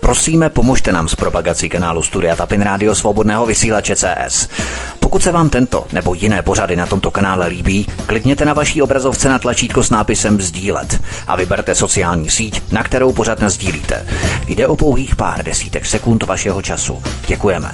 Prosíme, pomožte nám s propagací kanálu Studia Tapin Rádio Svobodného vysílače CS. Pokud se vám tento nebo jiné pořady na tomto kanále líbí, klikněte na vaší obrazovce na tlačítko s nápisem sdílet a vyberte sociální síť, na kterou pořad nasdílíte. Jde o pouhých pár desítek sekund vašeho času. Děkujeme.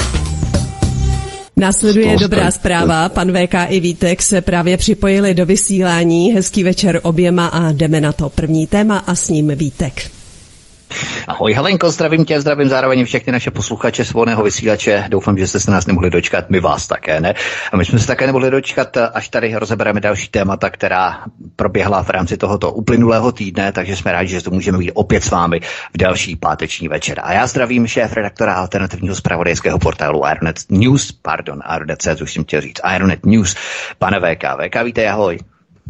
Následuje dobrá zpráva. Pan VK i Vítek se právě připojili do vysílání. Hezký večer oběma a jdeme na to. První téma a s ním Vítek. Ahoj Helenko, zdravím tě, zdravím zároveň všechny naše posluchače Svobodného vysílače. Doufám, že jste se nás nemohli dočkat, my vás také ne. A my jsme se také nemohli dočkat, až tady rozebereme další témata, která proběhla v rámci tohoto uplynulého týdne, takže jsme rádi, že to můžeme být opět s vámi v další páteční večer. A já zdravím šéfredaktora alternativního zpravodajského portálu Ironet News, Ironet.cz, už jsem chtěl říct, Ironet News, pane VK. VK, víte, ahoj.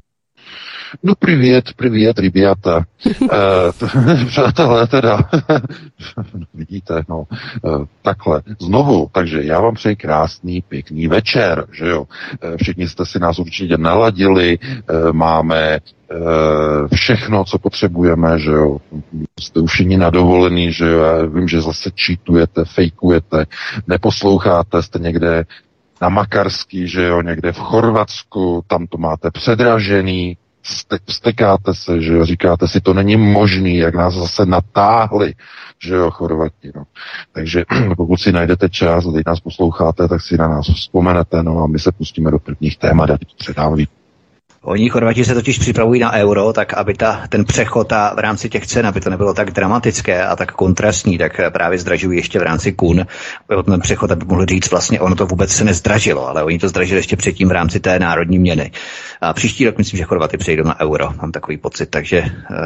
No привет, ребята. Přátelé, teda, vidíte, no, takhle, znovu, takže já vám přeji krásný, pěkný večer, že jo. Všichni jste si nás určitě naladili, máme všechno, co potřebujeme, že jo. Jste už všichni na dovolený, že jo. Já vím, že zase cheatujete, fejkujete, neposloucháte, jste někde na Makarský, že jo, někde v Chorvatsku, tam to máte předražený, stekáte se, že jo, říkáte si, to není možný, jak nás zase natáhli, že jo, Chorvati, no. Takže pokud si najdete čas, teď nás posloucháte, tak si na nás vzpomenete, no a my se pustíme do prvních témat, já to předávám. Oni Chorvati se totiž připravují na euro, tak aby ten přechod a v rámci těch cen, aby to nebylo tak dramatické a tak kontrastní, tak právě zdražují ještě v rámci kun. Ten přechod, aby mohli říct, vlastně ono to vůbec se nezdražilo, ale oni to zdražili ještě předtím v rámci té národní měny. A příští rok myslím, že Chorvaty přejdou na euro, mám takový pocit, takže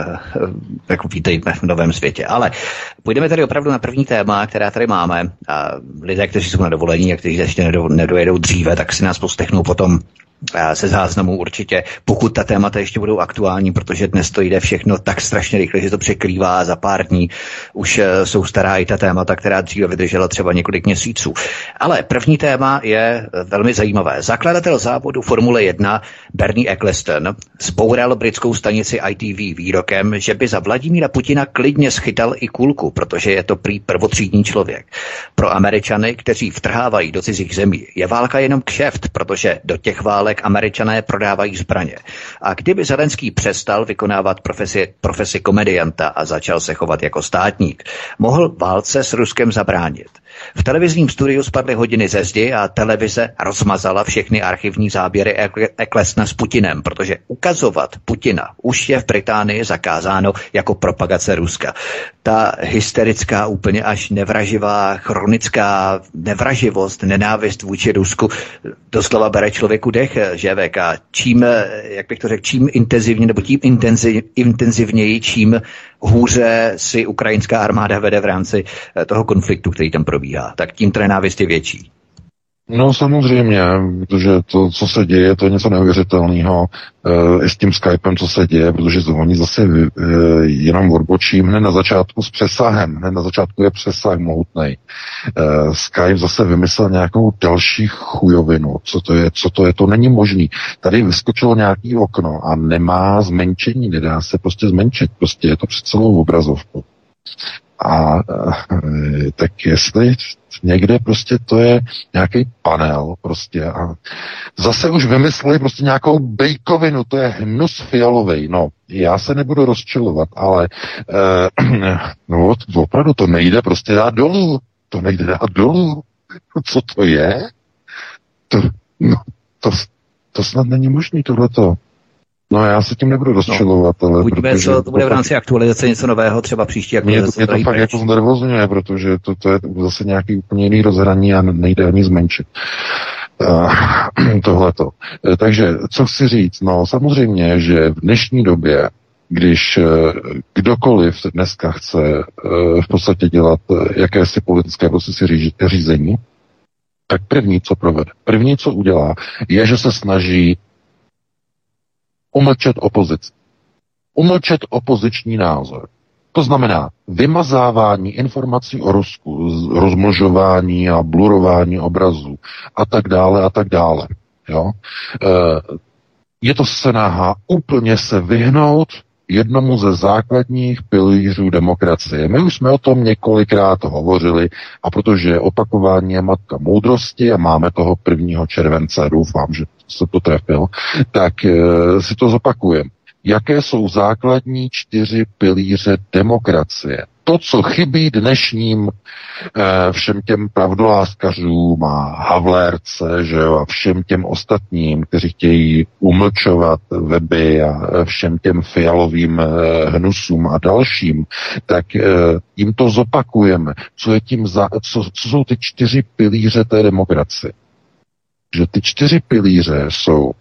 jako vítejme v novém světě. Ale půjdeme tady opravdu na první téma, která tady máme. A lidé, kteří jsou na dovolení a kteří ještě nedojedou dříve, tak si nás poslechnou potom se záznamů určitě, pokud ta témata ještě budou aktuální, protože dnes to jde všechno tak strašně rychle, že to překrývá a za pár dní už jsou stará i ta témata, která dříve vydržela třeba několik měsíců. Ale první téma je velmi zajímavé. Zakladatel závodu Formule 1 Bernie Ecclestone zboural britskou stanici ITV výrokem, že by za Vladimíra Putina klidně schytal i kulku, protože je to prý prvotřídní člověk. Pro Američany, kteří vtrhávají do cizích zemí, je válka jenom kšeft, protože do těch válek Američané prodávají zbraně. A kdyby Zelenský přestal vykonávat profesi komedianta a začal se chovat jako státník, mohl válce s Ruskem zabránit. V televizním studiu spadly hodiny ze zdi a televize rozmazala všechny archivní záběry Ecclestona s Putinem, protože ukazovat Putina už je v Británii zakázáno jako propagace Ruska. Ta hysterická, úplně až nevraživá, chronická nevraživost, nenávist vůči Rusku doslova bere člověku dech, že VK. Čím, jak bych to řekl, čím intenzivně, nebo tím intenzivněji, čím hůře si ukrajinská armáda vede v rámci toho konfliktu, který tam probíhá, tak tím ta nenávist je větší. No samozřejmě, protože to, co se děje, to je něco neuvěřitelného. I s tím Skypem, co se děje, protože oni zase jenom odbočím hned na začátku s přesahem. Hned na začátku je přesah mohutnej. Skype zase vymyslel nějakou další chujovinu. Co to je? To není možný. Tady vyskočilo nějaký okno a nemá zmenšení, nedá se prostě zmenšit. Prostě je to před celou obrazovku. A tak jestli někde prostě to je nějaký panel prostě a zase už vymysleli prostě nějakou bejkovinu, to je hnus fialovej. No, já se nebudu rozčilovat, ale no, opravdu to nejde prostě dát dolů. To nejde dát dolů. Co to je? To snad není možný tohleto. No já se tím nebudu rozčilovat, ale... Buďme, co to bude v rámci aktualizace něco nového, třeba příští aktualizace. Mě to fakt jako znervozňuje, protože to je zase nějaký úplně jiný rozhraní a nejde ani zmenšit. Tohleto. Takže, co chci říct? No samozřejmě, že v dnešní době, když kdokoliv dneska chce v podstatě dělat jakési politické procesy řízení, tak první, co provede, první, co udělá, je, že se snaží umlčet opozici. Umlčet opoziční názor. To znamená vymazávání informací o Rusku, rozmlžování a blurování obrazů a tak dále a tak dále. Jo? Je to snaha úplně se vyhnout jednomu ze základních pilířů demokracie. My už jsme o tom několikrát hovořili a protože opakování je matka moudrosti a máme toho 1. července, doufám, že se to trefil, tak si to zopakujeme. Jaké jsou základní 4 pilíře demokracie? To, co chybí dnešním všem těm pravdoláskařům a Havlérce, že jo, a všem těm ostatním, kteří chtějí umlčovat weby a všem těm fialovým hnusům a dalším, tak jim to zopakujeme. Co jsou ty 4 pilíře té demokracie? Že ty 4 pilíře jsou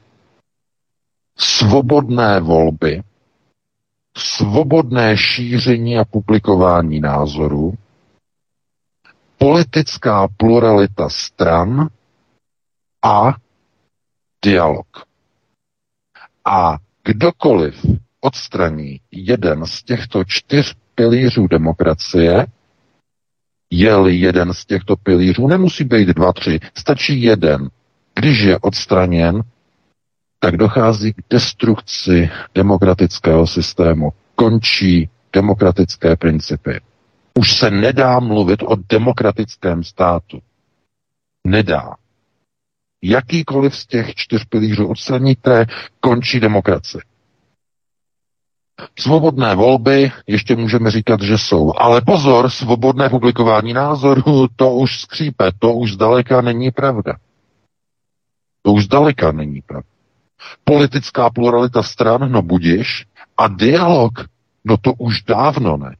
svobodné volby, svobodné šíření a publikování názorů, politická pluralita stran a dialog. A kdokoliv odstraní jeden z těchto 4 pilířů demokracie, je-li jeden z těchto pilířů, nemusí být 2, 3, stačí jeden. Když je odstraněn, tak dochází k destrukci demokratického systému. Končí demokratické principy. Už se nedá mluvit o demokratickém státu. Nedá. Jakýkoliv z těch 4 pilířů odstraníte, končí demokracie. Svobodné volby ještě můžeme říkat, že jsou. Ale pozor, svobodné publikování názorů, to už skřípe, to už zdaleka není pravda. To už zdaleka není pravda. Politická pluralita stran, no budiš, a dialog, no to už dávno ne.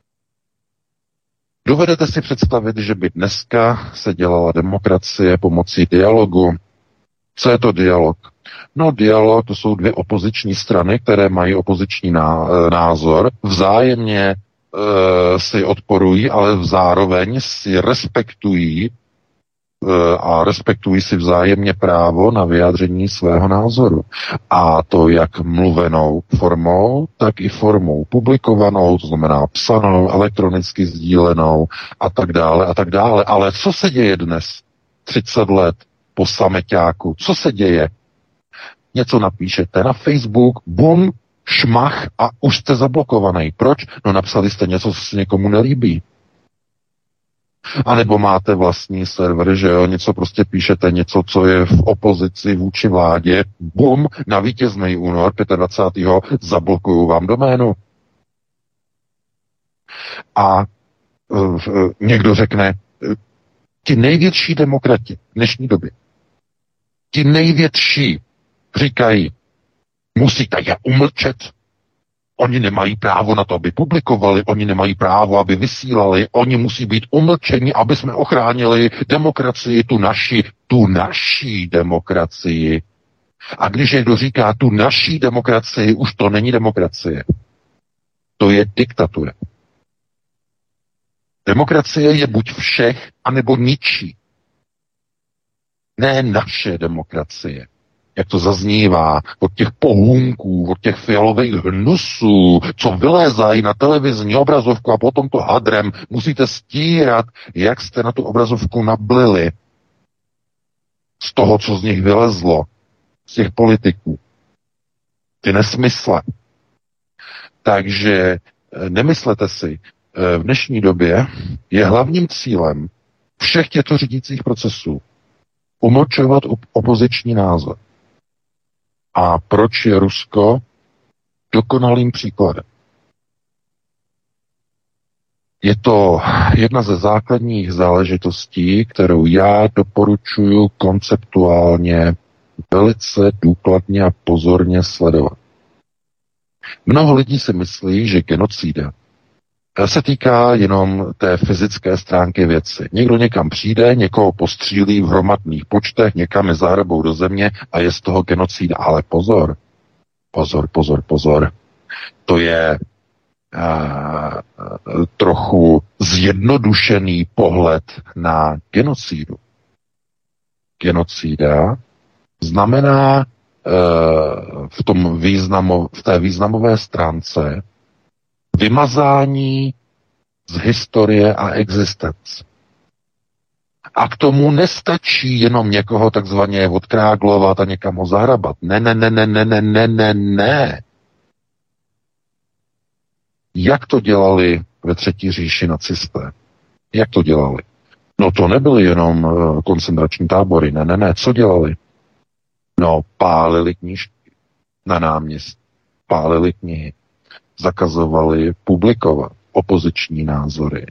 Dovedete si představit, že by dneska se dělala demokracie pomocí dialogu? Co je to dialog? No dialog, to jsou 2 opoziční strany, které mají opoziční názor, vzájemně si odporují, ale zároveň si respektují a respektují si vzájemně právo na vyjádření svého názoru. A to jak mluvenou formou, tak i formou publikovanou, to znamená psanou, elektronicky sdílenou a tak dále a tak dále. Ale co se děje dnes, 30 let po sameťáku? Co se děje? Něco napíšete na Facebook, bum, šmach a už jste zablokovaný. Proč? No napsali jste něco, co se někomu nelíbí. A nebo máte vlastní server, že jo, něco prostě píšete, něco, co je v opozici vůči vládě, bum, na vítězný únor 25. zablokuju vám doménu. A někdo řekne, ti největší demokrati v dnešní době, ti největší říkají, musíte je umlčet. Oni nemají právo na to, aby publikovali, oni nemají právo, aby vysílali, oni musí být umlčeni, aby jsme ochránili demokracii, tu naší demokracii. A když někdo říká tu naší demokracii, už to není demokracie. To je diktatura. Demokracie je buď všech, anebo ničí. Ne naše demokracie. Jak to zaznívá od těch pohůnků, od těch fialových hnusů, co vylézají na televizní obrazovku a potom to hadrem musíte stírat, jak jste na tu obrazovku nablili z toho, co z nich vylezlo, z těch politiků. Ty nesmysle. Takže nemyslete si, v dnešní době je hlavním cílem všech těchto řídících procesů umlčovat opoziční názor. A proč je Rusko dokonalým příkladem? Je to jedna ze základních záležitostí, kterou já doporučuji konceptuálně velice důkladně a pozorně sledovat. Mnoho lidí si myslí, že genocida se týká jenom té fyzické stránky věci. Někdo někam přijde, někoho postřílí v hromadných počtech, někam je zahrabou do země a je z toho genocida. Ale pozor, pozor. To je trochu zjednodušený pohled na genocidu. Genocida znamená v té významové stránce vymazání z historie a existence. A k tomu nestačí jenom někoho takzvaně odkráglovat a někam ho zahrabat. Ne. Jak to dělali ve Třetí říši nacisté? Jak to dělali? No to nebyly jenom koncentrační tábory, ne. Co dělali? No, pálili knížky na náměstí, pálili knihy, zakazovali publikovat opoziční názory.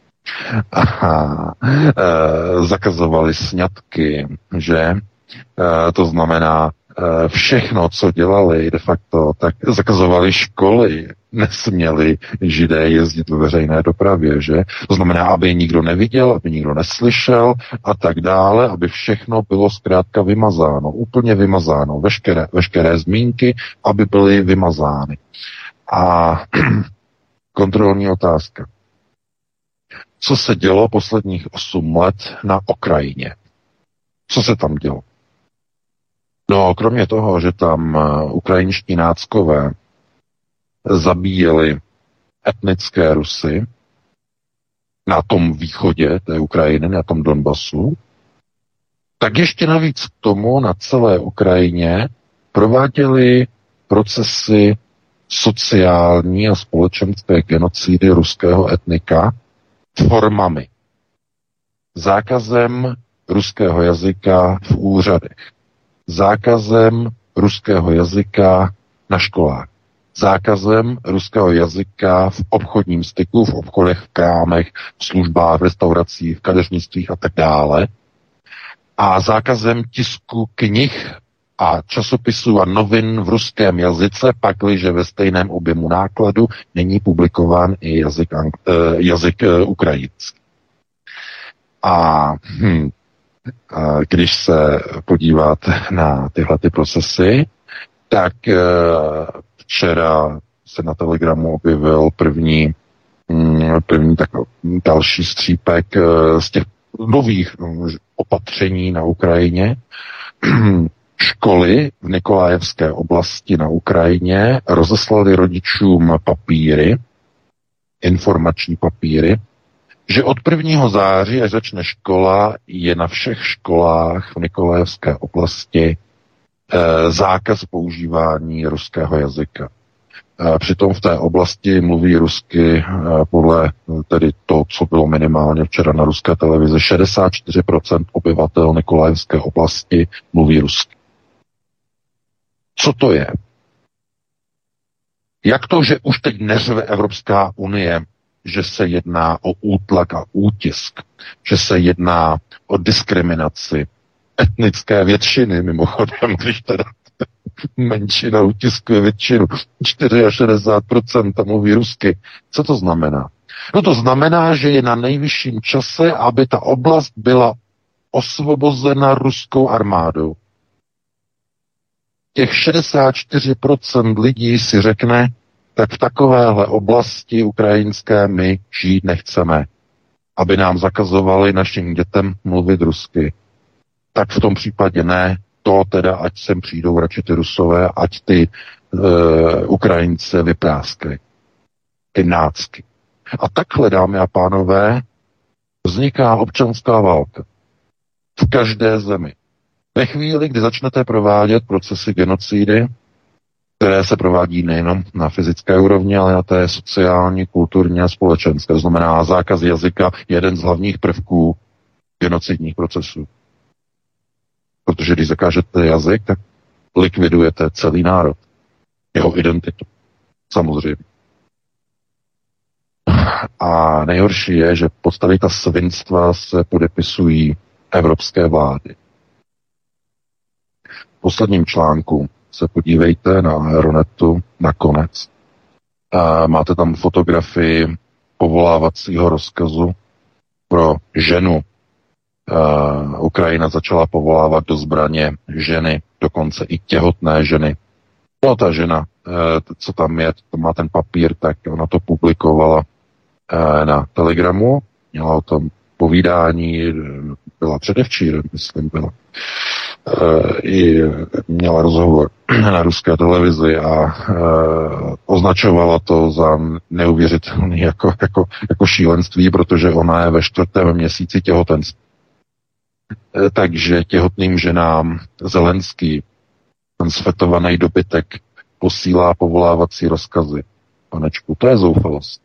Zakazovali sňatky, že? To znamená, všechno, co dělali de facto, tak zakazovali školy, nesměli Židé jezdit ve veřejné dopravě, že? To znamená, aby je nikdo neviděl, aby nikdo neslyšel a tak dále, aby všechno bylo zkrátka vymazáno, úplně vymazáno, veškeré zmínky, aby byly vymazány. A kontrolní otázka. Co se dělo posledních 8 let na Ukrajině? Co se tam dělo? No, kromě toho, že tam ukrajinští náckové zabíjeli etnické Rusy na tom východě té Ukrajiny, na tom Donbasu, tak ještě navíc k tomu na celé Ukrajině prováděli procesy sociální a společenské genocidy ruského etnika formami. Zákazem ruského jazyka v úřadech, zákazem ruského jazyka na školách, zákazem ruského jazyka v obchodním styku, v obchodech, v krámech, v službách, v restauracích, v kadeřnictvích a tak dále. A zákazem tisku knih a časopisů a novin v ruském jazyce, pakliže ve stejném objemu nákladu není publikován i jazyk ukrajinský. A když se podíváte na tyhle ty procesy, tak včera se na Telegramu objevil první další střípek z těch nových opatření na Ukrajině. Školy v Nikolajevské oblasti na Ukrajině rozeslaly rodičům papíry, informační papíry, že od 1. září, až začne škola, je na všech školách v Nikolajevské oblasti zákaz používání ruského jazyka. Přitom v té oblasti mluví rusky podle tedy to, co bylo minimálně včera na ruské televizi, 64% obyvatel Nikolajevské oblasti mluví rusky. Co to je? Jak to, že už teď neřve Evropská unie, že se jedná o útlak a útisk, že se jedná o diskriminaci etnické většiny, mimochodem, když teda menšina utiskuje většinu, 64% tam mluví rusky. Co to znamená? No to znamená, že je na nejvyšším čase, aby ta oblast byla osvobozena ruskou armádou. Těch 64% lidí si řekne, tak v takovéhle oblasti ukrajinské my žít nechceme, aby nám zakazovali našim dětem mluvit rusky. Tak v tom případě ne, to teda, ať sem přijdou radši ty Rusové, ať ty Ukrajince vypráskají. Ty nácky. A takhle, dámy a pánové, vzniká občanská válka. V každé zemi. Ve chvíli, kdy začnete provádět procesy genocidy, které se provádí nejenom na fyzické úrovni, ale na té sociální, kulturní a společenské. To znamená, zákaz jazyka je jeden z hlavních prvků genocidních procesů. Protože když zakážete jazyk, tak likvidujete celý národ. Jeho identitu. Samozřejmě. A nejhorší je, že podstaty ta svinstva se podepisují evropské vlády. V posledním článku se podívejte na Aeronetu nakonec. Máte tam fotografii povolávacího rozkazu pro ženu. Ukrajina začala povolávat do zbraně ženy, dokonce i těhotné ženy. No ta žena, co tam je, to má ten papír, tak ona to publikovala na Telegramu, měla o tom povídání, byla předevčírem, myslím, byla. I měla rozhovor na ruské televizi a označovala to za neuvěřitelný jako šílenství, protože ona je ve 4. měsíci těhotenství. Takže těhotným ženám Zelenský, ten svetovaný dobytek, posílá povolávací rozkazy. panečku, to je zoufalost.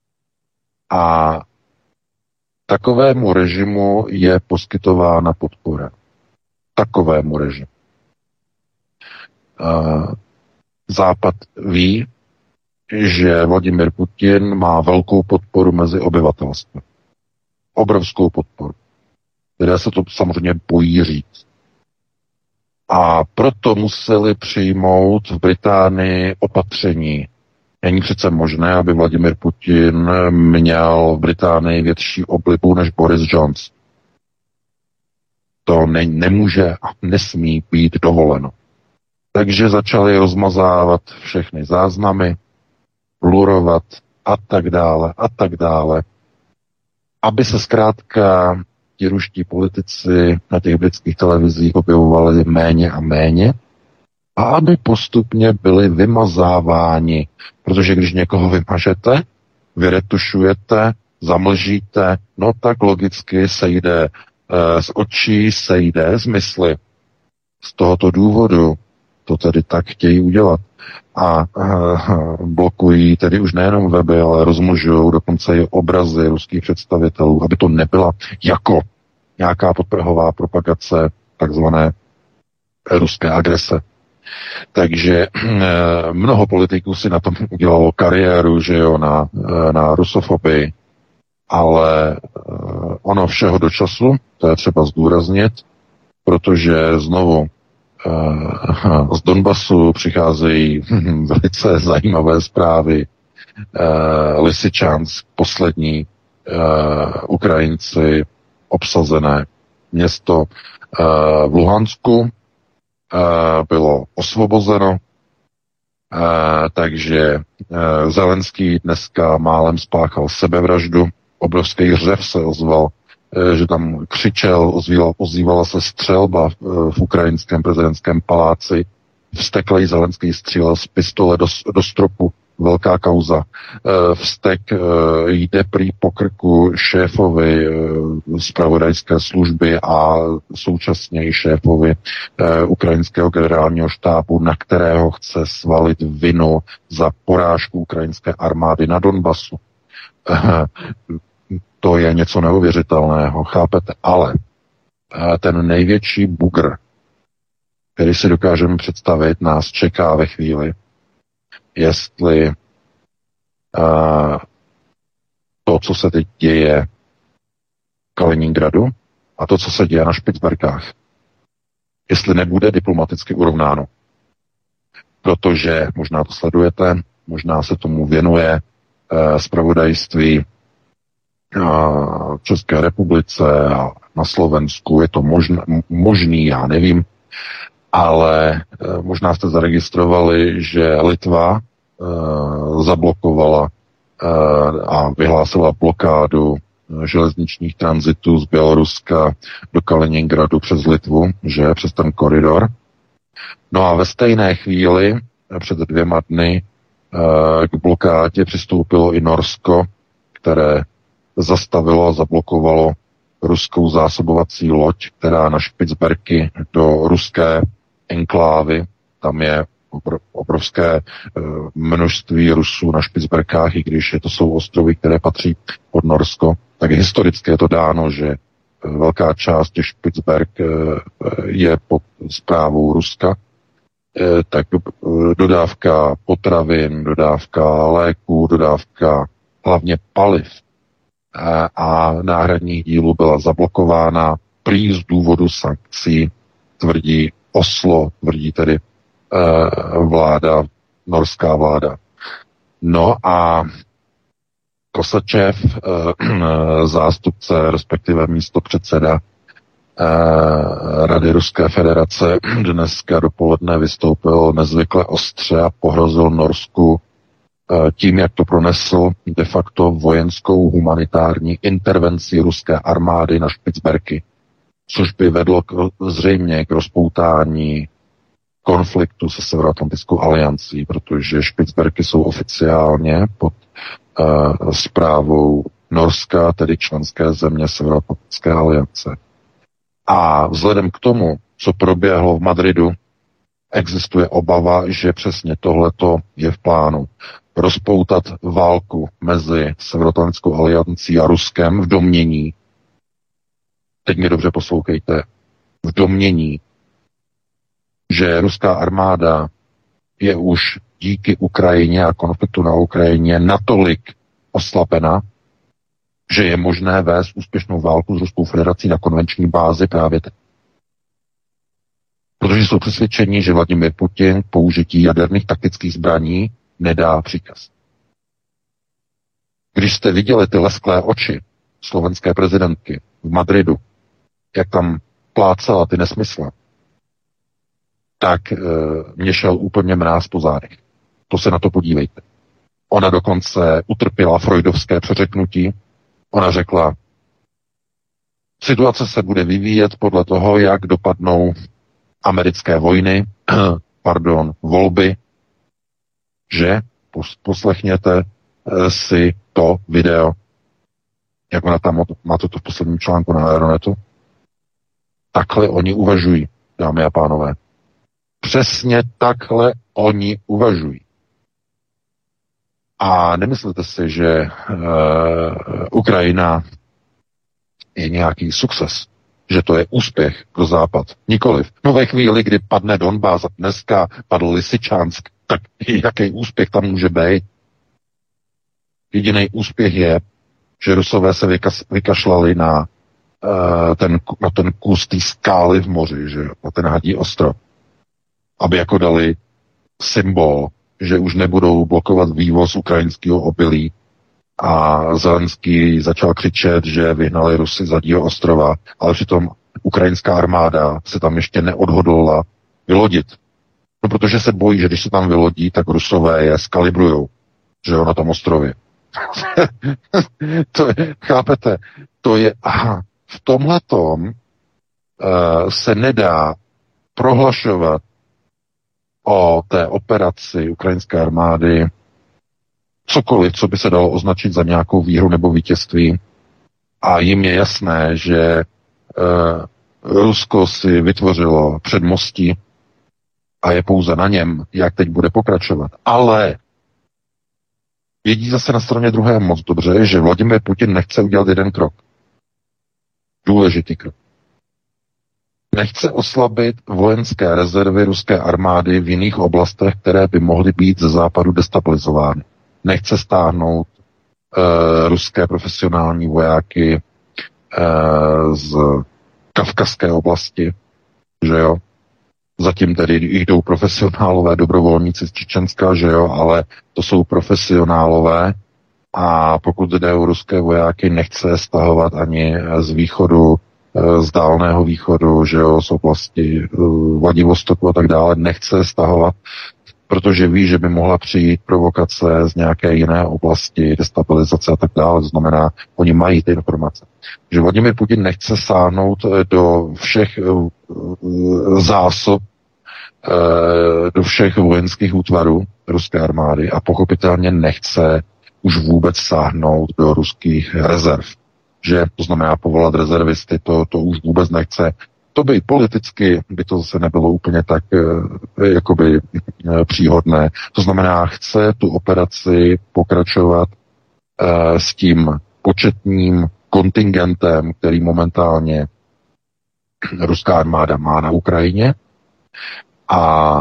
A takovému režimu je poskytována podpora. Takovému režimu. Západ ví, že Vladimir Putin má velkou podporu mezi obyvatelstvem. Obrovskou podporu. Lidé se to samozřejmě bojí říct. A proto museli přijmout v Británii opatření. Není přece možné, aby Vladimir Putin měl v Británii větší oblibu než Boris Johnson. To nemůže a nesmí být dovoleno. Takže začali rozmazávat všechny záznamy, blurovat a tak dále, aby se zkrátka ti ruští politici na těch britských televizích objevovali méně a méně a aby postupně byli vymazáváni, protože když někoho vymažete, vyretušujete, zamlžíte, no tak logicky sejde z očí, sejde z mysli. Z tohoto důvodu to tedy tak chtějí udělat. A blokují tedy už nejenom weby, ale rozmlžují dokonce i obrazy ruských představitelů, aby to nebyla jako nějaká podprahová propagace takzvané ruské agrese. Takže mnoho politiků si na tom udělalo kariéru, že jo, na rusofobii, ale ono všeho do času, to je třeba zdůraznit, protože znovu z Donbasu přicházejí velice zajímavé zprávy. Lysyčansk, poslední Ukrajinci obsazené město v Luhansku bylo osvobozeno, takže Zelenský dneska málem spáchal sebevraždu, obrovský řev se ozval, že tam křičel, ozývala se střelba v ukrajinském prezidentském paláci, vzteklej Zelenský střílel z pistole do stropu, velká kauza. Vztek jde prý po krku šéfovi zpravodajské služby a současně i šéfovi ukrajinského generálního štábu, na kterého chce svalit vinu za porážku ukrajinské armády na Donbasu. To je něco neuvěřitelného, chápete? Ale ten největší bugr, který si dokážeme představit, nás čeká ve chvíli, jestli to, co se teď děje v Kaliningradu a to, co se děje na Špicberkách, jestli nebude diplomaticky urovnáno. Protože, možná to sledujete, možná se tomu věnuje zpravodajství v České republice a na Slovensku, je to možný, já nevím, ale možná jste zaregistrovali, že Litva zablokovala a vyhlásila blokádu železničních tranzitů z Běloruska do Kaliningradu přes Litvu, že přes ten koridor. No a ve stejné chvíli, před 2 dny, k blokádě přistoupilo i Norsko, které zastavilo a zablokovalo ruskou zásobovací loď, která na Špicberky do ruské enklávy, tam je obrovské množství Rusů na Špicberkách, i když to jsou ostrovy, které patří pod Norsko, tak historicky je to dáno, že velká část těch Špicberk je pod správou Ruska, tak dodávka potravin, dodávka léků, dodávka hlavně paliv a náhradních dílů byla zablokována prý z důvodu sankcí, tvrdí Oslo, tvrdí tedy vláda, norská vláda. No a Kosačev, zástupce, respektive místopředseda Rady Ruské federace, dneska dopoledne vystoupil nezvykle ostře a pohrozil Norsku tím, jak to pronesl de facto vojenskou humanitární intervenci ruské armády na Špicberky, což by vedlo zřejmě k rozpoutání konfliktu se Severoatlantickou aliancí, protože Špicberky jsou oficiálně pod správou Norska, tedy členské země Severoatlantické aliance. A vzhledem k tomu, co proběhlo v Madridu, existuje obava, že přesně tohleto je v plánu. rozpoutat válku mezi Severoatlantickou aliancí a Ruskem v domnění, teď mě dobře poslouchejte, v domnění, že ruská armáda je už díky Ukrajině a konfliktu na Ukrajině natolik oslabena, že je možné vést úspěšnou válku s Ruskou federací na konvenční bázi právě teď. Protože jsou přesvědčeni, že Vladimír Putin k použití jaderných taktických zbraní nedá příkaz. Když jste viděli ty lesklé oči slovenské prezidentky v Madridu, jak tam plácala ty nesmysly, tak mě šel úplně mráz po zádech. To se na to podívejte. Ona dokonce utrpěla freudovské přeřeknutí. Ona řekla, situace se bude vyvíjet podle toho, jak dopadnou americké volby, že poslechněte si to video, jak ona tam má to v posledním článku na Aeronetu. Takhle oni uvažují, dámy a pánové. Přesně takhle oni uvažují. A nemyslete si, že Ukrajina je nějaký sukces, že to je úspěch pro Západ. Nikoliv. No ve chvíli, kdy padne Donbas a dneska padl Lysyčansk, tak jaký úspěch tam může být? Jediný úspěch je, že Rusové se vykašlali na ten kus té skály v moři, že na ten Hadí ostrov, aby jako dali symbol, že už nebudou blokovat vývoz ukrajinského obilí. A Zelenský začal křičet, že vyhnali Rusy z Hadího ostrova, ale přitom ukrajinská armáda se tam ještě neodhodlala vylodit. No, protože se bojí, že když se tam vylodí, tak Rusové je skalibrujou, že jo, na tom ostrově. To je, chápete? To je, v tomhletom se nedá prohlašovat o té operaci ukrajinské armády cokoliv, co by se dalo označit za nějakou výhru nebo vítězství. A jim je jasné, že Rusko si vytvořilo předmostí a je pouze na něm, jak teď bude pokračovat. Ale vědí zase na straně druhé moc dobře, že Vladimír Putin nechce udělat jeden krok. Důležitý krok. Nechce oslabit vojenské rezervy ruské armády v jiných oblastech, které by mohly být ze západu destabilizovány. Nechce stáhnout ruské profesionální vojáky z Kavkazské oblasti, že jo. Zatím tedy jdou profesionálové dobrovolníci z Čečenska, že jo, ale to jsou profesionálové a pokud jde o ruské vojáky, nechce stahovat ani z východu, z dálného východu, že jo, z oblasti Vladivostoku a tak dále, nechce stahovat, protože ví, že by mohla přijít provokace z nějaké jiné oblasti, destabilizace a tak dále. To znamená, oni mají ty informace. Že Vladimír Putin nechce sáhnout do všech zásob, do všech vojenských útvarů ruské armády a pochopitelně nechce už vůbec sáhnout do ruských rezerv. Že to znamená povolat rezervisty, to už vůbec nechce. To by politicky by to zase nebylo úplně tak jakoby příhodné. To znamená, chce tu operaci pokračovat s tím početním kontingentem, který momentálně ruská armáda má na Ukrajině. A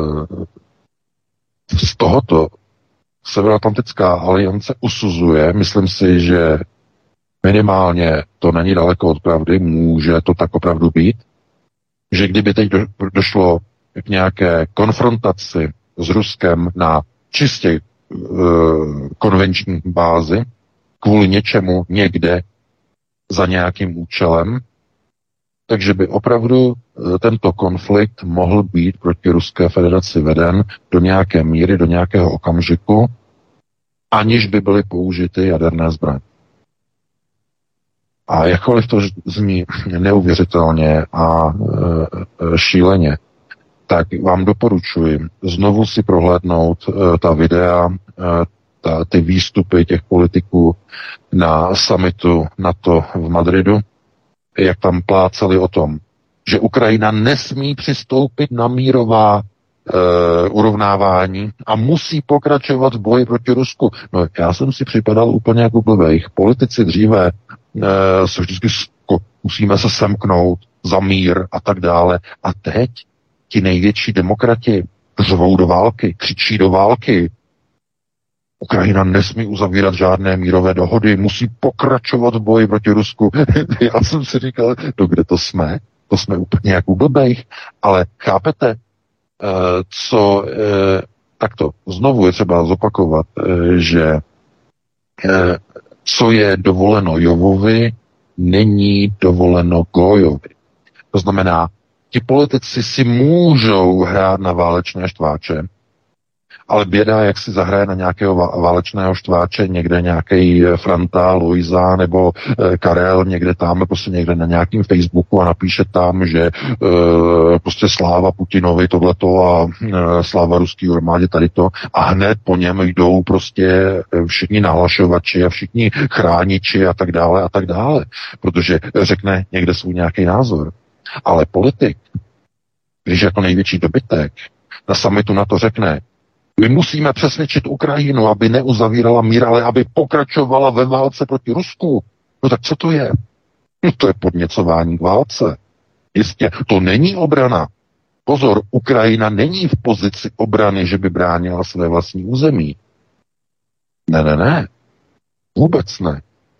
z tohoto Severoatlantická aliance usuzuje, myslím si, že minimálně to není daleko od pravdy, může to tak opravdu být, že kdyby teď došlo k nějaké konfrontaci s Ruskem na čistě konvenční bázi, kvůli něčemu někde za nějakým účelem, takže by opravdu tento konflikt mohl být proti Ruské federaci veden do nějaké míry, do nějakého okamžiku, aniž by byly použity jaderné zbraně. A jakkoliv to zní neuvěřitelně a šíleně, tak vám doporučuji znovu si prohlédnout ta videa, ty výstupy těch politiků na summitu NATO v Madridu, jak tam plácali o tom, že Ukrajina nesmí přistoupit na mírová urovnávání a musí pokračovat v boji proti Rusku. No, já jsem si připadal úplně jako blbejch. Politici dříve se vždycky musíme se semknout za mír a tak dále. A teď ti největší demokrati řvou do války, křičí do války. Ukrajina nesmí uzavírat žádné mírové dohody, musí pokračovat v boji proti Rusku. Já jsem si říkal, kde to jsme? To jsme úplně jako blbejch. Ale chápete, takto, znovu je třeba zopakovat, že co je dovoleno Jovovi, není dovoleno Gojovi. To znamená, ti politici si můžou hrát na válečné štváče, ale běda, jak si zahraje na nějakého válečného štváče, někde nějaký Franta, Luisa nebo Karel, někde tam, prostě někde na nějakém Facebooku a napíše tam, že prostě sláva Putinovi tohleto a sláva ruský armádě tady to a hned po něm jdou prostě všichni nahlašovači a všichni chrániči a tak dále, protože řekne někde svůj nějaký názor. Ale politik, když jako největší dobytek na summitu na to řekne, my musíme přesvědčit Ukrajinu, aby neuzavírala mír, ale aby pokračovala ve válce proti Rusku. No tak co to je? No to je podněcování k válce. Jistě, to není obrana. Pozor, Ukrajina není v pozici obrany, že by bránila své vlastní území. Ne. Vůbec ne.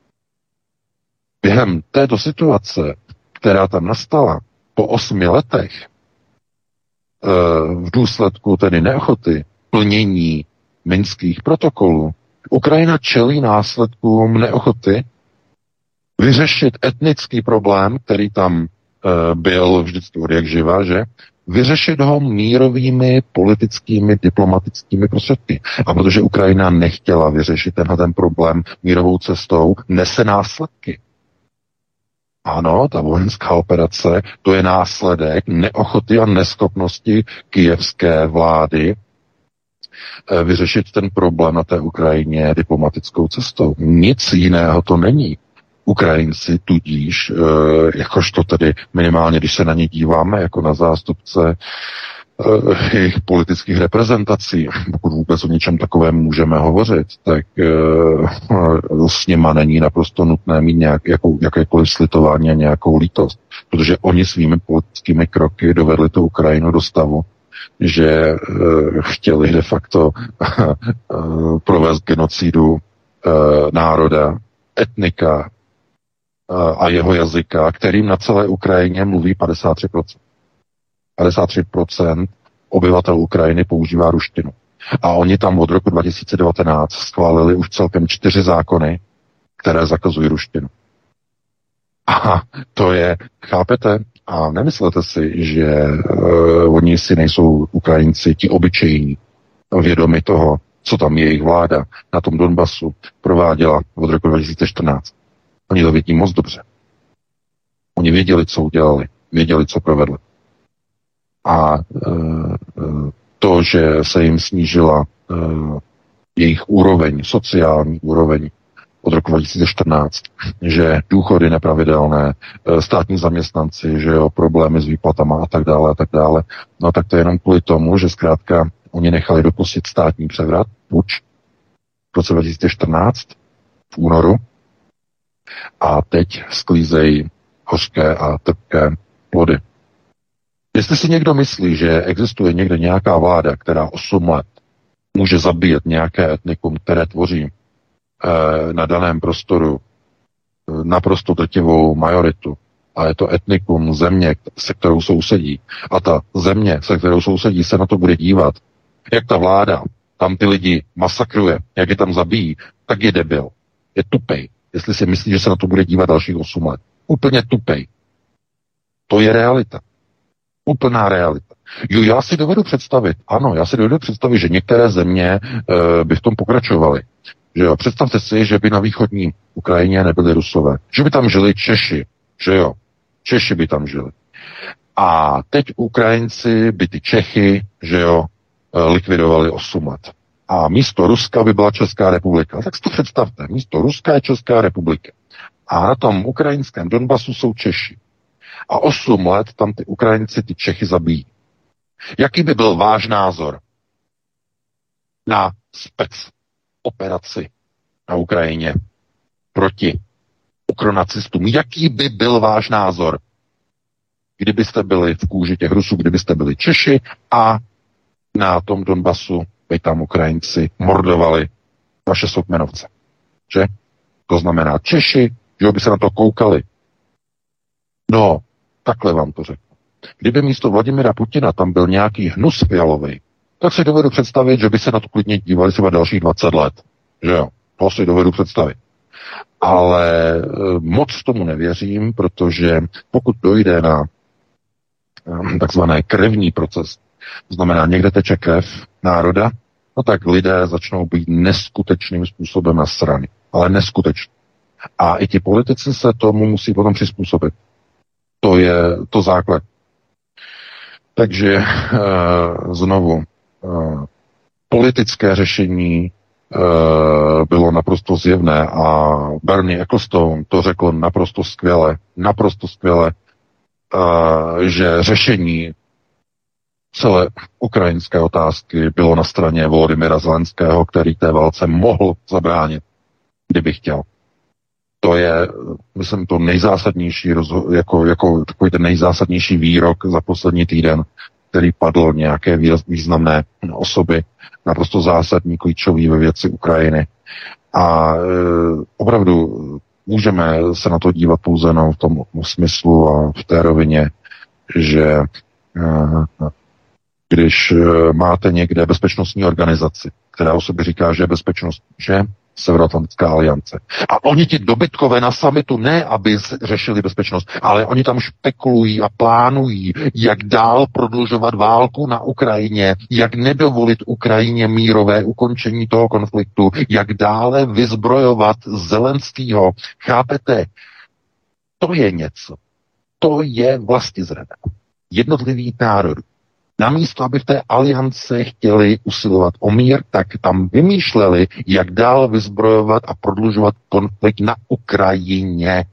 Během této situace, která tam nastala po 8 letech, v důsledku tedy neochoty plnění minských protokolů, Ukrajina čelí následkům neochoty vyřešit etnický problém, který tam byl vždycky od jak živa, že? Vyřešit ho mírovými, politickými, diplomatickými prostředky. A protože Ukrajina nechtěla vyřešit ten problém mírovou cestou, nese následky. Ano, ta vojenská operace, to je následek neochoty a neschopnosti kyjevské vlády vyřešit ten problém na té Ukrajině diplomatickou cestou. Nic jiného to není. Ukrajinci tudíž, jakožto tedy minimálně, když se na ně díváme jako na zástupce jejich politických reprezentací, pokud vůbec o něčem takovém můžeme hovořit, tak s nima není naprosto nutné mít jakékoliv slitování a nějakou lítost, protože oni svými politickými kroky dovedli tu Ukrajinu do stavu, že chtěli de facto provést genocidu národa, etnika a jeho jazyka, kterým na celé Ukrajině mluví 53%. 53% obyvatel Ukrajiny používá ruštinu. A oni tam od roku 2019 schválili už celkem 4 zákony, které zakazují ruštinu. A to je, chápete? A nemyslete si, že oni si nejsou Ukrajinci, ti obyčejní, vědomi toho, co tam jejich vláda na tom Donbasu prováděla od roku 2014. Oni to vědí moc dobře. Oni věděli, co udělali, věděli, co provedli. A to, že se jim snížila jejich úroveň, sociální úroveň od roku 2014, že důchody nepravidelné, státní zaměstnanci, že jo, problémy s výplatama a tak dále, no tak to je jenom kvůli tomu, že zkrátka oni nechali dopustit státní převrat, puč, v roce 2014, v únoru, a teď sklízejí hořké a trpké plody. Jestli si někdo myslí, že existuje někde nějaká vláda, která 8 let může zabíjet nějaké etnikum, které tvoří na daném prostoru naprosto drtivou majoritu, a je to etnikum země, se kterou sousedí, a ta země, se kterou sousedí, se na to bude dívat, jak ta vláda tam ty lidi masakruje, jak je tam zabíjí, tak je debil. Je tupej. Jestli si myslí, že se na to bude dívat dalších 8 let. Úplně tupej. To je realita. Úplná realita. Jo, já si dovedu představit, že některé země by v tom pokračovaly. Že jo, představte si, že by na východní Ukrajině nebyli Rusové. Že by tam žili Češi. Že jo, Češi by tam žili. A teď Ukrajinci by ty Čechy, že jo, likvidovali 8 let. A místo Ruska by byla Česká republika. Tak si to představte. Místo Ruska je Česká republika. A na tom ukrajinském Donbasu jsou Češi. A 8 let tam ty Ukrajinci ty Čechy zabíjí. Jaký by byl váš názor na spec operaci na Ukrajině proti ukronacistům? Jaký by byl váš názor, kdybyste byli v kůži těch Rusů, kdybyste byli Češi a na tom Donbasu by tam Ukrajinci mordovali vaše soukmenovce? Že? To znamená Češi, že by se na to koukali. No, takhle vám to řeknu. Kdyby místo Vladimira Putina tam byl nějaký hnus fialový, tak si dovedu představit, že by se na to klidně dívali třeba dalších 20 let. Že jo? To si dovedu představit. Ale moc tomu nevěřím, protože pokud dojde na takzvané krevní proces, to znamená někde teče krev národa, no tak lidé začnou být neskutečným způsobem nasrany. Ale neskutečný. A i ti politici se tomu musí potom přizpůsobit. To je to základ. Takže znovu, politické řešení bylo naprosto zjevné a Bernie Ecclestone to řekl naprosto skvěle, že řešení celé ukrajinské otázky bylo na straně Volodymyra Zelenského, který té válce mohl zabránit, kdyby chtěl. To je, myslím, to nejzásadnější, jako takový ten nejzásadnější výrok za poslední týden, který padl nějaké významné osoby, naprosto zásadní, klíčový ve věci Ukrajiny. A opravdu můžeme se na to dívat pouze jenom v tom smyslu a v té rovině, že když máte někde bezpečnostní organizaci, která o sobě říká, že je bezpečnost, že Severoatlantická aliance. A oni ti dobytkové na summitu ne, aby řešili bezpečnost, ale oni tam špekulují a plánují, jak dál prodlužovat válku na Ukrajině, jak nedovolit Ukrajině mírové ukončení toho konfliktu, jak dále vyzbrojovat Zelenskýho. Chápete? To je něco. To je vlastizrada. Jednotlivý národ. Namísto, aby v té alianci chtěli usilovat o mír, tak tam vymýšleli, jak dál vyzbrojovat a prodlužovat konflikt na Ukrajině.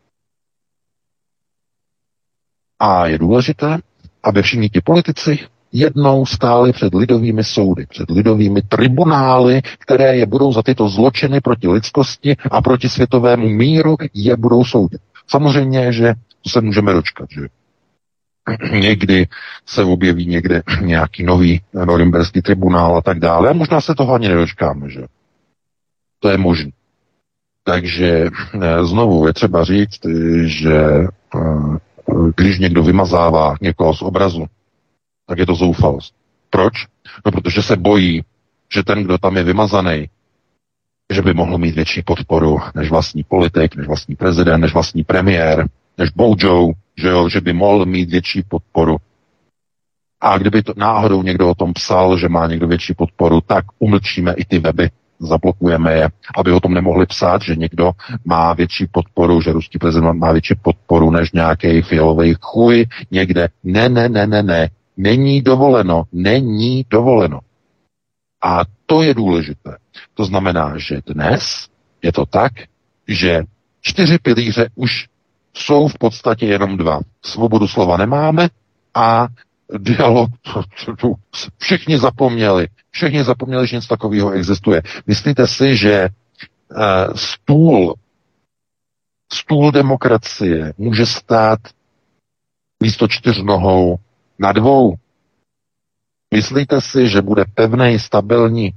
A je důležité, aby všichni ti politici jednou stáli před lidovými soudy, před lidovými tribunály, které je budou za tyto zločiny proti lidskosti a proti světovému míru je budou soudit. Samozřejmě, že to se můžeme dočkat, že někdy se objeví někde nějaký nový norimberský tribunál a tak dále. A možná se toho ani nedočkáme, že? To je možné. Takže znovu je třeba říct, že když někdo vymazává někoho z obrazu, tak je to zoufalost. Proč? No, protože se bojí, že ten, kdo tam je vymazaný, že by mohl mít větší podporu než vlastní politik, než vlastní prezident, než vlastní premiér, než Bojo, že by mohl mít větší podporu. A kdyby to náhodou někdo o tom psal, že má někdo větší podporu, tak umlčíme i ty weby, zablokujeme je, aby o tom nemohli psát, že někdo má větší podporu, že ruský prezident má větší podporu než nějaký fialový chuj někde. Ne. Není dovoleno. A to je důležité. To znamená, že dnes je to tak, že 4 pilíře už jsou v podstatě jenom 2. Svobodu slova nemáme a dialog, všichni zapomněli, že něco takového existuje. Myslíte si, že stůl demokracie může stát místo 4 nohou na 2? Myslíte si, že bude pevnej, stabilní?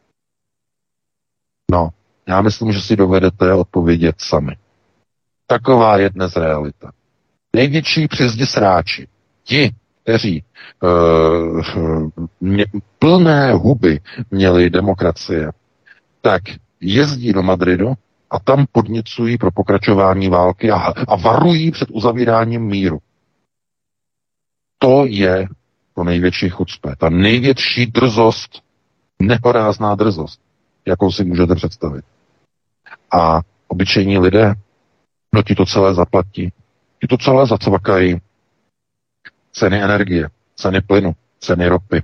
No, já myslím, že si dovedete odpovědět sami. Taková je dnes realita. Největší přizdi sráči, ti, kteří plné huby měli demokracie, tak jezdí do Madridu a tam podněcují pro pokračování války a varují před uzavíráním míru. To je to největší chucpe, ta největší drzost, nehorázná drzost, jakou si můžete představit. A obyčejní lidé, no ti to celé zaplatí, ti to celé zacvakají. Ceny energie, ceny plynu, ceny ropy,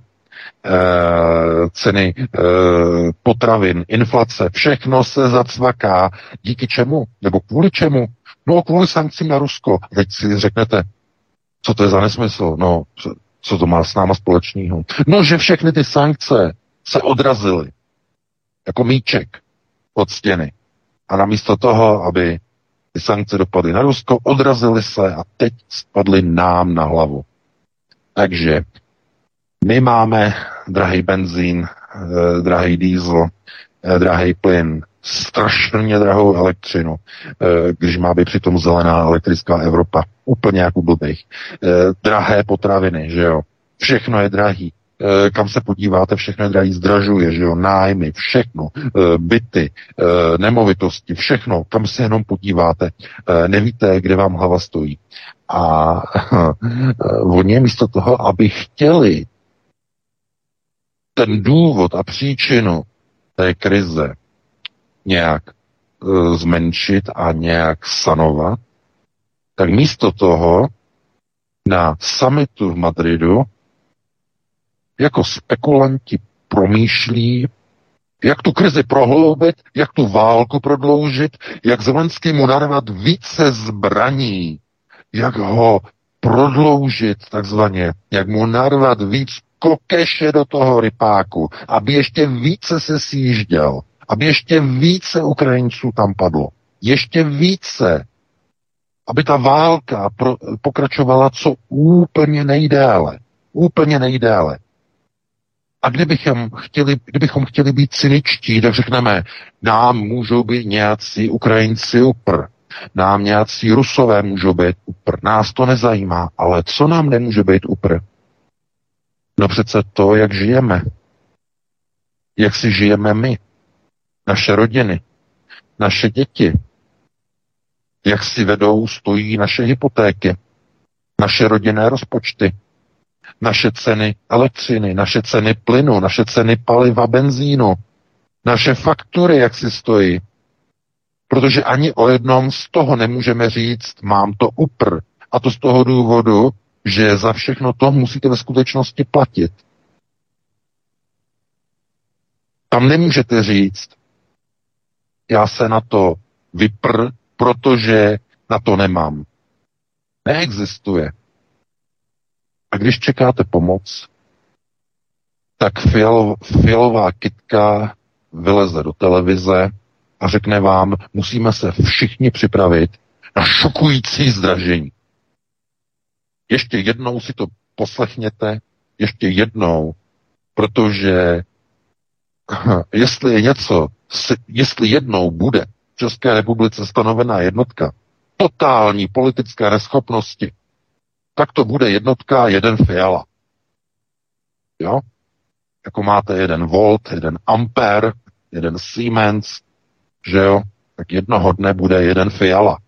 ceny potravin, inflace, všechno se zacvaká. Díky čemu? Nebo kvůli čemu? No kvůli sankcím na Rusko. Teď si řeknete, co to je za nesmysl? No, Co to má s náma společného? No, že všechny ty sankce se odrazily jako míček od stěny. A namísto toho, aby ty sankce dopadly na Rusko, odrazily se a teď spadly nám na hlavu. Takže my máme drahý benzín, drahý diesel, drahý plyn, strašně drahou elektřinu, když má být přitom zelená elektrická Evropa. Úplně jako blbých. Drahé potraviny, že jo. Všechno je drahý. Kam se podíváte, všechno je drahý, zdražuje, že jo. Nájmy, všechno. Byty, nemovitosti, všechno. Kam se jenom podíváte. Nevíte, kde vám hlava stojí. A oni místo toho, aby chtěli ten důvod a příčinu té krize nějak zmenšit a nějak sanovat, tak místo toho na summitu v Madridu jako spekulanti promýšlí, jak tu krizi prohloubit, jak tu válku prodloužit, jak Zelenskému narvat více zbraní, jak ho prodloužit takzvaně, jak mu narvat víc kokeše do toho rypáku, aby ještě více se sjížděl, aby ještě více Ukrajinců tam padlo. Ještě více. Aby ta válka pokračovala co úplně nejdéle. Úplně nejdéle. A kdybychom chtěli být cyničtí, tak řekneme, nám můžou být nějací Ukrajinci upr, nám nějací Rusové můžou být upr, nás to nezajímá, ale co nám nemůže být upr? No přece to, jak žijeme. Jak si žijeme my. Naše rodiny. Naše děti. Jak si stojí naše hypotéky. Naše rodinné rozpočty. Naše ceny elektřiny, naše ceny plynu, naše ceny paliva, benzínu. Naše faktury, jak si stojí. Protože ani o jednom z toho nemůžeme říct, mám to upr. A to z toho důvodu, že za všechno to musíte ve skutečnosti platit. Tam nemůžete říct, já se na to vypr, protože na to nemám. Neexistuje. A když čekáte pomoc, tak fialová kytka vyleze do televize a řekne vám, musíme se všichni připravit na šokující zdražení. Ještě jednou si to poslechněte, ještě jednou, protože jestli jednou bude v České republice stanovená jednotka totální politické neschopnosti, tak to bude jednotka jeden Fiala. Jo? Jako máte jeden volt, jeden ampér, jeden Siemens, že jo? Tak jednoho dne bude jeden Fiala.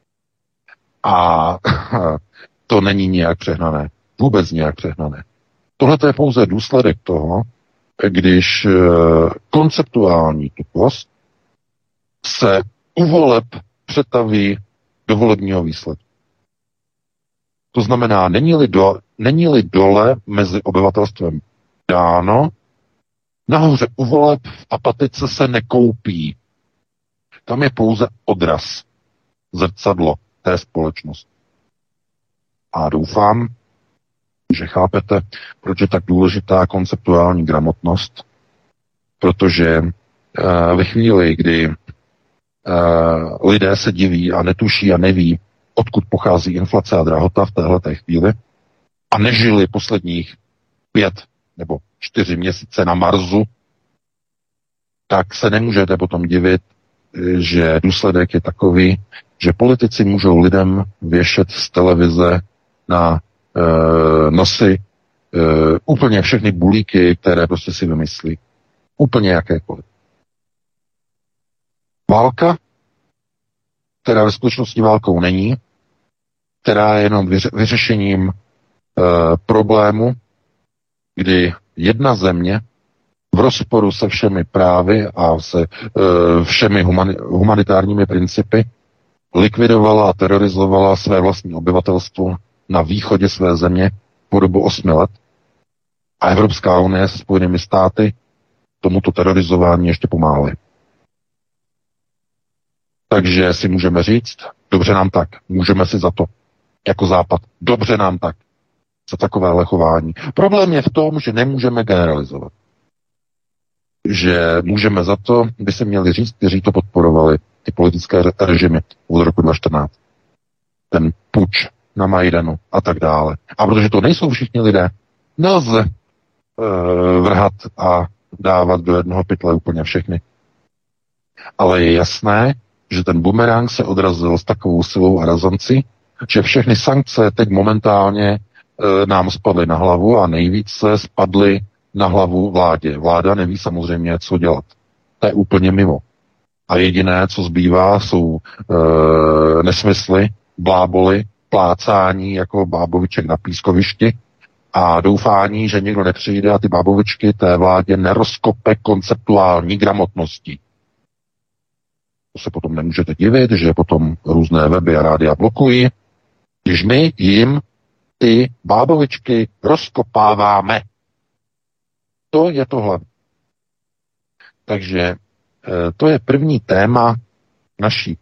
A to není nijak přehnané. Vůbec nijak přehnané. Tohle je pouze důsledek toho, když konceptuální tupost se u voleb přetaví do volebního výsledku. To znamená, není-li dole mezi obyvatelstvem dáno, nahoře u voleb v apatice se nekoupí. Tam je pouze odraz, zrcadlo té společnosti. A doufám, že chápete, proč je tak důležitá konceptuální gramotnost, protože ve chvíli, kdy lidé se diví a netuší a neví, odkud pochází inflace a drahota v téhleté chvíli a nežili posledních 5 nebo 4 měsíce na Marsu, tak se nemůžete potom divit, že důsledek je takový, že politici můžou lidem věšet z televize na nosy úplně všechny bulíky, které prostě si vymyslí. Úplně jakékoliv. Válka, která ve skutečnosti válkou není, která je jenom vyřešením problému, kdy jedna země v rozporu se všemi právy a se všemi humanitárními principy likvidovala a terorizovala své vlastní obyvatelstvo na východě své země po dobu 8 let a Evropská unie se Spojenými státy tomuto terorizování ještě pomáhaly. Takže si můžeme říct, dobře nám tak, můžeme si za to, jako Západ, dobře nám tak. za takovéhle chování. Problém je v tom, že nemůžeme generalizovat. Že můžeme za to, by se měli říct, kteří to podporovali, ty politické režimy od roku 2014. Ten puč na Majdanu a tak dále. A protože to nejsou všichni lidé, nelze vrhat a dávat do jednoho pytle úplně všechny. Ale je jasné, že ten bumerang se odrazil s takovou silou a razancí, že všechny sankce teď momentálně nám spadly na hlavu a nejvíce spadly na hlavu vládě. Vláda neví samozřejmě, co dělat. To je úplně mimo. A jediné, co zbývá, jsou nesmysly, bláboli, plácání jako báboviček na pískovišti a doufání, že někdo nepřijde a ty bábovičky té vládě nerozkope konceptuální gramotností. To se potom nemůžete divit, že potom různé weby a rádia blokují, když my jim ty bábovičky rozkopáváme. To je tohle. Takže to je první téma naší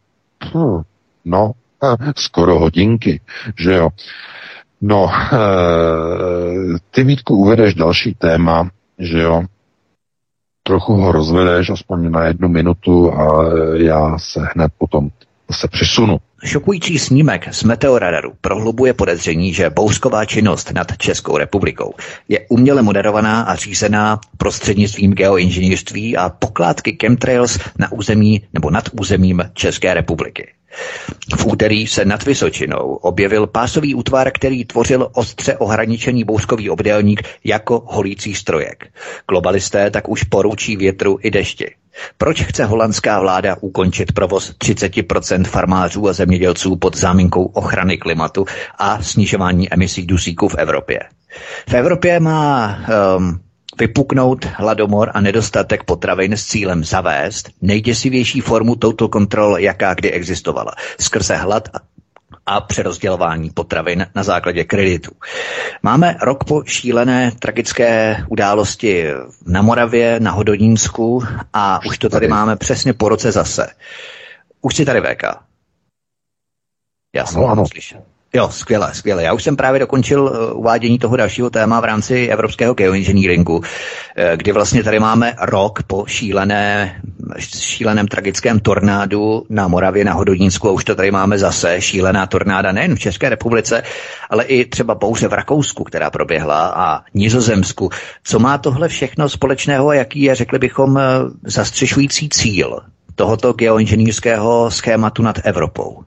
skoro hodinky, že jo. No, ty, Vítku, uvedeš další téma, že jo. Trochu ho rozvedeš aspoň na 1 minutu a já se hned potom se přisunu. Šokující snímek z meteoradaru prohlubuje podezření, že bouřková činnost nad Českou republikou je uměle moderovaná a řízená prostřednictvím geoinženýrství a pokládky chemtrails na území nebo nad územím České republiky. V úterý se nad Vysočinou objevil pásový útvar, který tvořil ostře ohraničený bouřkový obdélník jako holící strojek. Globalisté tak už poručí větru i dešti. Proč chce holandská vláda ukončit provoz 30% farmářů a zemědělců pod záminkou ochrany klimatu a snižování emisí dusíku v Evropě? V Evropě má vypuknout hladomor a nedostatek potravin s cílem zavést nejděsivější formu total control, jaká kdy existovala, skrze hlad a přerozdělování potravin na základě kreditu. Máme rok po šílené tragické události na Moravě, na Hodonínsku a už to tady máme přesně po roce zase. Už si tady VK. Já jsem ano. Slyšel. Jo, skvěle. Já už jsem právě dokončil uvádění toho dalšího téma v rámci evropského geoengineeringu, kdy vlastně tady máme rok po šíleném tragickém tornádu na Moravě, na Hodonínsku a už to tady máme zase šílená tornáda nejen v České republice, ale i třeba bouře v Rakousku, která proběhla a Nizozemsku. Co má tohle všechno společného a jaký je, řekli bychom, zastřešující cíl tohoto geoinženýrského schématu nad Evropou?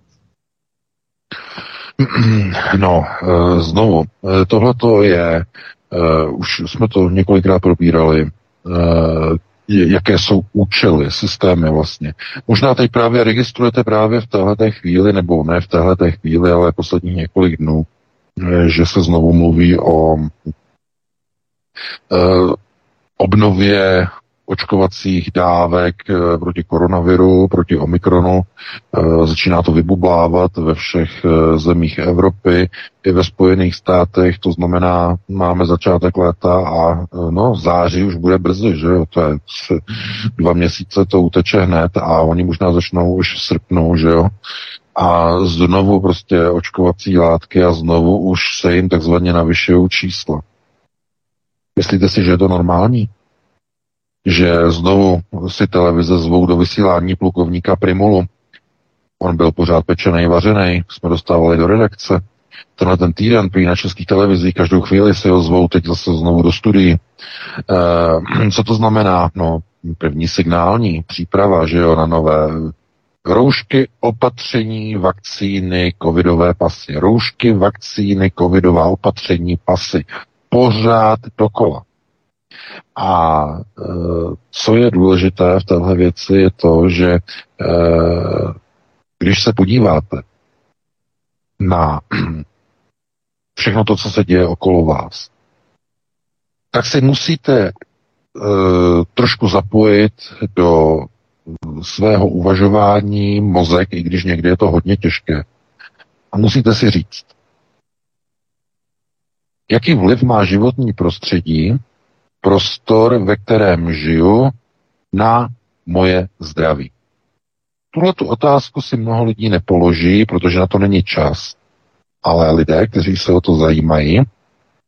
No, znovu, tohleto je, už jsme to několikrát probírali, jaké jsou účely, systémy vlastně. Možná teď právě registrujete právě v téhleté chvíli, nebo ne v téhleté chvíli, ale posledních několik dnů, že se znovu mluví o obnově očkovacích dávek proti koronaviru, proti Omikronu. Začíná to vybublávat ve všech zemích Evropy i ve Spojených státech, to znamená, máme začátek léta a v září už bude brzy, že jo, to je 2 měsíce, to uteče hned a oni možná začnou už v srpnu, že jo. A znovu prostě očkovací látky a znovu už se jim takzvaně navyšují čísla. Myslíte si, že je to normální? Že znovu si televize zvou do vysílání plukovníka Primulu. On byl pořád pečený, vařený, jsme dostávali do redakce. Tenhle ten týden prý na českých televizích, každou chvíli si ho zvou, teď zase znovu do studií. Co to znamená? No, první signální příprava, že jo, na nové roušky, opatření, vakcíny, covidové pasy. Roušky, vakcíny, covidová opatření, pasy. Pořád dokola. A co je důležité v téhle věci, je to, že když se podíváte na všechno to, co se děje okolo vás, tak si musíte trošku zapojit do svého uvažování mozek, i když někdy je to hodně těžké. A musíte si říct, jaký vliv má životní prostředí, prostor, ve kterém žiju, na moje zdraví. Tuhletu otázku si mnoho lidí nepoloží, protože na to není čas, ale lidé, kteří se o to zajímají,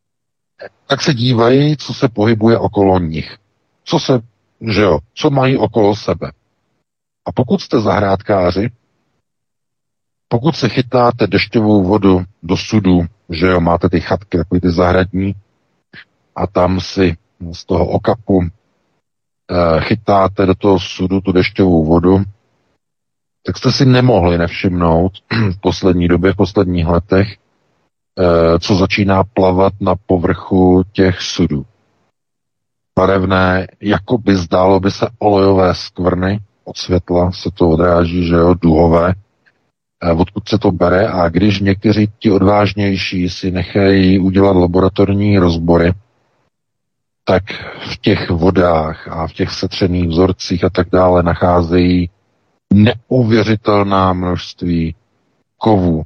tak se dívají, co se pohybuje okolo nich. Co mají okolo sebe. A pokud jste zahrádkáři, pokud se chytáte dešťovou vodu do sudu, že jo, máte ty chatky, takový ty zahradní, a tam si z toho okapu chytáte do toho sudu tu dešťovou vodu, tak jste si nemohli nevšimnout v poslední době, v posledních letech, co začíná plavat na povrchu těch sudů. Barevné, jako by zdálo by se olejové skvrny, od světla se to odráží, že jo, duhové, odkud se to bere, a když někteří ti odvážnější si nechají udělat laboratorní rozbory, tak v těch vodách a v těch setřených vzorcích a tak dále nacházejí neuvěřitelná množství kovů,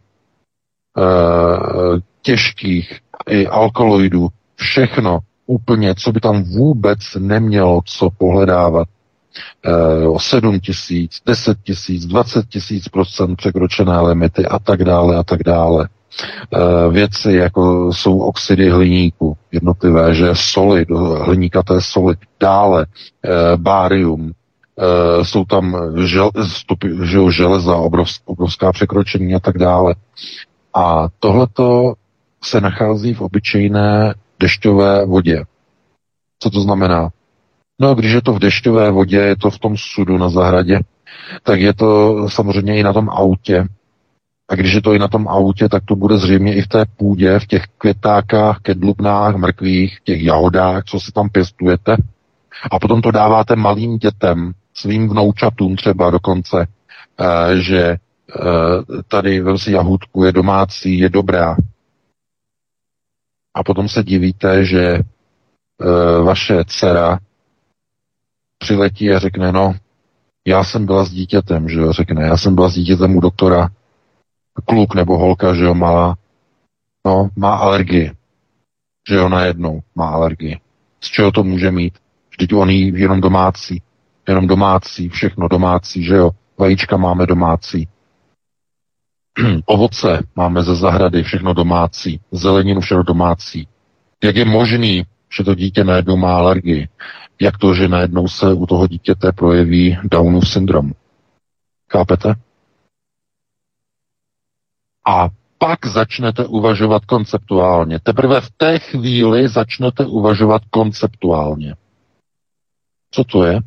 těžkých i alkaloidů, všechno úplně, co by tam vůbec nemělo co pohledávat. O 7 000, 10 000, 20 000% překročené limity a tak dále a tak dále. Věci, jako jsou oxidy hliníku, jednotlivé, že soli, hliníkaté soli, dále bárium, jsou tam železa, obrovská překročení a tak dále. A tohleto se nachází v obyčejné dešťové vodě. Co to znamená? No, když je to v dešťové vodě, je to v tom sudu na zahradě, tak je to samozřejmě i na tom autě. A když je to i na tom autě, tak to bude zřejmě i v té půdě, v těch květákách, kedlubnách, mrkvích, těch jahodách, co si tam pěstujete. A potom to dáváte malým dětem, svým vnoučatům třeba dokonce, že tady si jahůdku je domácí, je dobrá. A potom se divíte, že vaše dcera přiletí a řekne, no, já jsem byla s dítětem, že jo, řekne, já jsem byla s dítětem u doktora, kluk nebo holka, že jo, má alergii, že jo, najednou má alergii. Z čeho to může mít? Vždyť on jí jenom domácí, všechno domácí, že jo, vajíčka máme domácí, ovoce máme ze zahrady, všechno domácí, zeleninu všechno domácí. Jak je možný, že to dítě najednou má alergii? Jak to, že najednou se u toho dítěte projeví Downův syndrom? Chápete? A pak začnete uvažovat konceptuálně. Teprve v té chvíli začnete uvažovat konceptuálně. Co to je?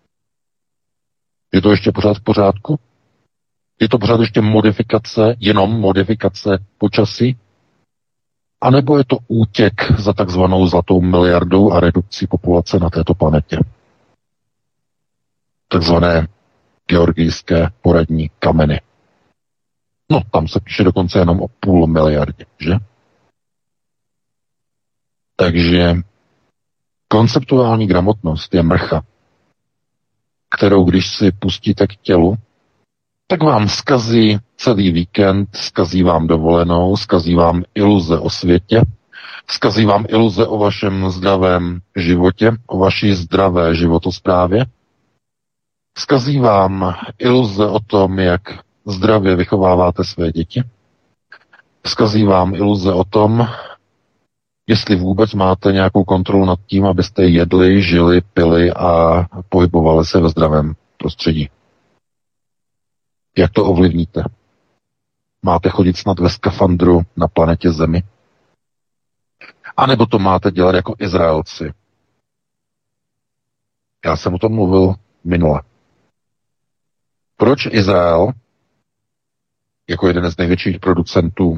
Je to ještě pořád v pořádku? Je to pořád ještě jenom modifikace počasí? A nebo je to útěk za takzvanou zlatou miliardou a redukcí populace na této planetě? Takzvané georgijské poradní kameny. No, tam se píše dokonce jenom o 0,5 miliardy, že? Takže konceptuální gramotnost je mrcha, kterou když si pustíte k tělu, tak vám zkazí celý víkend, zkazí vám dovolenou, zkazí vám iluze o světě, zkazí vám iluze o vašem zdravém životě, o vaší zdravé životosprávě, zkazí vám iluze o tom, jak zdravě vychováváte své děti, zkazí vám iluze o tom, jestli vůbec máte nějakou kontrolu nad tím, abyste jedli, žili, pili a pohybovali se ve zdravém prostředí. Jak to ovlivníte? Máte chodit snad ve skafandru na planetě Zemi? A nebo to máte dělat jako Izraelci? Já jsem o tom mluvil minule. Proč Izrael, jako jeden z největších producentů,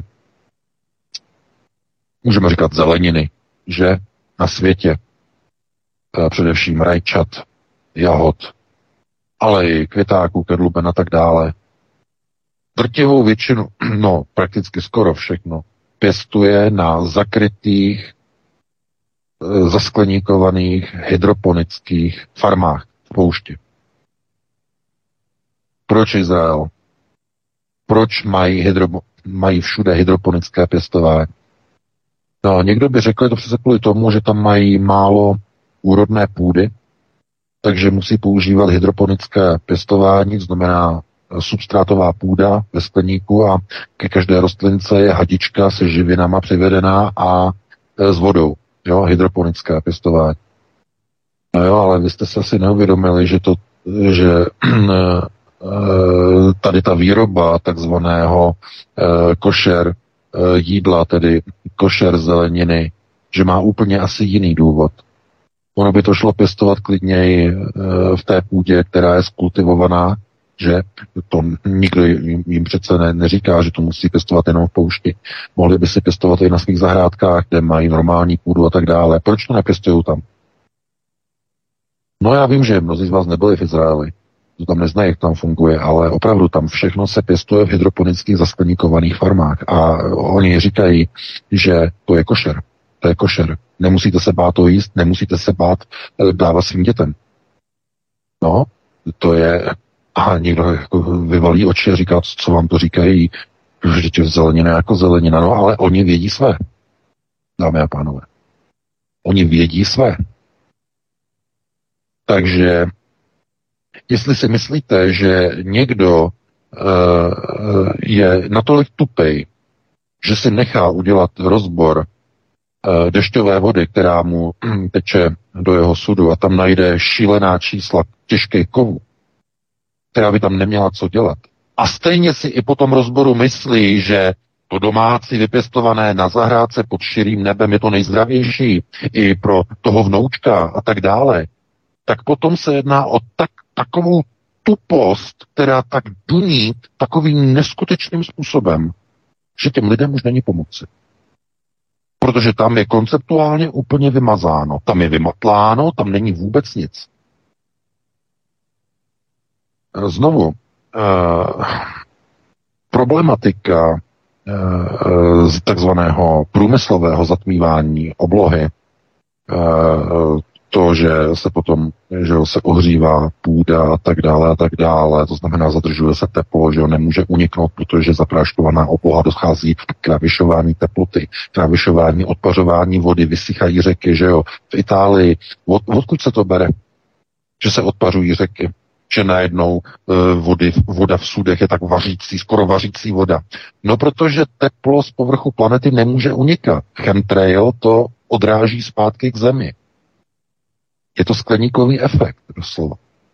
můžeme říkat zeleniny, že na světě, především rajčat, jahod, ale i květáků, kedluben a tak dále, drtivou většinu, prakticky skoro všechno, pěstuje na zakrytých, zaskleníkovaných hydroponických farmách v poušti. Proč Izrael? Proč mají všude hydroponické pěstování? No, někdo by řekl, je to přece kvůli tomu, že tam mají málo úrodné půdy, takže musí používat hydroponické pěstování, to znamená substrátová půda ve skleníku a ke každé rostlince je hadička se živinama přivedená a s vodou, Jo, hydroponické pěstování. No jo, ale vy jste se asi neuvědomili, že tady ta výroba takzvaného košer jídla, tedy košer zeleniny, že má úplně asi jiný důvod. Ono by to šlo pěstovat klidněji v té půdě, která je skultivovaná, že to nikdo jim přece neříká, že to musí pěstovat jenom v poušti. Mohli by si pěstovat i na svých zahrádkách, kde mají normální půdu a tak dále. Proč to nepěstují tam? No já vím, že mnozí z vás nebyli v Izraeli, to tam neznají, jak tam funguje, ale opravdu tam všechno se pěstuje v hydroponických zaskleníkovaných farmách a oni říkají, že to je košer. To je košer. Nemusíte se bát to jíst, nemusíte se bát dávat svým dětem. No, to je... A někdo jako vyvalí oči a říká, co vám to říkají, že tě zelenina jako zelenina. No, ale oni vědí své, dámy a pánové. Oni vědí své. Takže jestli si myslíte, že někdo je natolik tupej, že si nechá udělat rozbor dešťové vody, která mu teče do jeho sudu a tam najde šílená čísla těžkých kovů, která by tam neměla co dělat. A stejně si i po tom rozboru myslí, že to domácí vypěstované na zahrádce pod širým nebem je to nejzdravější i pro toho vnoučka a tak dále, tak potom se jedná o takovou tupost, která tak duní takovým neskutečným způsobem, že těm lidem už není pomoci. Protože tam je konceptuálně úplně vymazáno, tam je vymatláno, tam není vůbec nic. Znovu, problematika z takzvaného průmyslového zatmívání oblohy, to, že se potom se ohřívá půda a tak dále, to znamená, zadržuje se teplo, že nemůže uniknout, protože zapráškovaná obloha dochází k navyšování teploty, k navyšování odpařování vody, vysychají řeky, že jo. V Itálii, odkud se to bere? Že se odpařují řeky, že najednou voda v sudech je tak vařící, skoro vařící voda. No, protože teplo z povrchu planety nemůže unikat. Chemtrail to odráží zpátky k Zemi. Je to skleníkový efekt, doslova.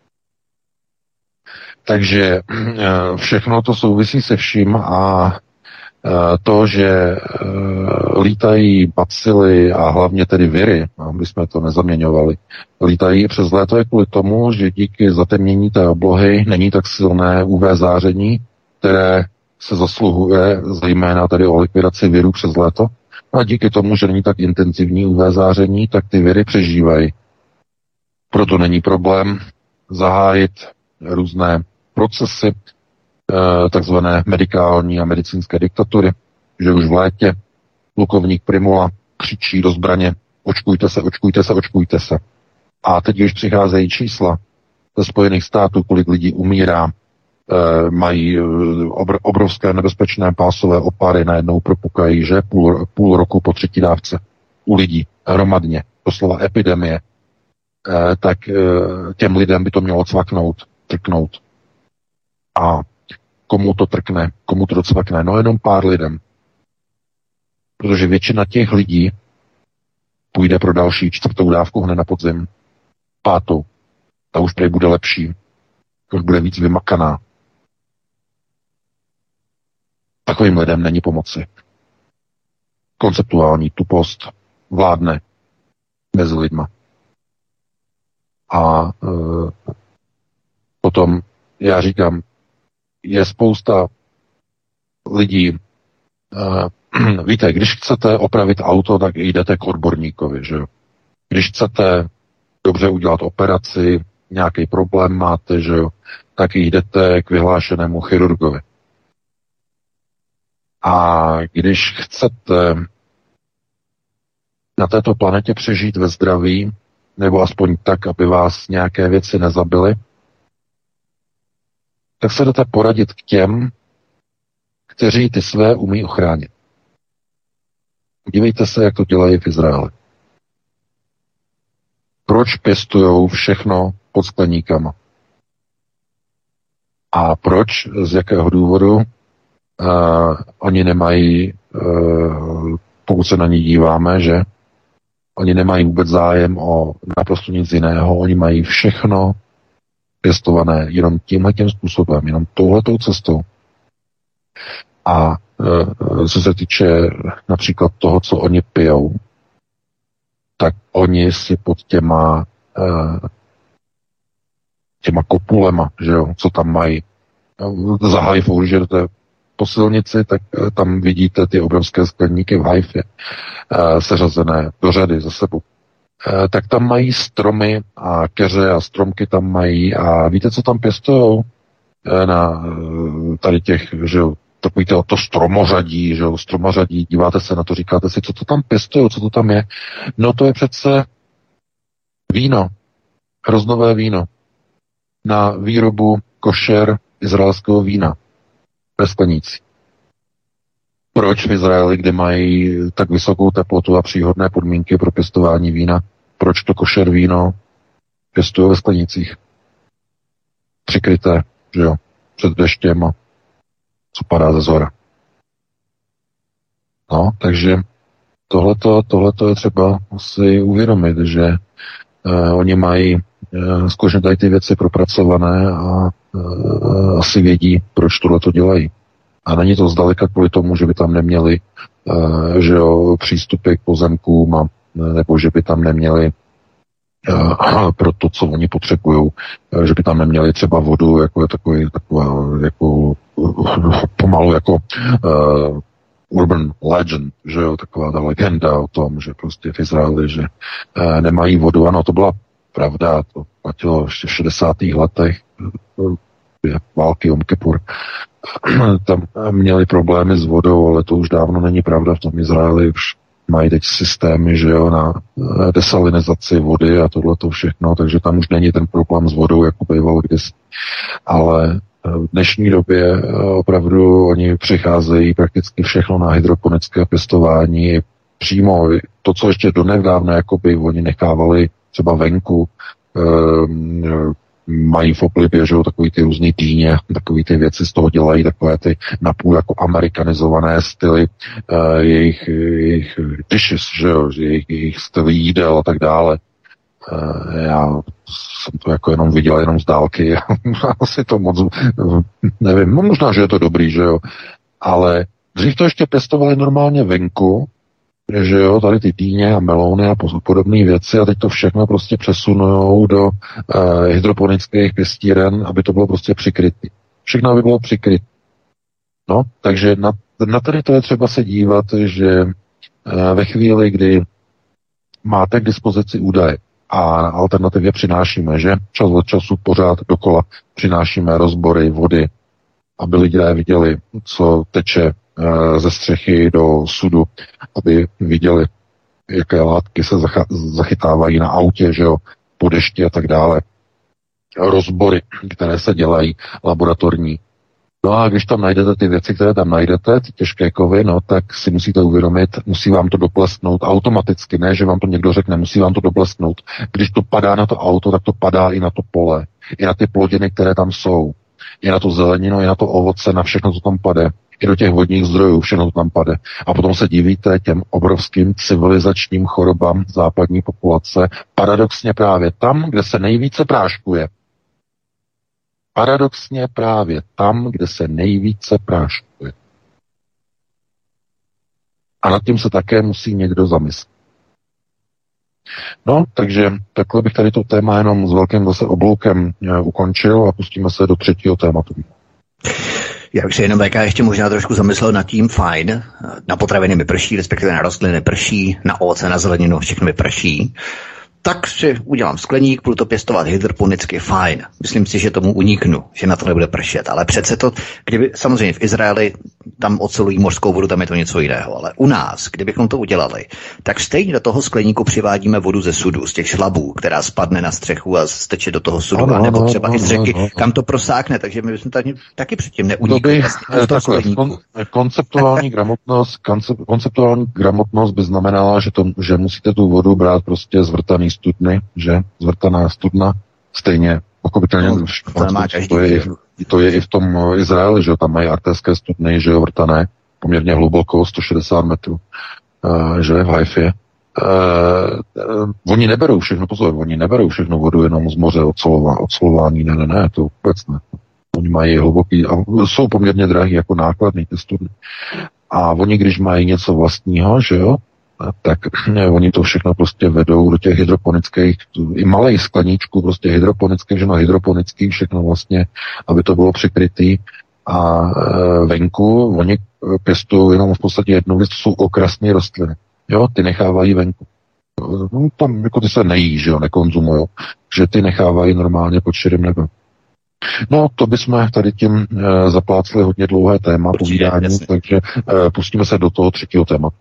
Takže všechno to souvisí se vším a to, že lítají bacily a hlavně tedy viry, aby jsme to nezaměňovali, lítají přes léto je kvůli tomu, že díky zatemnění té oblohy není tak silné UV záření, které se zasluhuje zejména tedy o likvidaci virů přes léto. A díky tomu, že není tak intenzivní UV záření, tak ty viry přežívají. Proto není problém zahájit různé procesy, takzvané medikální a medicínské diktatury, že už v létě plukovník Primula křičí do zbraně: očkujte se, očkujte se, očkujte se. A teď už přicházejí čísla ze Spojených států, kolik lidí umírá, mají obrovské nebezpečné pásové opary, najednou propukají, že půl roku po 3. dávce u lidí hromadně, doslova epidemie, tak těm lidem by to mělo trknout. A komu to trkne, komu to docvakne? No jenom pár lidem. Protože většina těch lidí půjde pro další 4. dávku hned na podzim, 5. Ta už prý bude lepší, už bude víc vymakaná. Takovým lidem není pomoci. Konceptuální tupost vládne mezi lidma. A potom, já říkám, je spousta lidí, víte, když chcete opravit auto, tak jdete k odborníkovi, že jo. Když chcete dobře udělat operaci, nějaký problém máte, že jo, tak jdete k vyhlášenému chirurgovi. A když chcete na této planetě přežít ve zdraví, nebo aspoň tak, aby vás nějaké věci nezabily, tak se jdete poradit k těm, kteří ty své umí ochránit. Dívejte se, jak to dělají v Izraeli. Proč pěstujou všechno pod skleníkama? A proč, z jakého důvodu oni nemají, pokud se na ní díváme, že Oni nemají vůbec zájem o naprosto nic jiného, oni mají všechno pěstované jenom tímhletím způsobem, jenom touhletou cestou. A co se týče například toho, co oni pijou, tak oni si pod těma kopulema, že jo, co tam mají, za Haifou, když jdete po silnici, tak tam vidíte ty obrovské skleníky v Haifě seřazené do řady za sebou. Tak tam mají stromy a keře a stromky tam mají a víte, co tam pěstujou na tady těch, že jo, takový to stromořadí, že jo, stromořadí, díváte se na to, říkáte si, co to tam pěstujou, co to tam je. No to je přece víno, hroznové víno na výrobu košer izraelského vína ve skleníci. Proč v Izraeli, kde mají tak vysokou teplotu a příhodné podmínky pro pěstování vína, proč to košer víno pěstují ve sklenících? Přikryté, že jo, před deštěm a co padá ze zhora. No, takže tohleto je třeba si uvědomit, že oni mají skutečně tady ty věci propracované a asi vědí, proč tohleto dělají. A není to zdaleka kvůli tomu, že by tam neměli že jo, přístupy k pozemkům a, nebo že by tam neměli pro to, co oni potřebují, že by tam neměli třeba vodu, jako je taková jako pomalu jako urban legend, že jo, taková ta legenda o tom, že prostě v Izraeli, že nemají vodu. Ano, to byla pravda, to platilo ještě v 60. letech, války Jom Kippur. Tam měli problémy s vodou, ale to už dávno není pravda. V tom Izraeli už mají teď systémy, že jo, na desalinizaci vody a tohleto všechno, takže tam už není ten problém s vodou, jako býval kdysi. Ale v dnešní době opravdu oni přicházejí prakticky všechno na hydroponické pěstování, přímo to, co ještě donedávna jakoby oni nechávali třeba venku, mají v oblibě, že jo, takový ty různý týně, takový ty věci z toho dělají, takové ty napůl jako amerikanizované styly jejich dishes, že jo, jejich styly jídel a tak dále. Já jsem to jako jenom viděl jenom z dálky, asi to moc, nevím, no možná, že je to dobrý, že jo, ale dřív to ještě pěstovali normálně venku, že jo, tady ty týně a melouny a podobné věci a teď to všechno prostě přesunujou do hydroponických pěstíren, aby to bylo prostě přikryté. Všechno aby bylo přikryté. No, takže na tady to je třeba se dívat, že ve chvíli, kdy máte k dispozici údaje a alternativě přinášíme, že čas od času pořád dokola přinášíme rozbory vody, aby lidé viděli, co teče ze střechy do sudu, aby viděli, jaké látky se zachytávají na autě, že jo, po dešti a tak dále. Rozbory, které se dělají, laboratorní. No a když tam najdete ty věci, které tam najdete, ty těžké kovy, no tak si musíte uvědomit, musí vám to doplesknout automaticky, ne, že vám to někdo řekne, musí vám to doplesknout. Když to padá na to auto, tak to padá i na to pole, i na ty plodiny, které tam jsou, i na to zeleninu, i na to ovoce, na všechno, co tam pade. I do těch vodních zdrojů, všechno to tam pade. A potom se divíte těm obrovským civilizačním chorobám západní populace, paradoxně právě tam, kde se nejvíce práškuje. Paradoxně právě tam, kde se nejvíce práškuje. A nad tím se také musí někdo zamyslet. No, takže takhle bych tady to téma jenom s velkým zase obloukem ukončil a pustíme se do třetího tématu. Já bych se jenom ještě možná trošku zamyslel nad tím, fajn, na potraviny mi prší, respektive na rostliny prší, na ovoce, na zeleninu, všechno mi prší. Tak si udělám skleník, budu to pěstovat hydroponicky, fajn. Myslím si, že tomu uniknu, že na to nebude pršet. Ale přece to, kdyby, samozřejmě v Izraeli tam ocelují mořskou vodu, tam je to něco jiného. Ale u nás, kdybychom to udělali, tak stejně do toho skleníku přivádíme vodu ze sudu, z těch šlabů, která spadne na střechu a steče do toho sudu, a nebo třeba i z řeky, kam to prosákne. Takže my bychom taky předtím neunikli z toho skleníku. Konceptuální gramotnost by znamenala, že musíte tu vodu brát prostě z vrtaný studny, že? Zvrtaná studna, stejně pochopitelně, to je i v tom Izraeli, že tam mají artéské studny, že jo, vrtané, poměrně hluboko, 160 metrů, že v Haifě. Oni neberou všechno, pozor, oni neberou všechno vodu jenom z moře, ocelování, ne, to vůbec ne. Oni mají hluboký, a jsou poměrně drahý jako nákladný ty studny. A oni, když mají něco vlastního, že jo, tak oni to všechno prostě vedou do těch hydroponických, i malých skleníčků, prostě hydroponických, všechno hydroponických, všechno vlastně, aby to bylo přikrytý. A venku oni pěstují jenom v podstatě jednou věc, to jsou okrasné rostliny. Jo, ty nechávají venku. No, tam jako ty se nejí, že jo, nekonzumujou. Že ty nechávají normálně pod širým nebem. No, to bychom tady tím zaplácli hodně dlouhé téma povídání, takže pustíme se do toho třetího tématu.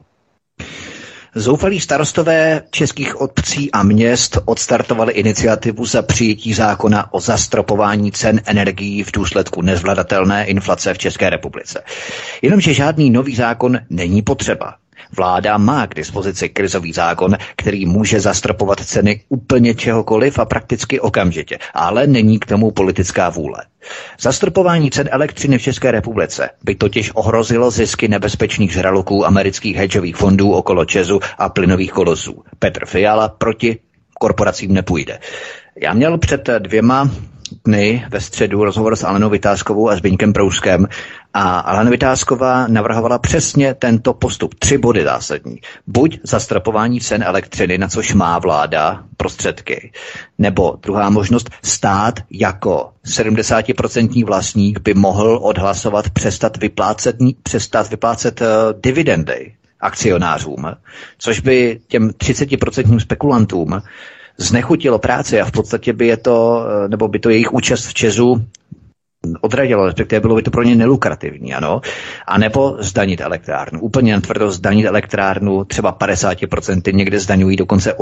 Zoufalí starostové českých obcí a měst odstartovali iniciativu za přijetí zákona o zastropování cen energií v důsledku nezvladatelné inflace v České republice. Jenomže žádný nový zákon není potřeba. Vláda má k dispozici krizový zákon, který může zastropovat ceny úplně čehokoliv a prakticky okamžitě, ale není k tomu politická vůle. Zastropování cen elektřiny v České republice by totiž ohrozilo zisky nebezpečných žraloků amerických hedžových fondů okolo ČEZu a plynových kolosů. Petr Fiala proti korporacím nepůjde. Já měl před 2 dny ve středu rozhovor s Alenou Vitáskovou a Zbyňkem Prouskem a Alena Vitásková navrhovala přesně tento postup. 3 body zásadní. Buď zastropování cen elektřiny, na což má vláda prostředky, nebo druhá možnost, stát jako 70% vlastník by mohl odhlasovat přestat vyplácet dividendy akcionářům, což by těm 30% spekulantům znechutilo práci a v podstatě by by to jejich účast v ČEZu odradilo, respektive bylo by to pro ně nelukrativní, ano. A nebo zdanit elektrárnu. Úplně natvrdo zdanit elektrárnu třeba 50%, někde zdaňují dokonce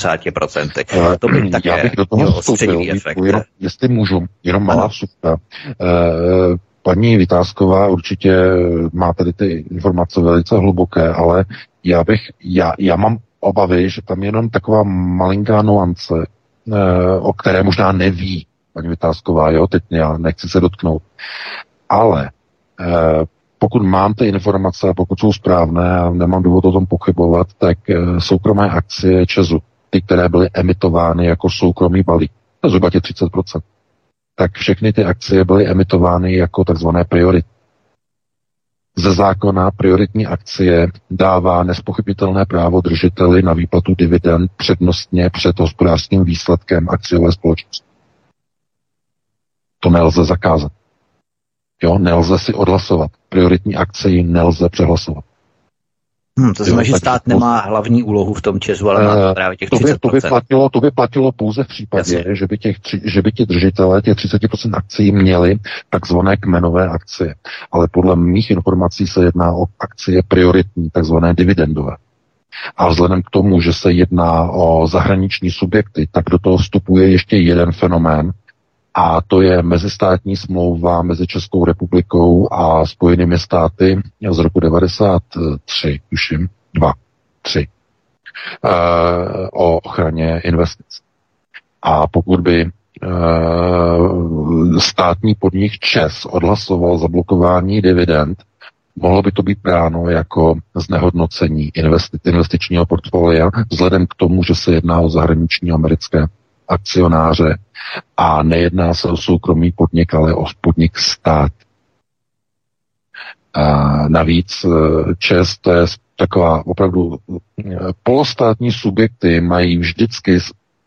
80%. To by také já bych do toho vstoupil, jestli můžu, jenom malá vsupka. Paní Vitásková určitě má tady ty informace velice hluboké, ale já mám obavy, že tam je jenom taková malinká nuance, o které možná neví paní Vitásková, jo, teď já nechci se dotknout. Ale pokud mám ty informace a pokud jsou správné a nemám důvod o tom pochybovat, tak soukromé akcie ČEZu, ty, které byly emitovány jako soukromý balík, to je zhruba 30%, tak všechny ty akcie byly emitovány jako takzvané priority. Ze zákona prioritní akcie dává nespochybnitelné právo držiteli na výplatu dividend přednostně před hospodářským výsledkem akciové společnosti. To nelze zakázat. Jo, nelze si odhlasovat. Prioritní akci nelze přehlasovat. To znamená, že stát nemá hlavní úlohu v tom ČEZu, ale má právě těch 30%. To by platilo pouze v případě, že by ti držitelé těch 30% akcií měli takzvané kmenové akcie. Ale podle mých informací se jedná o akcie prioritní, takzvané dividendové. A vzhledem k tomu, že se jedná o zahraniční subjekty, tak do toho vstupuje ještě jeden fenomén, a to je mezistátní smlouva mezi Českou republikou a Spojenými státy z roku 93, tuším, 3, o ochraně investic. A pokud by státní podnik ČEZ odhlasoval zablokování dividend, mohlo by to být bráno jako znehodnocení investičního portfolia, vzhledem k tomu, že se jedná o zahraniční americké akcionáře a nejedná se o soukromý podnik, ale o podnik stát. A navíc ČEZ, to je taková opravdu polostátní subjekty, mají vždycky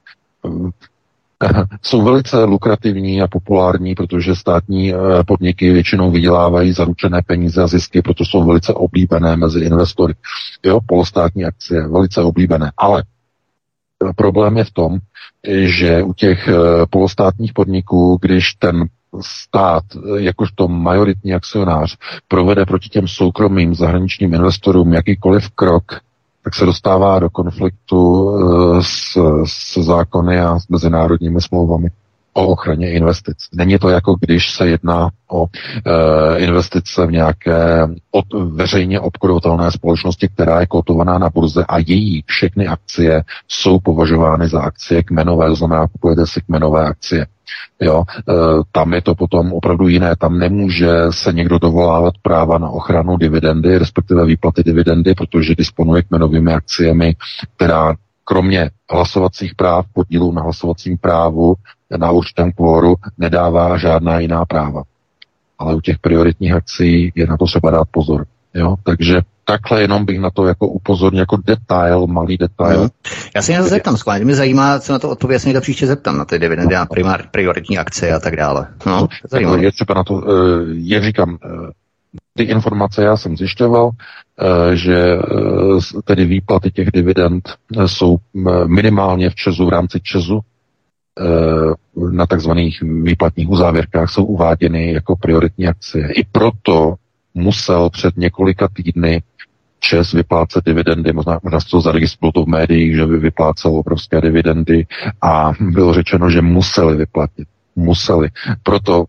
jsou velice lukrativní a populární, protože státní podniky většinou vydělávají zaručené peníze a zisky, proto jsou velice oblíbené mezi investory. Jo, polostátní akcie, velice oblíbené. Ale problém je v tom, že u těch polostátních podniků, když ten stát, jakožto majoritní akcionář, provede proti těm soukromým zahraničním investorům jakýkoliv krok, tak se dostává do konfliktu s zákony a s mezinárodními smlouvami. o ochraně investic. Není to jako když se jedná o investice v nějaké veřejně obchodovatelné společnosti, která je kotovaná na burze a její všechny akcie jsou považovány za akcie kmenové, to znamená, kupujete si kmenové akcie. Jo, tam je to potom opravdu jiné, tam nemůže se někdo dovolávat práva na ochranu dividendy, respektive výplaty dividendy, protože disponuje kmenovými akciemi, která kromě hlasovacích práv, podílů na hlasovacím právu na určitém kvóru nedává žádná jiná práva. Ale u těch prioritních akcí je na to třeba dát pozor. Jo? Takže takhle jenom bych na to jako upozornil, jako detail, malý detail. Já se něco zeptám, schválně mě zajímá, co na to odpověď, se to příště zeptám, na ty dividendy a prioritní akcie a tak dále. No, je třeba na to, jak říkám, ty informace já jsem zjišťoval, že tedy výplaty těch dividend jsou minimálně v ČEZu, v rámci ČEZu, na takzvaných výplatních uzávěrkách jsou uváděny jako prioritní akcie. I proto musel před několika týdny ČEZ vyplácet dividendy, možná se to zaregistrovalo to v médiích, že by vyplácel obrovské dividendy a bylo řečeno, že museli vyplatit. Museli. Proto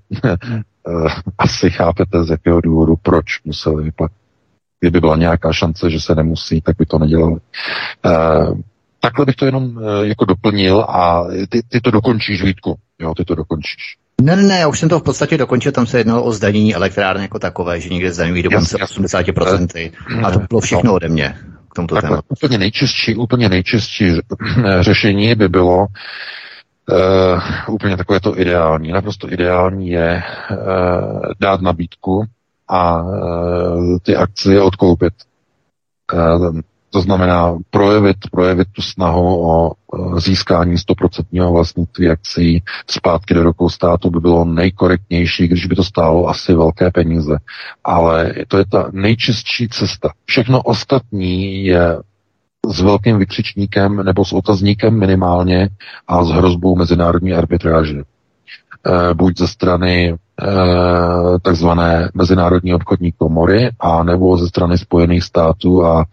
asi chápete, z jakého důvodu, proč museli vyplatit. Kdyby byla nějaká šance, že se nemusí, tak by to nedělali. Takhle bych to jenom jako doplnil a ty to dokončíš, Vítku. Jo, ty to dokončíš. Ne, já už jsem to v podstatě dokončil, tam se jednalo o zdanění elektrárny jako takové, že někde zdaňují dokonce 80%. A to bylo všechno ode mě k tomuto tématu. Úplně nejčistší řešení by bylo úplně takové to ideální. Naprosto ideální je dát nabídku a ty akcie odkoupit. To znamená projevit tu snahu o získání 100% vlastnictví akcí zpátky do rukou státu by bylo nejkorektnější, když by to stálo asi velké peníze. Ale to je ta nejčistší cesta. Všechno ostatní je s velkým vykřičníkem nebo s otazníkem minimálně a s hrozbou mezinárodní arbitráže. Buď ze strany takzvané Mezinárodní obchodní komory a nebo ze strany Spojených států a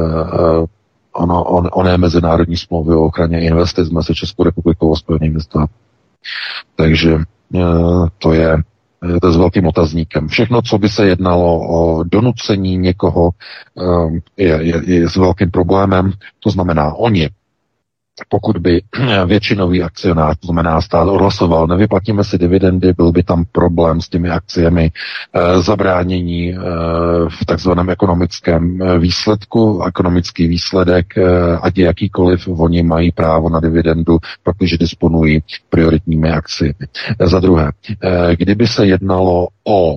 oné mezinárodní smlouvy o ochraně investic mezi Českou republikou a Spojenými státy. Takže to je s velkým otazníkem. Všechno, co by se jednalo o donucení někoho, je s velkým problémem. To znamená, oni, pokud by většinový akcionář, to znamená stát, odhlasoval, nevyplatíme si dividendy, byl by tam problém s těmi akciemi, zabránění v takzvaném ekonomickém výsledku, ekonomický výsledek, ať je jakýkoliv, oni mají právo na dividendu, protože disponují prioritními akciemi. Za druhé, kdyby se jednalo o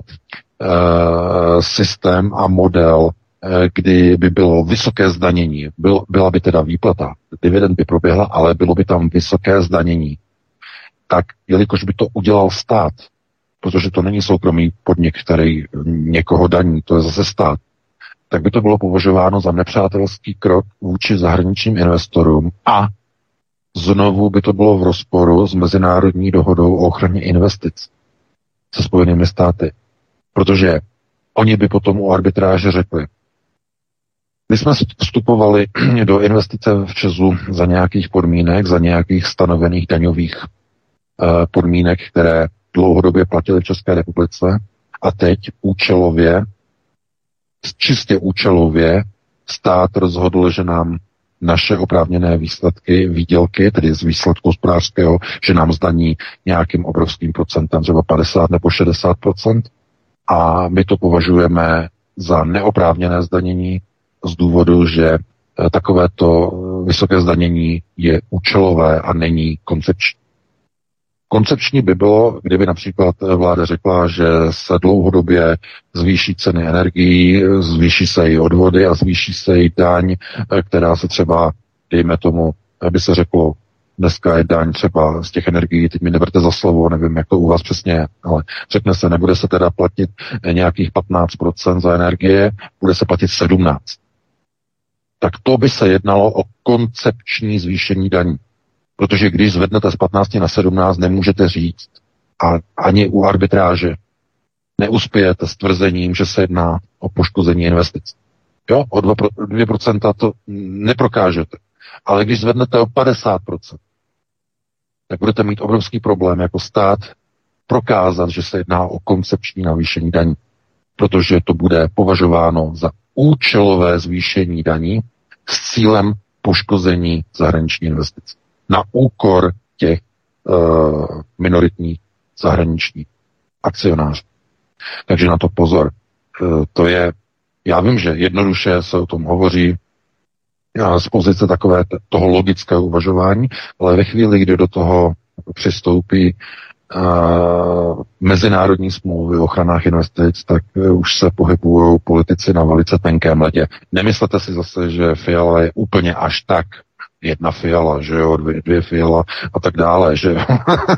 systém a model, kdy by bylo vysoké zdanění, byla by teda výplata, dividend by proběhla, ale bylo by tam vysoké zdanění, tak jelikož by to udělal stát, protože to není soukromý podnik, který někoho daní, to je zase stát, tak by to bylo považováno za nepřátelský krok vůči zahraničním investorům a znovu by to bylo v rozporu s mezinárodní dohodou o ochraně investic se Spojenými státy. Protože oni by potom u arbitráže řekli, my jsme vstupovali do investice v ČEZu za nějakých podmínek, za nějakých stanovených daňových podmínek, které dlouhodobě platily v České republice a teď čistě účelově stát rozhodl, že nám naše oprávněné výsledky, výdělky, tedy z výsledku hospodářského, že nám zdaní nějakým obrovským procentem, třeba 50 nebo 60%, a my to považujeme za neoprávněné zdanění z důvodu, že takovéto vysoké zdanění je účelové a není koncepční. Koncepční by bylo, kdyby například vláda řekla, že se dlouhodobě zvýší ceny energií, zvýší se i odvody a zvýší se i daň, která se třeba, dejme tomu, aby se řeklo, dneska je daň třeba z těch energií, teď mi neberte za slovo, nevím, jak to u vás přesně je, ale řekne se, nebude se teda platit nějakých 15% za energie, bude se platit 17%. Tak to by se jednalo o koncepční zvýšení daní. Protože když zvednete z 15 na 17, nemůžete říct, a ani u arbitráže neuspějete s tvrzením, že se jedná o poškození investic. Jo, o 2% to neprokážete. Ale když zvednete o 50%, tak budete mít obrovský problém jako stát prokázat, že se jedná o koncepční navýšení daní, protože to bude považováno za účelové zvýšení daní s cílem poškození zahraniční investice na úkor těch minoritních zahraničních akcionářů. Takže na to pozor. To je, já vím, že jednoduše se o tom hovoří z pozice takové toho logického uvažování, ale ve chvíli, kdy do toho přistoupí mezinárodní smlouvy o ochranách investic, tak už se pohybují politici na velice tenkém ledě. Nemyslete si zase, že Fiala je úplně až tak jedna Fiala, že jo, dvě Fiala a tak dále, že jo.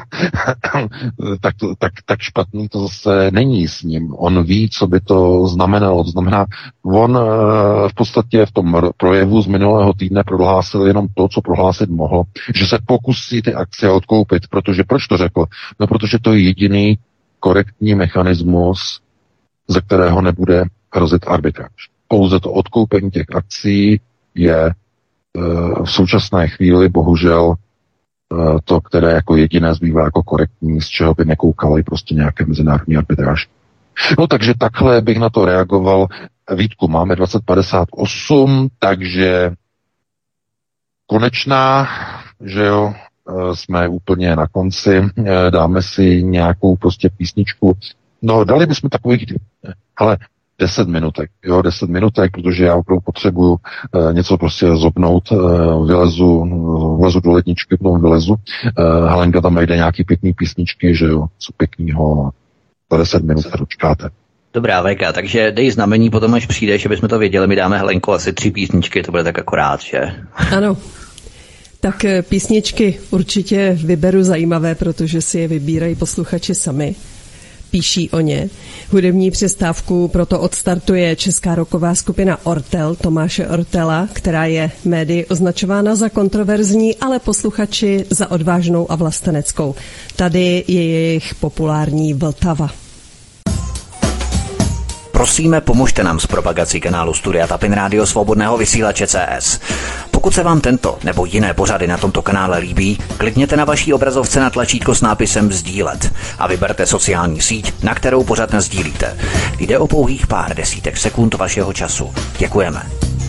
tak špatný to zase není s ním. On ví, co by to znamenalo. To znamená, on v podstatě v tom projevu z minulého týdne prohlásil jenom to, co prohlásit mohl, že se pokusí ty akcie odkoupit. Protože proč to řekl? No, protože to je jediný korektní mechanismus, ze kterého nebude hrozit arbitráž. Pouze to odkoupení těch akcí je v současné chvíli bohužel to, které jako jediné zbývá jako korektní, z čeho by nekoukali prostě nějaké mezinárodní arbitráž. No takže takhle bych na to reagoval. Vítku, máme 20:58, takže konečná, že jo, jsme úplně na konci, dáme si nějakou prostě písničku. No, dali bychom takových, ale 10 minutek, jo, 10 minutek, protože já opravdu potřebuju něco prostě zobnout, vylezu do ledničky, potom vylezu. Helenka tam najde nějaký pěkný písničky, že jo, co pěknýho, za 10 minut se dočkáte. Dobrá, VK, takže dej znamení potom, až přijdeš, aby jsme to věděli, my dáme Helenko asi 3 písničky, to bude tak akorát, že? Ano. Tak písničky určitě vyberu zajímavé, protože si je vybírají posluchači sami. Píší o ně. Hudební přestávku proto odstartuje česká rocková skupina Ortel Tomáše Ortela, která je médii označována za kontroverzní, ale posluchači za odvážnou a vlasteneckou. Tady je jejich populární Vltava. Prosíme, pomožte nám s propagací kanálu Studia Tapin Rádio Svobodného vysílače CS. Pokud se vám tento nebo jiné pořady na tomto kanále líbí, klikněte na vaší obrazovce na tlačítko s nápisem sdílet a vyberte sociální síť, na kterou pořad nasdílíte. Jde o pouhých pár desítek sekund vašeho času. Děkujeme.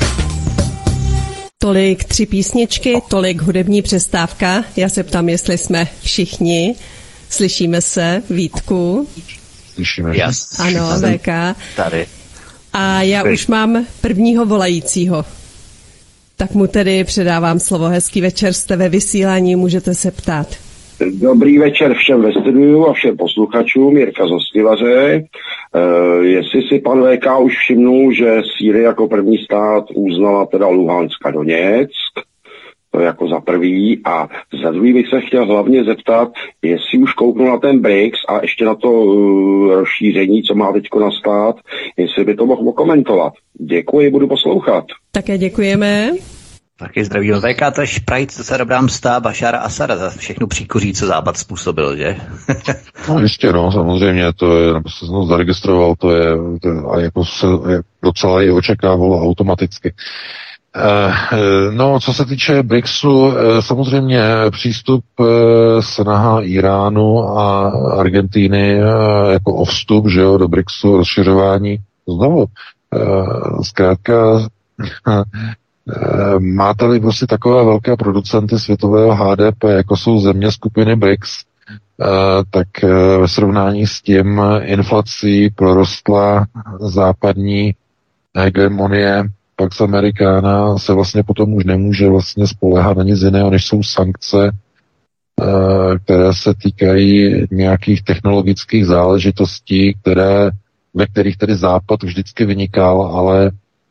Tolik 3 písničky, tolik hudební přestávka. Já se ptám, jestli jsme všichni. Slyšíme se, Vítku? Slyšíme. Yes. Ano, VK. Tady. A já už mám prvního volajícího. Tak mu tedy předávám slovo. Hezký večer, jste ve vysílání, můžete se ptát. Dobrý večer všem ve studiu a všem posluchačům, Jirka z Hostivaře. Jestli si pan VK už všimnul, že Sýrie jako první stát uznala teda Luhansk a Doněck, to jako za prvý, a za druhý bych se chtěl hlavně zeptat, jestli už kouknu na ten BRICS a ještě na to rozšíření, co má teďko nastat, jestli by to mohl komentovat. Děkuji, budu poslouchat. Také děkujeme. Taky zdravím. VK, to je šprajc, to se dobrá msta Bašára Asada za všechno příkoří, co Západ způsobil, že? No jistě, no, samozřejmě, to je, nebo se znovu zaregistroval, to je a jako se docela i očekávalo automaticky. No, co se týče BRICSu, samozřejmě přístup snaha Iránu a Argentíny jako o vstup, že jo, do BRICSu, rozšiřování, znovu, zkrátka, máte-li prostě takové velké producenty světového HDP, jako jsou země skupiny BRICS, tak ve srovnání s tím inflací prorostla západní hegemonie Pax Americana se vlastně potom už nemůže vlastně spoléhat na nic jiného, než jsou sankce, které se týkají nějakých technologických záležitostí, ve kterých tedy Západ vždycky vynikal, ale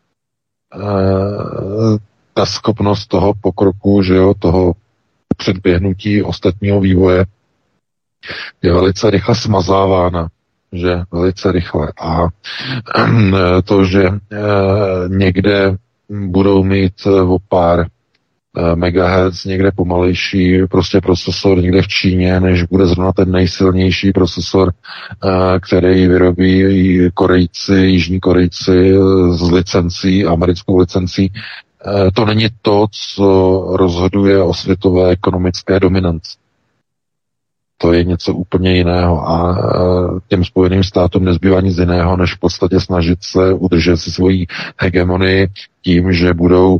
ta schopnost toho pokroku, že jo, toho předběhnutí ostatního vývoje je velice rychle smazávána, že velice rychle. A to, že někde budou mít o pár megahertz, někde pomalejší prostě procesor někde v Číně, než bude zrovna ten nejsilnější procesor, který vyrobí Korejci, Jižní Korejci s licencí, americkou licencí. To není to, co rozhoduje o světové ekonomické dominanci. to je něco úplně jiného a těm Spojeným státům nezbývá nic jiného, než v podstatě snažit se udržet si svoji hegemonii tím, že budou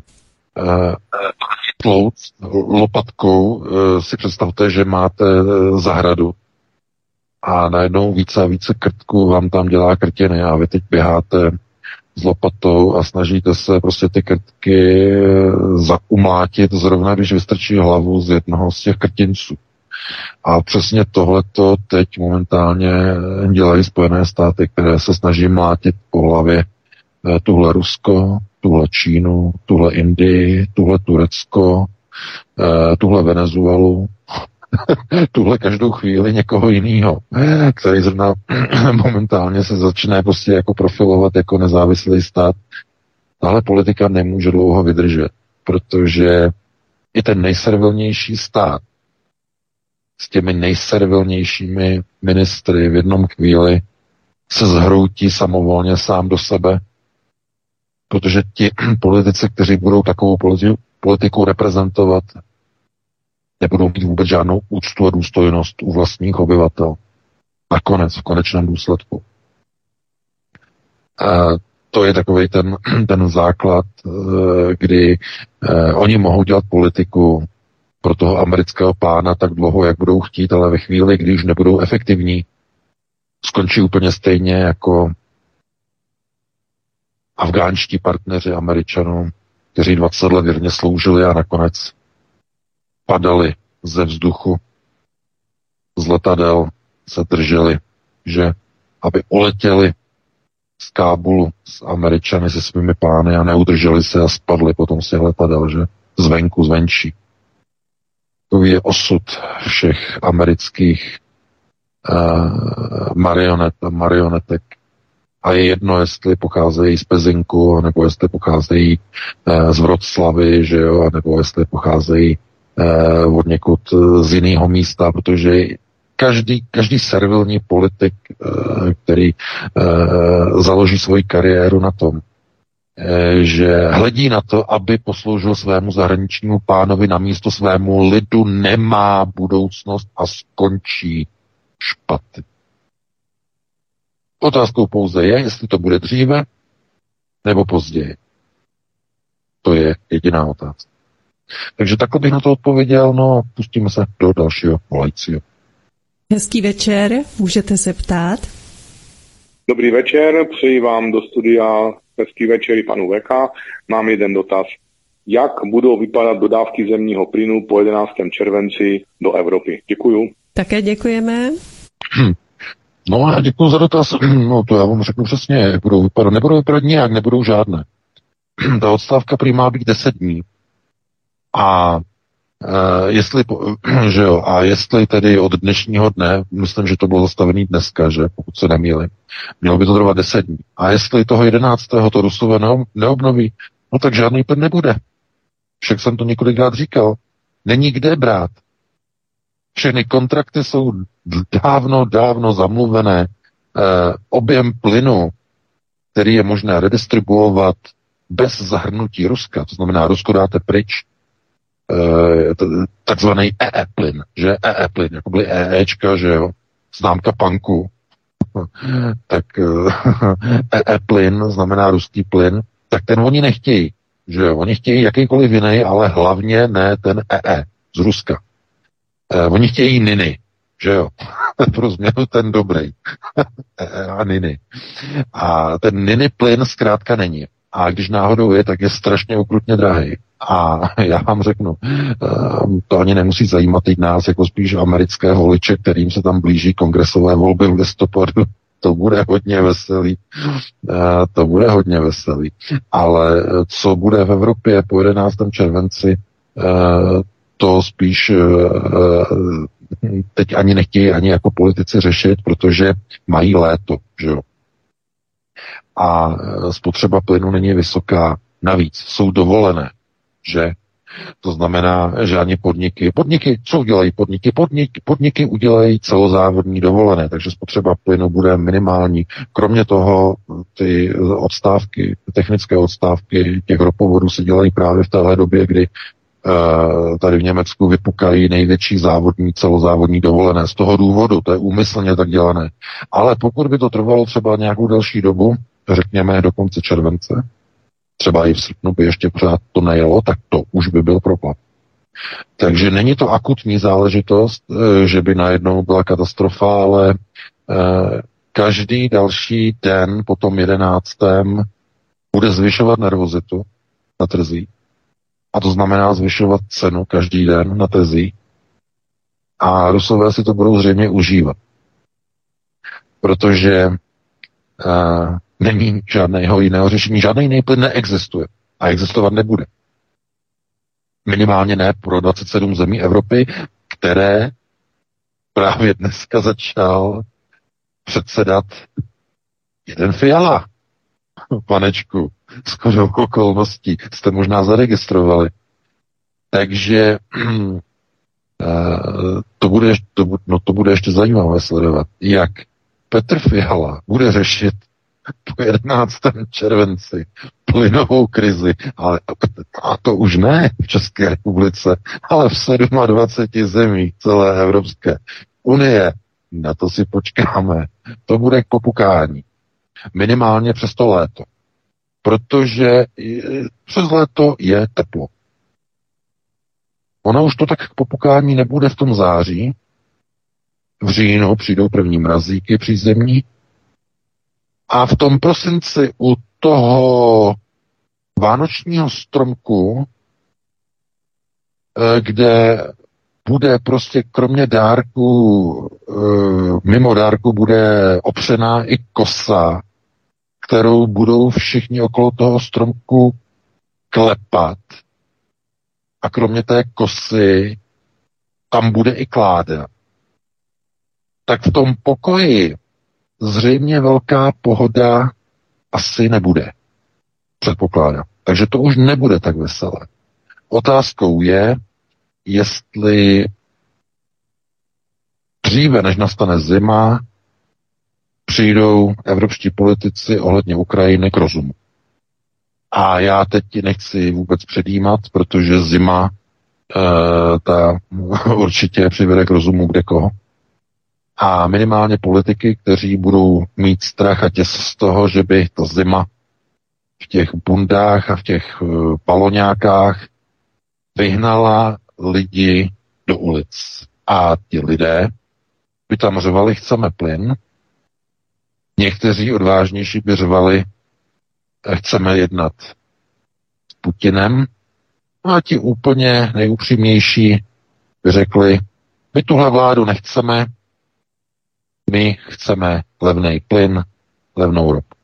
tlout lopatkou. Si představte, že máte zahradu a najednou více a více krtků vám tam dělá krtiny a vy teď běháte s lopatou a snažíte se prostě ty krtky umlátit zrovna, když vystrčí hlavu z jednoho z těch krtinců. A přesně tohleto teď momentálně dělají Spojené státy, které se snaží mlátit po hlavě tuhle Rusko, tuhle Čínu, tuhle Indii, tuhle Turecko, tuhle Venezuelu, tuhle každou chvíli někoho jiného, který zrovna momentálně se začne prostě jako profilovat jako nezávislý stát. Tahle politika nemůže dlouho vydržet, protože i ten nejservilnější stát s těmi nejservilnějšími ministry v jednom chvíli se zhroutí samovolně sám do sebe, protože ti politici, kteří budou takovou politiku reprezentovat, nebudou mít vůbec žádnou úctu a důstojnost u vlastních obyvatel. Nakonec, v konečném důsledku. To je takový ten základ, kdy oni mohou dělat politiku pro toho amerického pána tak dlouho, jak budou chtít, ale ve chvíli, když nebudou efektivní, skončí úplně stejně jako afgánští partneři Američanů, kteří 20 let věrně sloužili a nakonec padali ze vzduchu, z letadel se drželi, že aby uletěli z Kábulu s Američany se svými pány a neudrželi se a spadli potom z těch letadel, že zvenku, zvenčí. To je osud všech amerických marionetek. A je jedno, jestli pocházejí z Pezinku, nebo jestli pocházejí z Vroclavy, že jo, nebo jestli pocházejí od někud z jiného místa, protože každý servilní politik, který založí svoji kariéru na tom, že hledí na to, aby posloužil svému zahraničnímu pánovi na místo svému lidu, nemá budoucnost a skončí špatně. Otázkou pouze je, jestli to bude dříve nebo později. To je jediná otázka. Takže takhle bych na to odpověděl, no pustíme se do dalšího volajícího. Hezký večer, můžete se ptát. Dobrý večer, přeji vám do studia hezký večer i panu VK. Mám jeden dotaz. Jak budou vypadat dodávky zemního plynu po 11. červenci do Evropy? Děkuju. Také děkujeme. No a děkuji za dotaz. No to já vám řeknu přesně, jak budou vypadat. Nebudou vypadat nijak, nebudou žádné. Ta odstávka prý má být 10 dní. A jestli tedy od dnešního dne, myslím, že to bylo zastavený dneska, že pokud se nemýlím, mělo by to trvat 10 dní. A jestli toho 11. to Rusové neobnoví, no tak žádný plyn nebude. Však jsem to několikrát říkal. Není kde brát. Všechny kontrakty jsou dávno zamluvené. Objem plynu, který je možné redistribuovat bez zahrnutí Ruska, to znamená, Rusko dáte pryč, takzvaný EE-plyn, že EE-plyn, jako byly EEčka, že jo, známka punku, tak EE-plyn znamená ruský plyn, tak ten oni nechtějí, že jo, oni chtějí jakýkoliv jiný, ale hlavně ne ten EE z Ruska. Oni chtějí Niny, že jo, pro změnu ten dobrý. A Niny. A ten Niny plyn zkrátka není. A když náhodou je, tak je strašně okrutně drahý. A já vám řeknu, to ani nemusí zajímat teď nás, jako spíš americké voliče, kterým se tam blíží kongresové volby v listopadu. To bude hodně veselý. Ale co bude v Evropě po 11. červenci, to spíš teď ani nechtějí ani jako politici řešit, protože mají léto, že jo. A spotřeba plynu není vysoká. Navíc jsou dovolené, že? To znamená, že ani podniky, co udělají podniky? Podniky udělají celozávodní dovolené, takže spotřeba plynu bude minimální. Kromě toho ty odstávky, technické odstávky těch ropovodů se dělají právě v téhle době, kdy tady v Německu vypukají největší celozávodní dovolené. Z toho důvodu, to je úmyslně tak dělané. Ale pokud by to trvalo třeba nějakou delší dobu, řekněme do konce července, třeba i v srpnu by ještě pořád to nejelo, tak to už by byl propad. Takže není to akutní záležitost, že by najednou byla katastrofa, ale každý další den po tom 11. bude zvyšovat nervozitu na trzích. A to znamená zvyšovat cenu každý den na trzích. A Rusové si to budou zřejmě užívat. Protože není žádného jiného řešení. Žádný jiný plyn neexistuje. A existovat nebude. Minimálně ne pro 27 zemí Evropy, které právě dneska začal předsedat jeden Fiala. Panečku, shodou okolností jste možná zaregistrovali. Takže to bude ještě zajímavé sledovat, jak Petr Fiala bude řešit po 11. červenci plynovou krizi, ale a to už ne v České republice, ale v 27 zemích celé Evropské unie. Na to si počkáme. To bude k popukání. Minimálně přes to léto. Protože přes léto je teplo. Ono už to tak k popukání nebude v tom září. V říjnu přijdou první mrazíky přízemní. A v tom prosinci u toho vánočního stromku, kde bude prostě kromě dárku, mimo dárku bude opřená i kosa, kterou budou všichni okolo toho stromku klepat. A kromě té kosy tam bude i kláda. Tak v tom pokoji zřejmě velká pohoda asi nebude. Předpokládám. Takže to už nebude tak veselé. Otázkou je, jestli dříve, než nastane zima, přijdou evropští politici ohledně Ukrajiny k rozumu. A já teď nechci vůbec předjímat, protože zima ta určitě přivede k rozumu kdekoho. A minimálně politiky, kteří budou mít strach a těs z toho, že by ta zima v těch bundách a v těch baloňákách vyhnala lidi do ulic. A ti lidé by tam řvali, chceme plyn. Někteří odvážnější by řvali, chceme jednat s Putinem. A ti úplně nejupřímnější by řekli, my tuhle vládu nechceme, my chceme levný plyn, levnou ropu.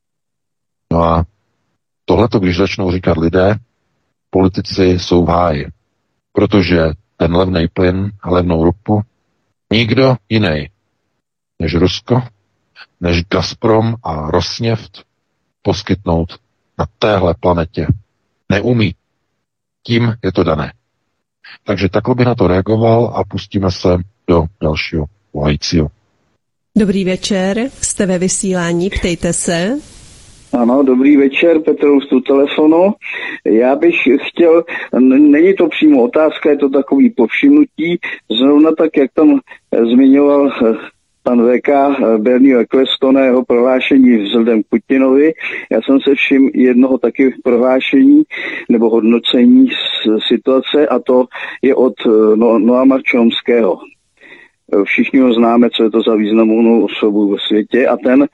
No a tohleto, když začnou říkat lidé, politici jsou v háji. Protože ten levný plyn a levnou ropu nikdo jiný než Rusko, než Gazprom a Rosneft poskytnout na téhle planetě neumí. Tím je to dané. Takže takhle bych na to reagoval a pustíme se do dalšího volajícího. Dobrý večer, jste ve vysílání, ptejte se. Ano, dobrý večer, Petr u telefonu. Já bych chtěl, není to přímo otázka, je to takový povšimnutí, zrovna tak, jak tam zmiňoval pan VK Bernieho Ecclestona, jeho prohlášení vzhledem k Putinovi. Já jsem se všiml jednoho taky prohlášení nebo hodnocení situace a to je od Noama Chomského. Všichni ho známe, co je to za významnou osobu ve světě a ten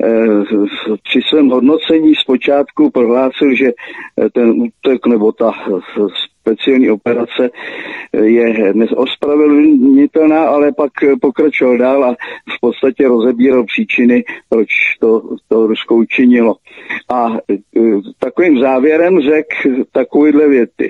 při svém hodnocení zpočátku prohlásil, že ten útok nebo ta speciální operace je neospravedlnitelná, ale pak pokračoval dál a v podstatě rozebíral příčiny, proč to Rusko učinilo. A takovým závěrem řekl takovýhle věty.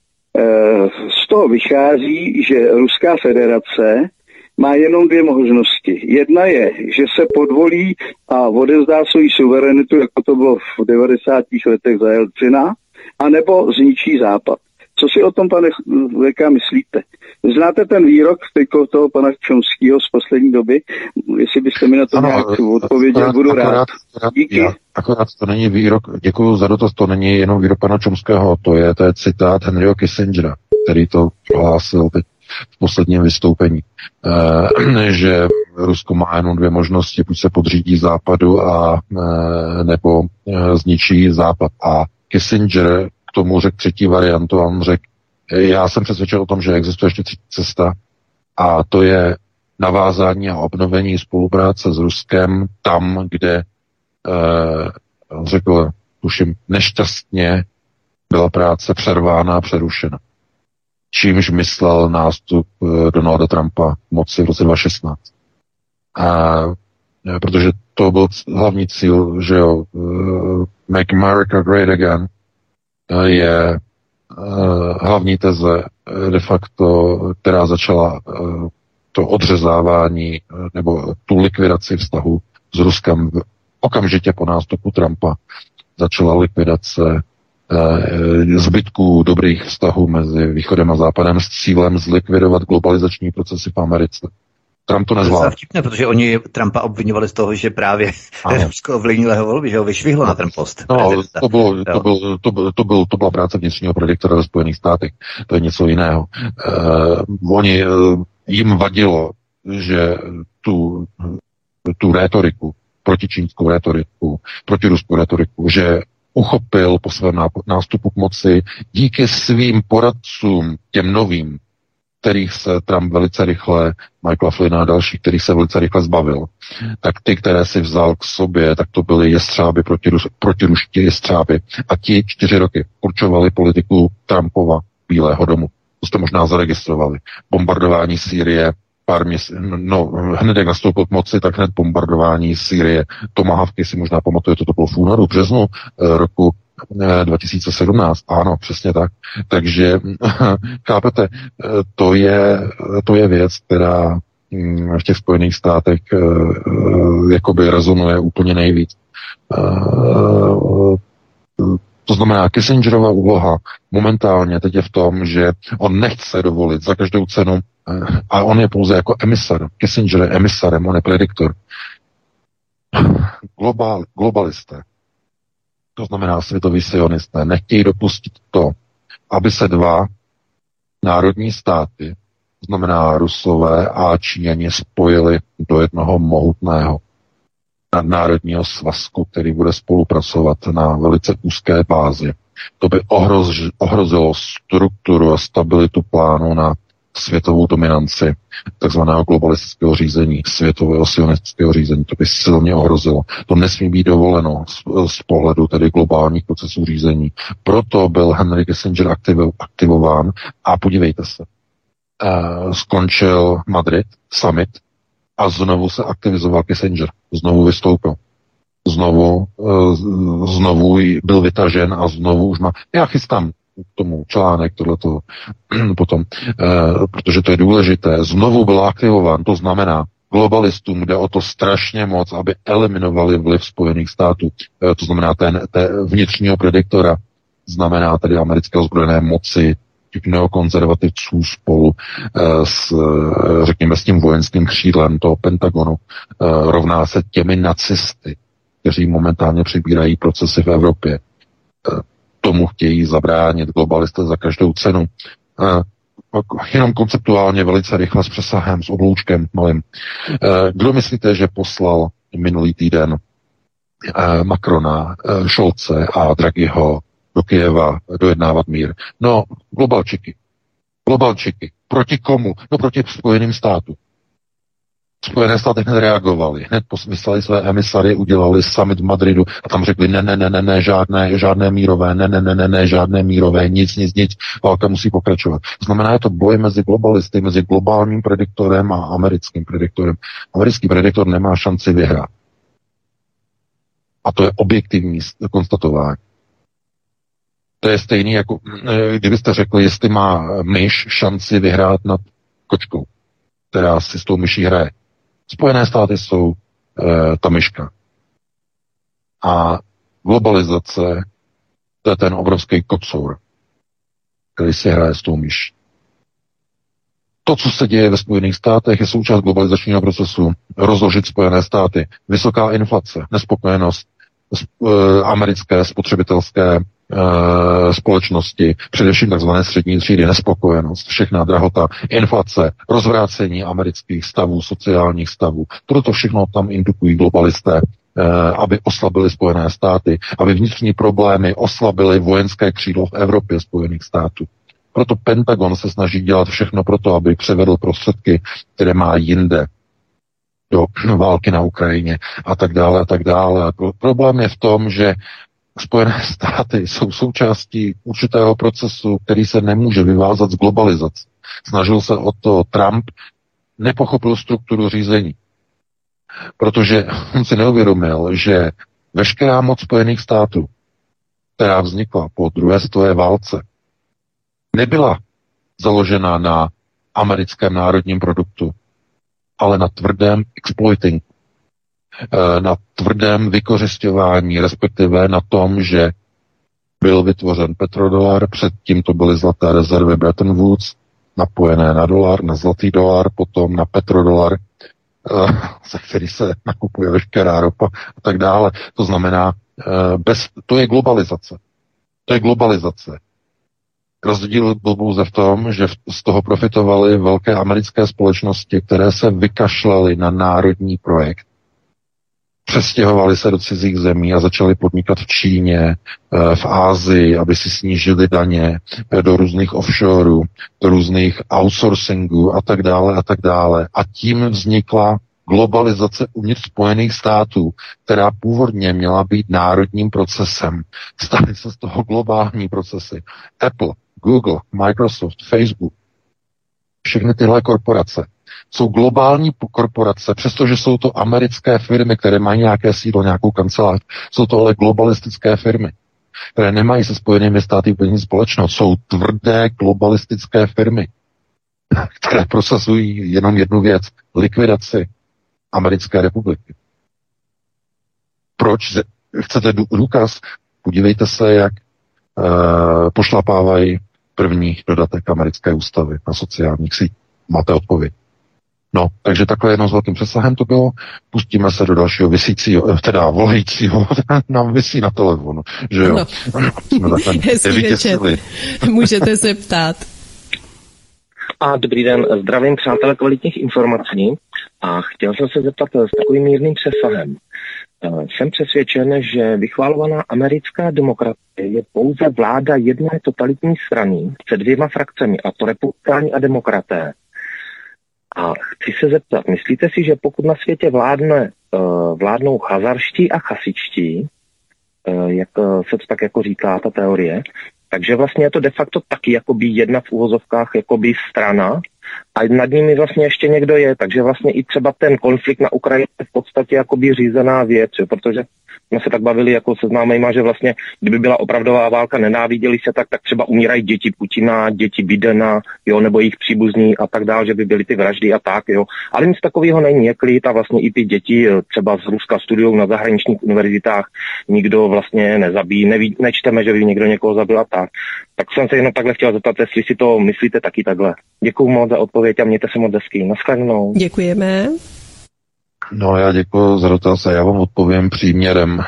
Z toho vychází, že Ruská federace má jenom dvě možnosti. Jedna je, že se podvolí a odevzdá svoji suverenitu, jako to bylo v 90. letech za Jelcina, anebo zničí Západ. Co si o tom, pane VK, myslíte? Znáte ten výrok toho pana Chomskyho z poslední doby? Jestli byste mi na to nějak odpověděl, budu rád. Díky. Akorát to není výrok, děkuji za dotaz, to není jenom výrok pana Chomskyho, to je citát Henryho Kissingera, který to prohlásil teď v posledním vystoupení, že Rusko má jenom dvě možnosti, buď se podřídí Západu a nebo zničí Západ. A Kissinger k tomu řekl třetí variantu a on řekl, já jsem přesvědčen o tom, že existuje ještě třetí cesta a to je navázání a obnovení spolupráce s Ruskem tam, kde on řekl, tuším, nešťastně byla práce přervána a přerušena. Čímž myslel nástup Donalda Trumpa k moci v roce 2016. Protože to byl hlavní cíl, že jo, Make America Great Again je hlavní teze de facto, která začala to odřezávání nebo tu likvidaci vztahu s Ruskem okamžitě po nástupu Trumpa. Začala likvidace zbytků dobrých vztahů mezi Východem a Západem s cílem zlikvidovat globalizační procesy v Americe. Trump to nezvládl. To je vtipné, protože oni Trumpa obvinovali z toho, že právě Rusko ovlivnilo jeho volby, že ho vyšvihlo na ten post. No, to byla práce vnitřního prediktora ve Spojených státech. To je něco jiného. Jim vadilo, že tu rétoriku, protičínskou rétoriku, protiruskou rétoriku, že uchopil po svém nástupu k moci díky svým poradcům, těm novým, kterých se Trump velice rychle, Michaela Flynna a další, kterých se velice rychle zbavil, tak ty, které si vzal k sobě, tak to byly jestřáby, protiruští jestřáby. A ti 4 roky určovali politiku Trumpova Bílého domu. To jste možná zaregistrovali. Bombardování Sýrie, hned jak nastoupil k moci, tak hned bombardování Sýrie. Tomahawky si možná pamatujete, to bylo v únoru, březnu roku 2017, ano, přesně tak. Takže, chápete, to je věc, která v těch Spojených státech jakoby rezonuje úplně nejvíc. To znamená, Kissingerova úloha momentálně teď je v tom, že on nechce dovolit za každou cenu, a on je pouze jako emisar. Kissinger je emisarem, on je prediktor. Globalisté, to znamená světoví sionisté, nechtějí dopustit to, aby se dva národní státy, to znamená Rusové a Číňani, spojili do jednoho mohutného nadnárodního svazku, který bude spolupracovat na velice úzké bázi. To by ohrozilo strukturu a stabilitu plánu na světovou dominanci takzvaného globalistického řízení, světového sionistického řízení. To by silně ohrozilo. To nesmí být dovoleno z pohledu tedy globálních procesů řízení. Proto byl Henry Kissinger aktivován a podívejte se. Skončil Madrid, summit, a znovu se aktivizoval Kissinger. Znovu vystoupil. Znovu byl vytažen a znovu už má... Já chystám k tomu článek, tohleto potom, protože to je důležité. Znovu byl aktivován, to znamená, globalistům jde o to strašně moc, aby eliminovali vliv Spojených států. To znamená vnitřního prediktora, znamená tedy americké ozbrojené moci, těch neokonzervativců spolu řekněme, s tím vojenským křídlem toho Pentagonu rovná se těmi nacisty, kteří momentálně přibírají procesy v Evropě. Tomu chtějí zabránit globalisté za každou cenu. Jenom konceptuálně velice rychle s přesahem, s obloučkem malým. Kdo myslíte, že poslal minulý týden Macrona, Scholze a Draghiho do Kyjeva dojednávat mír? No, globalčiky. Proti komu? No, proti Spojeným státům. Spojené státy hned reagovali, hned vyslali své emisary, udělali summit v Madridu a tam řekli ne, žádné mírové, ne, žádné mírové, nic, válka musí pokračovat. To znamená, je to boj mezi globalisty, mezi globálním prediktorem a americkým prediktorem. Americký prediktor nemá šanci vyhrát. A to je objektivní konstatování. To je stejný, jako kdybyste řekli, jestli má myš šanci vyhrát nad kočkou, která si s tou myší hraje. Spojené státy jsou ta myška. A globalizace, to je ten obrovský kocour, který si hraje s tou myší. To, co se děje ve Spojených státech, je součást globalizačního procesu. Rozložit Spojené státy. Vysoká inflace, nespokojenost americké spotřebitelské společnosti, především takzvané střední třídy, nespokojenost, všechna drahota, inflace, rozvrácení amerických stavů, sociálních stavů. Toto všechno tam indukují globalisté, aby oslabili Spojené státy, aby vnitřní problémy oslabily vojenské křídlo v Evropě Spojených států. Proto Pentagon se snaží dělat všechno pro to, aby převedl prostředky, které má jinde, do války na Ukrajině a tak dále a tak dále. Problém je v tom, že Spojené státy jsou součástí určitého procesu, který se nemůže vyvázat z globalizace. Snažil se o to Trump, nepochopil strukturu řízení, protože on si neuvědomil, že veškerá moc Spojených států, která vznikla po druhé světové válce, nebyla založena na americkém národním produktu, ale na tvrdém exploiting, na tvrdém vykořisťování, respektive na tom, že byl vytvořen petrodolar, předtím to byly zlaté rezervy Bretton Woods, napojené na dolar, na zlatý dolar, potom na petrodolar, za který se nakupuje veškerá ropa a tak dále. To znamená, to je globalizace. To je globalizace. Rozdíl byl pouze v tom, že z toho profitovaly velké americké společnosti, které se vykašlaly na národní projekt. Přestěhovali se do cizích zemí a začali podnikat v Číně, v Asii, aby si snížili daně, do různých offshoreů, do různých outsourcingů a tak dále a tak dále. A tím vznikla globalizace uvnitř Spojených států, která původně měla být národním procesem. Staly se z toho globální procesy. Apple, Google, Microsoft, Facebook, všechny tyhle korporace jsou globální korporace, přestože jsou to americké firmy, které mají nějaké sídlo, nějakou kancelář. Jsou to ale globalistické firmy, které nemají se Spojenými státy nic společného. Jsou tvrdé globalistické firmy, které prosazují jenom jednu věc, likvidaci Americké republiky. Proč? Chcete důkaz? Podívejte se, jak pošlapávají první dodatek americké ústavy na sociálních sítích. Máte odpověď. No, takže takhle jenom s velkým přesahem to bylo. Pustíme se do dalšího teda volajícího, nám visí na telefonu, že jo? No. Hezký večer. Můžete se ptát. A dobrý den, zdravím přátelé kvalitních informací a chtěl jsem se zeptat s takovým mírným přesahem. Jsem přesvědčen, že vychvalovaná americká demokracie je pouze vláda jedné totalitní strany se dvěma frakcemi, a to republikáni a demokraté. A chci se zeptat, myslíte si, že pokud na světě vládnou chazarští a chasičtí, jak se to tak jako říká, ta teorie, takže vlastně je to de facto taky jakoby jedna v uvozovkách jakoby strana a nad nimi vlastně ještě někdo je, takže vlastně i třeba ten konflikt na Ukrajině je v podstatě jakoby řízená věc, jo, protože jsme se tak bavili jako se známejma, že vlastně, kdyby byla opravdová válka, nenáviděli se tak třeba umírají děti Putina, děti Bidena, jo, nebo jejich příbuzní a tak dále, že by byly ty vraždy a tak, jo. Ale nic takového není, je klid a vlastně i ty děti třeba z Ruska studují na zahraničních univerzitách, nikdo vlastně nezabíjí, nečteme, že by někdo někoho zabil a tak. Tak jsem se jenom takhle chtěl zeptat, jestli si to myslíte taky takhle. Děkuju moc za odpověď a mějte se moc hezky. Naschledanou. Děkujeme. No, já děkuji za dotaz a já vám odpovím příměrem.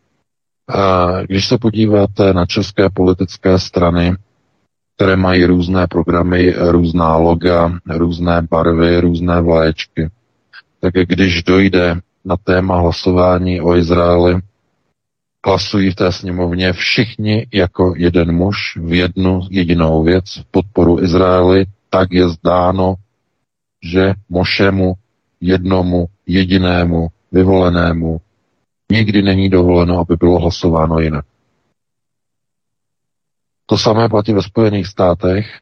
Když se podíváte na české politické strany, které mají různé programy, různá loga, různé barvy, různé vlaječky, tak když dojde na téma hlasování o Izraeli, hlasují v té sněmovně všichni jako jeden muž v jednu jedinou věc v podporu Izraeli, tak je zdáno, že Mošemu, jednomu, jedinému, vyvolenému, nikdy není dovoleno, aby bylo hlasováno jinak. To samé platí ve Spojených státech,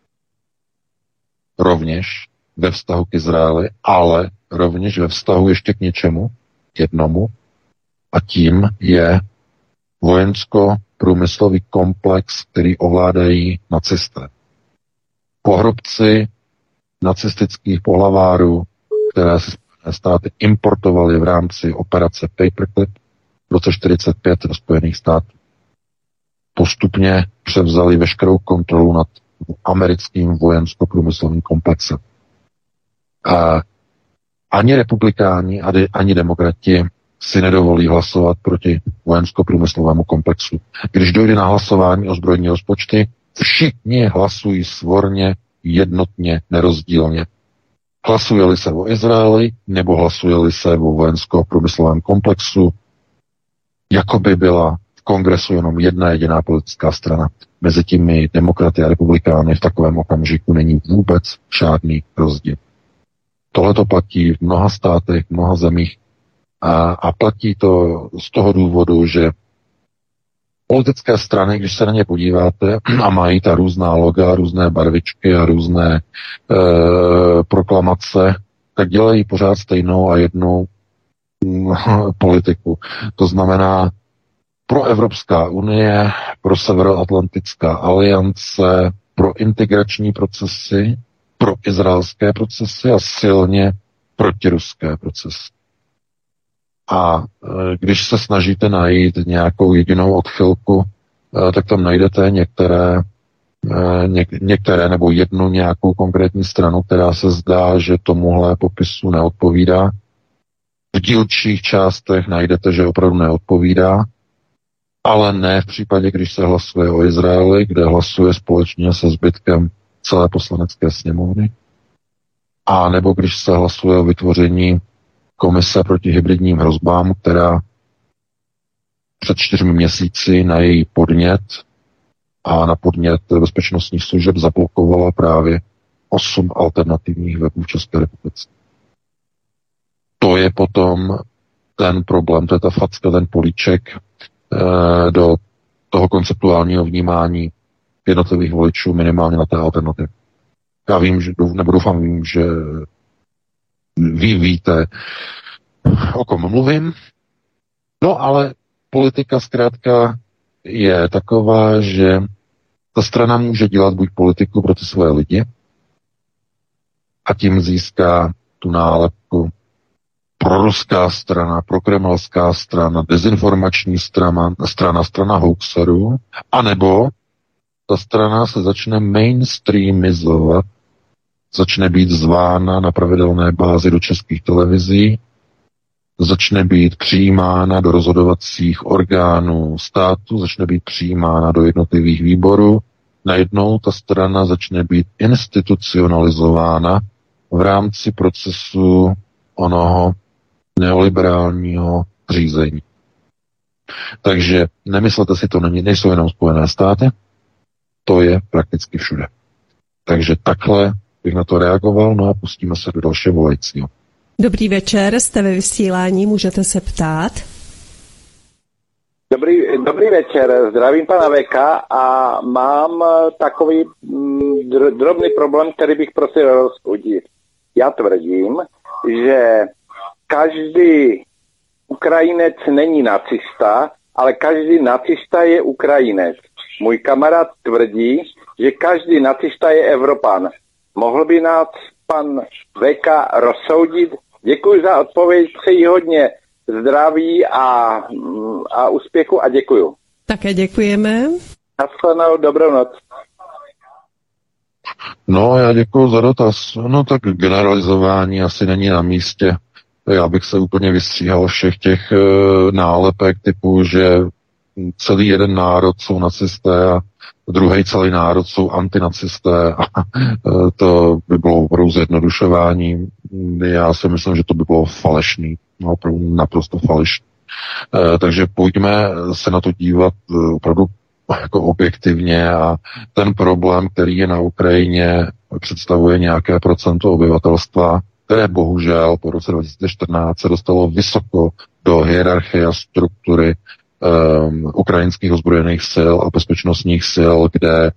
rovněž ve vztahu k Izraeli, ale rovněž ve vztahu ještě k něčemu, jednomu, a tím je vojensko-průmyslový komplex, který ovládají nacisté. Pohrobci nacistických pohlavárů, které si Spojené státy importovaly v rámci operace Paperclip v roce 1945 do Spojených států. postupně převzali veškerou kontrolu nad americkým vojensko-průmyslovým komplexem. Ani republikáni, ani demokrati si nedovolí hlasovat proti vojensko-průmyslovému komplexu. Když dojde na hlasování o zbrojní rozpočty, všichni hlasují svorně, jednotně, nerozdílně. Hlasuje-li se o Izraeli, nebo hlasuje-li se o vojensko-průmyslovém komplexu, jako by byla v kongresu jenom jedna jediná politická strana. Mezi těmi demokraty a republikány v takovém okamžiku není vůbec žádný rozdíl. Tohle to platí v mnoha státech, v mnoha zemích a platí to z toho důvodu, že politické strany, když se na ně podíváte a mají ta různá loga, různé barvičky a různé proklamace, tak dělají pořád stejnou a jednou politiku. To znamená pro Evropská unie, pro Severoatlantická aliance, pro integrační procesy, pro izraelské procesy a silně protiruské procesy. A když se snažíte najít nějakou jedinou odchylku, tak tam najdete některé nebo jednu nějakou konkrétní stranu, která se zdá, že tomuhle popisu neodpovídá. V dílčích částech najdete, že opravdu neodpovídá, ale ne v případě, když se hlasuje o Izraeli, kde hlasuje společně se zbytkem celé poslanecké sněmovny, a nebo když se hlasuje o vytvoření komise proti hybridním hrozbám, která před 4 měsíci na její podnět a na podnět bezpečnostních služeb zablokovala právě 8 alternativních webů v České republice. To je potom ten problém, to je ta facka, ten políček do toho konceptuálního vnímání jednotlivých voličů minimálně na té alternativě. Já vím, že, vím, že vy víte, o kom mluvím. No ale politika zkrátka je taková, že ta strana může dělat buď politiku pro ty svoje lidi a tím získá tu nálepku proruská strana, prokremelská strana, dezinformační strana hoaxerů, anebo ta strana se začne mainstreamizovat, začne být zvána na pravidelné bázi do českých televizí, začne být přijímána do rozhodovacích orgánů státu, začne být přijímána do jednotlivých výborů, najednou ta strana začne být institucionalizována v rámci procesu onoho neoliberálního řízení. Takže nemyslete si, to nejsou jenom Spojené státy, to je prakticky všude. Takže takhle bych na to reagoval, no a pustíme se do dalšího volajícího. Dobrý večer, jste ve vysílání, můžete se ptát. Dobrý večer, zdravím pana Veka a mám takový drobný problém, který bych prosil rozsudit. Já tvrdím, že každý Ukrajinec není nacista, ale každý nacista je Ukrajinec. Můj kamarád tvrdí, že každý nacista je Evropan. Mohl by nás pan Veka rozsoudit? Děkuji za odpověď, přeji hodně zdraví a úspěchu a děkuju. Také děkujeme. Naschledanou, dobrou noc. No, já děkuji za dotaz. No tak generalizování asi není na místě. Já bych se úplně vystříhal všech těch nálepek typu, že celý jeden národ jsou nacisté a druhý celý národ jsou antinacisté a to by bylo opravdu zjednodušování. Já si myslím, že to by bylo falešný, naprosto falešný. Takže pojďme se na to dívat opravdu jako objektivně a ten problém, který je na Ukrajině, představuje nějaké procento obyvatelstva, které bohužel po roce 2014 se dostalo vysoko do hierarchie a struktury ukrajinských ozbrojených sil a bezpečnostních sil, kde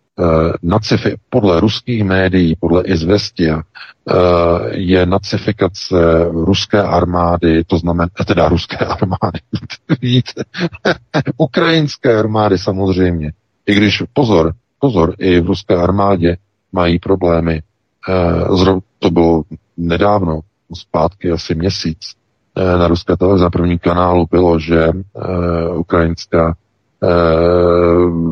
podle ruských médií, podle Izvestia, je nacifikace ruské armády, to znamená, teda ruské armády, víte, ukrajinské armády samozřejmě. I když, pozor, i v ruské armádě mají problémy. To bylo nedávno, zpátky asi měsíc, na ruské televizi na prvním kanálu bylo, že ukrajinská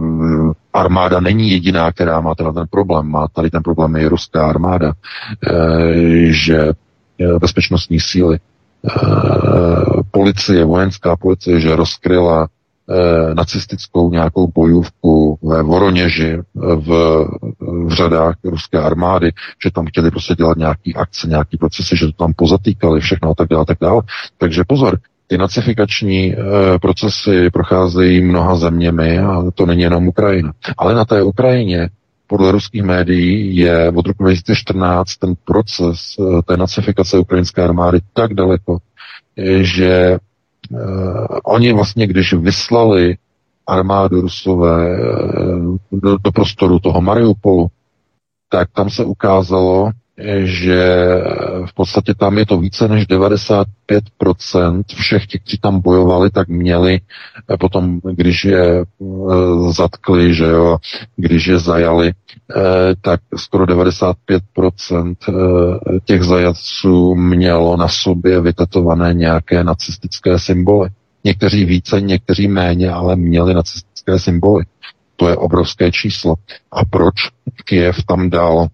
armáda není jediná, která má ten problém. Má tady ten problém i ruská armáda, že bezpečnostní síly, policie, vojenská policie, že rozkryla nacistickou nějakou bojůvku ve Voroněži v řadách ruské armády, že tam chtěli prostě dělat nějaký akce, nějaký procesy, že to tam pozatýkali, všechno a tak dále, tak dále. Takže pozor, ty nacifikační procesy procházejí mnoha zeměmi a to není jenom Ukrajina. Ale na té Ukrajině podle ruských médií je od roku 2014 ten proces té nacifikace ukrajinské armády tak daleko, že oni vlastně, když vyslali armádu Rusové do prostoru toho Mariupolu, tak tam se ukázalo, že v podstatě tam je to více než 95% všech těch, kteří tam bojovali, tak měli potom, když je zatkli, že jo, když je zajali, tak skoro 95% těch zajatců mělo na sobě vytetované nějaké nacistické symboly. Někteří více, někteří méně, ale měli nacistické symboly. To je obrovské číslo. A proč Kyjev tam dal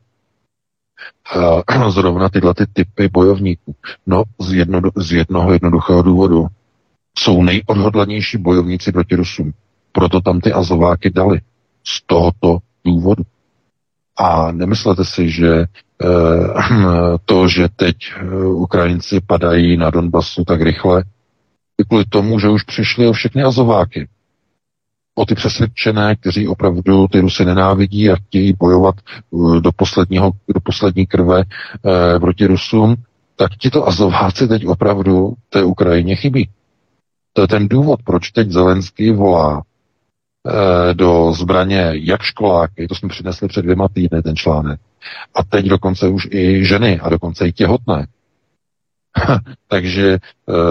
zrovna tyhle ty typy bojovníků? No, z jednoho jednoduchého důvodu. Jsou nejodhodlanější bojovníci proti Rusům. Proto tam ty Azováky dali. Z tohoto důvodu. A nemyslete si, že to, že teď Ukrajinci padají na Donbasu tak rychle, je kvůli tomu, že už přišli o všechny Azováky. O ty přesvědčené, kteří opravdu ty Rusy nenávidí a chtějí bojovat do poslední krve proti Rusům, tak tito Azováci teď opravdu té Ukrajině chybí. To je ten důvod, proč teď Zelenský volá do zbraně jak školáky, to jsme přinesli před 2 týdny ten článek, a teď dokonce už i ženy a dokonce i těhotné. Takže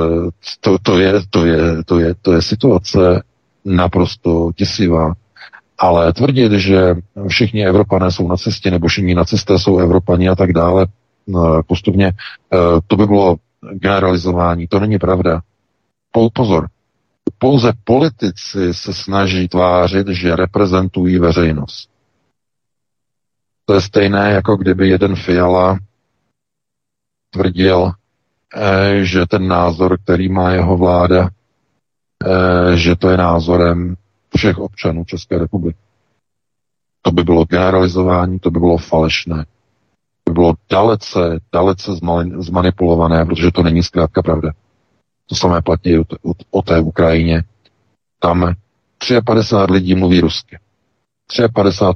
to je situace naprosto děsivá. Ale tvrdit, že všichni Evropané jsou nacisti, nebo všichni nacisté jsou Evropani a tak dále, postupně, to by bylo generalizování. To není pravda. Pozor. Pouze politici se snaží tvářit, že reprezentují veřejnost. To je stejné, jako kdyby jeden Fiala tvrdil, že ten názor, který má jeho vláda, že to je názorem všech občanů České republiky. To by bylo generalizování, to by bylo falešné. To by bylo dalece zmanipulované, protože to není zkrátka pravda. To samé platí o té Ukrajině. Tam 53 lidí mluví rusky. 53%.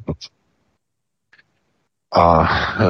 A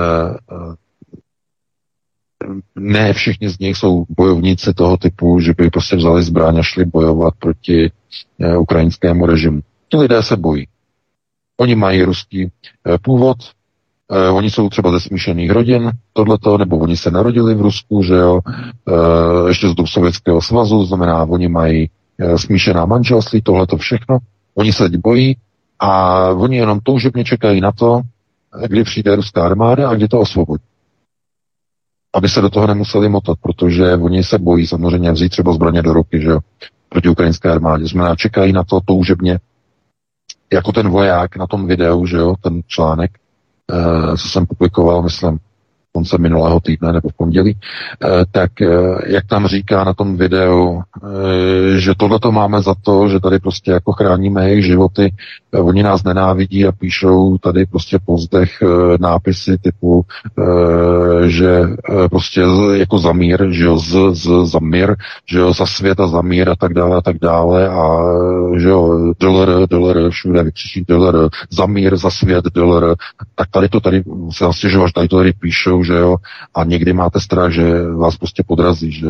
ne všichni z nich jsou bojovníci toho typu, že by prostě vzali zbraň a šli bojovat proti ukrajinskému režimu. Ti lidé se bojí. Oni mají ruský původ, oni jsou třeba ze smíšených rodin, tohleto, nebo oni se narodili v Rusku, že jo, ještě z dob Sovětského svazu, znamená, oni mají smíšená manželství, tohleto všechno. Oni se bojí a oni jenom toužebně čekají na to, kdy přijde ruská armáda a kdy to osvobodí. Aby se do toho nemuseli motat, protože oni se bojí samozřejmě vzít třeba zbraně do ruky, že jo, proti ukrajinské armádě. Znamená, čekají na to toužebně, jako ten voják na tom videu, že jo, ten článek, co jsem publikoval, myslím, konce minulého týdne nebo v pondělí, tak jak tam říká na tom videu, že tohleto máme za to, že tady prostě jako chráníme jejich životy, oni nás nenávidí a píšou tady prostě po zdech nápisy typu, že prostě jako za mír, že jo, za mír, že jo, za svět a za mír a tak dále a že jo, dolar, všude vykřičí dolar, za mír, za svět, dolar, tak tady se nastěžují, až tady to tady píšou, že jo, a někdy máte strach, že vás prostě podrazí, že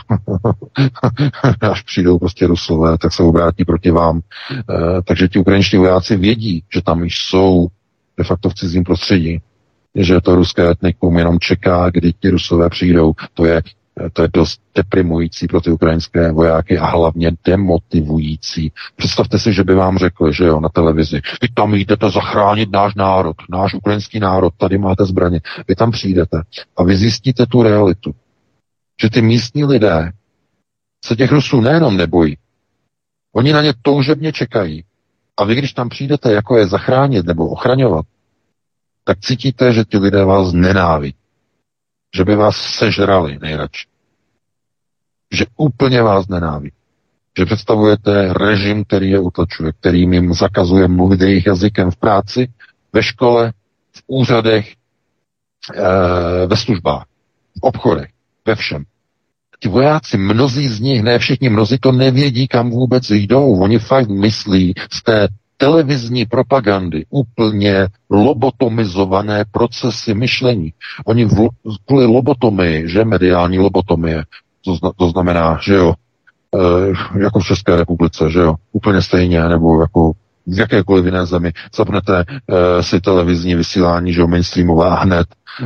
až přijdou prostě Rusové, tak se obrátí proti vám. Takže ti ukrajinští vojáci vědí, že tam již jsou de facto v cizím prostředí, že to ruské etnikum jenom čeká, kdy ti Rusové přijdou. To je dost deprimující pro ty ukrajinské vojáky a hlavně demotivující. Představte si, že by vám řekli, že jo, na televizi, vy tam jdete zachránit náš národ, náš ukrajinský národ, tady máte zbraně. Vy tam přijdete a vy zjistíte tu realitu, že ty místní lidé se těch Rusů nejenom nebojí, oni na ně toužebně čekají, A vy, když tam přijdete, jako je zachránit nebo ochraňovat, tak cítíte, že ti lidé vás nenávidí. Že by vás sežrali nejradši. Že úplně vás nenávidí. Že představujete režim, který je utlačuje, který jim zakazuje mluvit jejich jazykem v práci, ve škole, v úřadech, ve službách, v obchodech, ve všem. Ti vojáci, mnozí z nich, ne všichni, mnozí to nevědí, kam vůbec jdou. Oni fakt myslí z té televizní propagandy úplně lobotomizované procesy myšlení. Oni kvůli lobotomii, že mediální lobotomie, to znamená, že jo, jako v České republice, že jo, úplně stejně, nebo jako v jakékoliv jiné zemi, zapnete si televizní vysílání, že jo, mainstreamové a hned,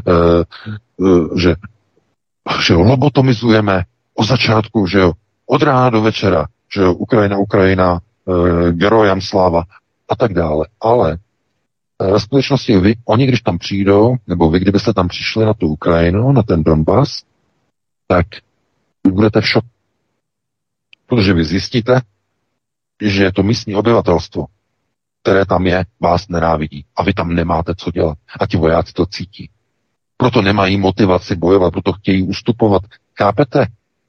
že lobotomizujeme od začátku, že jo, od rána do večera, že jo, Ukrajina, Gerojam sláva a tak dále. Ale ve skutečnosti oni, když tam přijdou, nebo vy, kdybyste tam přišli na tu Ukrajinu, na ten Donbas, tak vy budete v šoku. Protože vy zjistíte, že to místní obyvatelstvo, které tam je, vás nenávidí. A vy tam nemáte co dělat. A ti vojáci to cítí. Proto nemají motivaci bojovat, proto chtějí ustupovat. Chápete?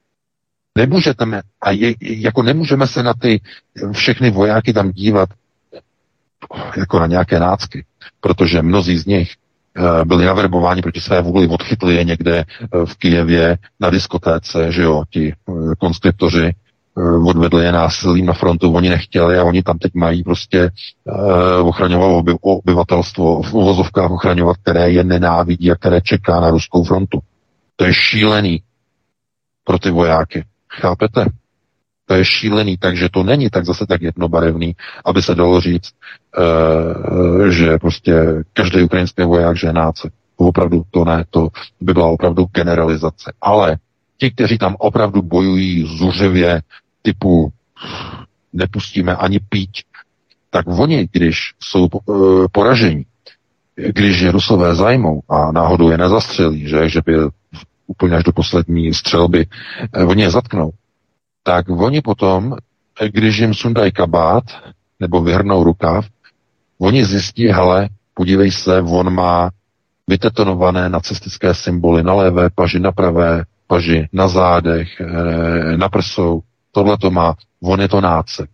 Nemůžeme se na ty všechny vojáky tam dívat jako na nějaké nácky, protože mnozí z nich byli naverbováni proti své vůli, odchytli je někde v Kyjevě na diskotéce, že jo, ti konskriptoři, odvedli je násilím na frontu, oni nechtěli a oni tam teď mají prostě ochraňovat obyvatelstvo, v uvozovkách ochraňovat, které je nenávidí a které čeká na ruskou frontu. To je šílený pro ty vojáky. Chápete? To je šílený, takže to není tak zase tak jednobarevný, aby se dalo říct, že prostě každý ukrajinský voják, že je náce. Opravdu to ne, to by byla opravdu generalizace. Ale ti, kteří tam opravdu bojují zuřivě, typu nepustíme ani pít, tak oni, když jsou poražení, když je Rusové zajmou a náhodou je nezastřelí, že by úplně až do poslední střelby, oni je zatknou, tak oni potom, když jim sundají kabát nebo vyhrnou rukáv, oni zjistí, hele, podívej se, on má vytetonované nacistické symboly na levé paži, na pravé paži, na zádech, na prsou, tohle to má, on je to nácek.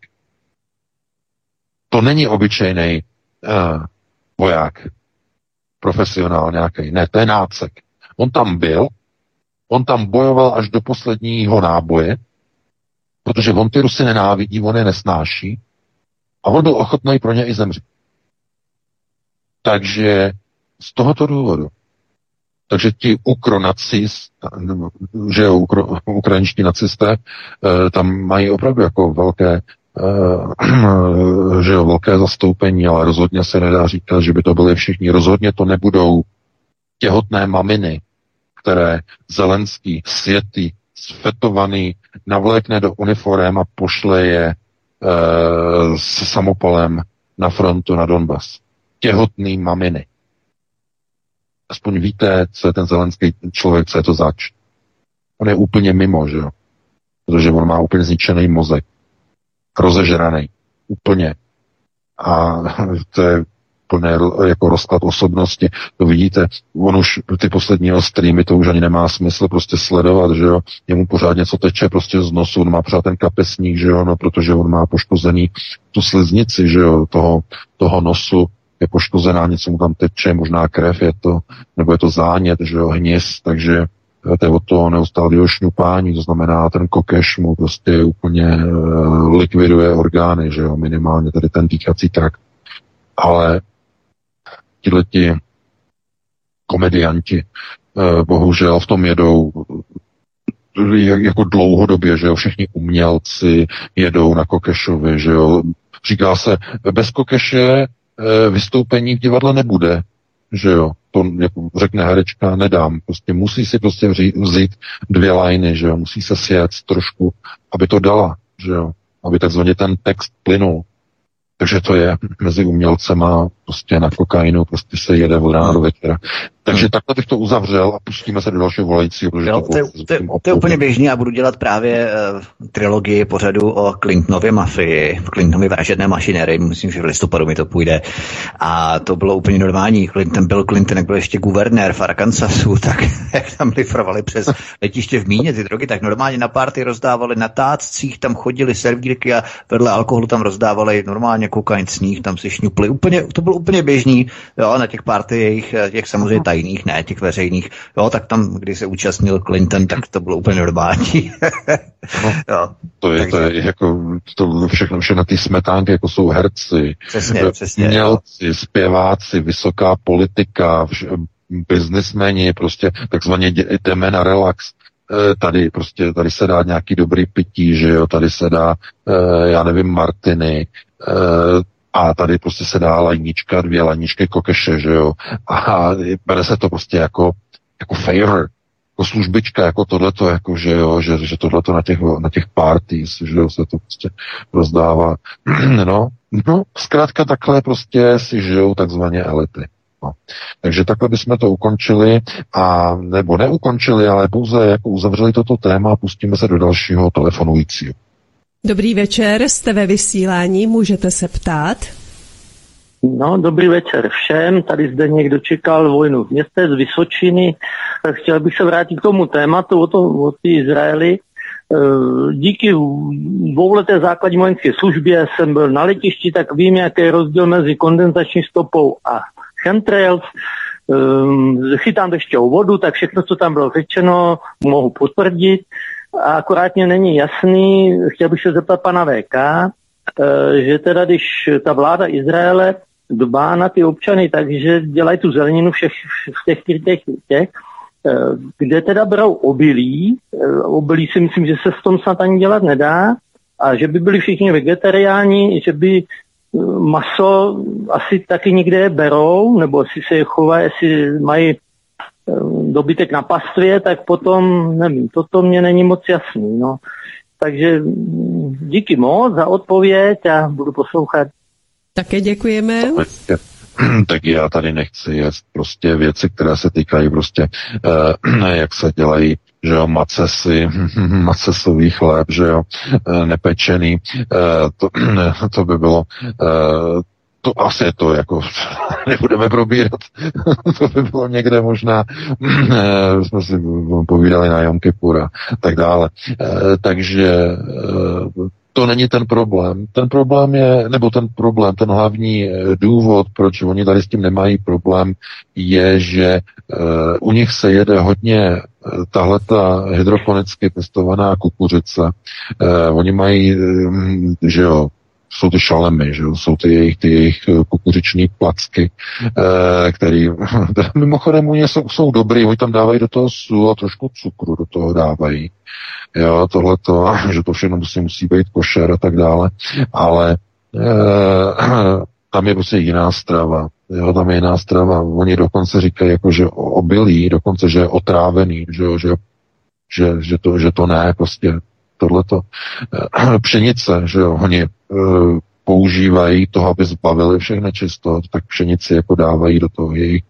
To není obyčejný voják, profesionál nějaký, ne, to je nácek. On tam byl, on tam bojoval až do posledního náboje, protože on ty Rusy nenávidí, on je nesnáší a on byl ochotný pro ně i zemřít. Takže z tohoto důvodu. Takže ti ukrajinští nacisté tam mají opravdu jako velké velké zastoupení, ale rozhodně se nedá říkat, že by to byli všichni. Rozhodně to nebudou těhotné maminy, které Zelenský světý, sfetovaný, navlékne do uniform a pošle je s samopalem na frontu na Donbas. Těhotný maminy. Aspoň víte, co je ten Zelenský člověk, co je to zač. On je úplně mimo, že jo? Protože on má úplně zničený mozek. Rozežraný. Úplně. A to je plné jako rozklad osobnosti. To vidíte, on už ty poslední streamy, to už ani nemá smysl prostě sledovat, že jo. Jemu pořád něco teče prostě z nosu, on má pořád ten kapesník, že jo, no, protože on má poškozený tu sliznici, že jo, toho nosu je poškozená, něco mu tam teče, možná krev je to, nebo je to zánět, že jo, hnis, takže to je od toho neustálého šňupání, to znamená, ten kokeš mu prostě úplně likviduje orgány, že jo, minimálně tady ten dýchací trakt. Ale tihleti komedianti bohužel v tom jedou jako dlouhodobě, že jo, všichni umělci jedou na kokešovi, že jo. Říká se, bez kokeše vystoupení v divadle nebude, že jo. To jako řekne herečka, nedám. Prostě musí si prostě vzít 2 lajny, že jo. Musí se sjet trošku, aby to dala, že jo. Aby takzvaně ten text plynul. Takže to je mezi umělcema prostě na kokainu, prostě se jede od rána do večera. Takže takhle bych to uzavřel a pustíme se do dalšího volajícího. To je úplně běžný a budu dělat právě trilogii pořadu o Clintonově mafii, Clintonově vražedné mašinérii, myslím, že v listopadu mi to půjde. A to bylo úplně normální. Bill Clinton, jak byl ještě guvernér v Arkansasu, tak jak tam lifrovali přes letiště v Míně ty drogy, tak normálně na party rozdávali na tácích, tam chodili servírky a vedle alkoholu tam rozdávali normálně kokain, sníh, tam si šňupli. To bylo úplně běžný, jo, na těch party těch samozřejmě tajných, ne těch veřejných. Jo, tak tam, když se účastnil Clinton, tak to bylo úplně normální. Jo, to je jako to všechno ty smetánky, jako jsou herci, přesně, mělci, zpěváci, vysoká politika, biznismeni, prostě takzvaně jdeme na relax. Tady se dá nějaký dobrý pití, že jo, tady se dá, já nevím, martiny, a tady prostě se dá lajnička, 2 lajničky kokeše, že jo, a bere se to prostě jako favor, jako službička, jako tohleto, jako, že jo, že tohleto na těch parties, že jo, se to prostě rozdává. No, zkrátka takhle prostě si žijou takzvaně elity. No. Takže takhle bychom to ukončili, nebo neukončili, ale pouze jako uzavřeli toto téma a pustíme se do dalšího telefonujícího. Dobrý večer, jste ve vysílání, můžete se ptát. No, dobrý večer všem, tady zde někdo čekal vojnu v městě z Vysočiny. Chtěl bych se vrátit k tomu tématu o té Izraeli. Díky 2leté základní vojenské službě jsem byl na letišti, tak vím, jaký je rozdíl mezi kondenzační stopou a chemtrails. Chytám dešťovou vodu, tak všechno, co tam bylo řečeno, mohu potvrdit. A akorát mě není jasný, chtěl bych se zeptat pana VK, že teda když ta vláda Izraele dbá na ty občany, takže dělají tu zeleninu všech těch, kde teda berou obilí. Obilí si myslím, že se v tom snad ani dělat nedá a že by byli všichni vegetariáni, že by maso asi taky někde berou, nebo jestli se je chovají, jestli mají dobytek na pastvě, tak potom, nevím, toto mě není moc jasný, no. Takže díky moc za odpověď a budu poslouchat. Také děkujeme. Tak já tady nechci jíst prostě věci, které se týkají prostě, jak se dělají, že jo, macesový chléb, že jo, nepečený, to by bylo, to asi je to, jako nebudeme probírat, to by bylo někde možná, jsme si povídali na Jom Kipur a tak dále, takže to není ten problém. Ten problém je, ten hlavní důvod, proč oni tady s tím nemají problém, je, že u nich se jede hodně tahleta hydroponicky pěstovaná kukuřice. Oni mají, že jo, jsou ty šalemy, že jo, jsou ty jejich kukuřiční placky, který mimochodem oni jsou dobrý, oni tam dávají do toho sůl a trošku cukru do toho dávají. Jo, tohleto, že to všechno musí být košer a tak dále, ale tam je prostě jiná strava. Jo, tam je jiná strava. Oni dokonce říkají, jako, že obilí, dokonce, že je otrávený, že to ne, prostě tohleto. Pšenice, že jo, oni používají toho, aby zbavili všech nečistot, tak pšenici jako dávají do toho jejich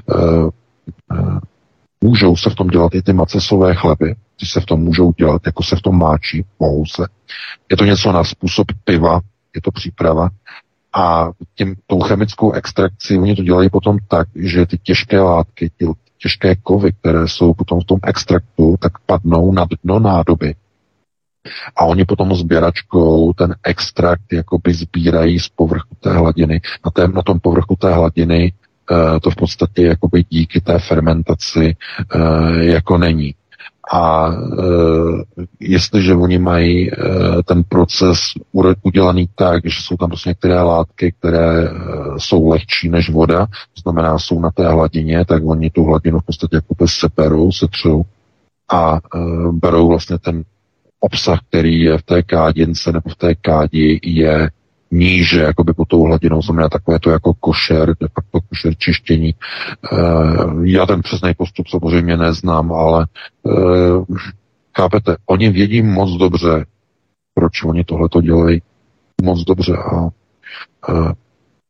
můžou se v tom dělat i ty macesové chleby, ty se v tom můžou dělat, jako se v tom máčí, mohou se. Je to něco na způsob piva, je to příprava a tou chemickou extrakcí oni to dělají potom tak, že ty těžké látky, ty těžké kovy, které jsou potom v tom extraktu, tak padnou na dno nádoby. A oni potom sběračkou ten extrakt jakoby sbírají z povrchu té hladiny. Na tom povrchu té hladiny to v podstatě jakoby díky té fermentaci jako není. A jestliže oni mají ten proces udělaný tak, že jsou tam prostě některé látky, které jsou lehčí než voda, to znamená, jsou na té hladině, tak oni tu hladinu v podstatě jakoby seperou, setřou a berou vlastně ten obsah, který je v té kádince nebo v té kádi, je níže, jakoby pod tou hladinou, znamená takové to jako košer, de facto košer čištění. Já ten přesný postup samozřejmě neznám, ale chápete, oni vědí moc dobře, proč oni tohleto dělají moc dobře a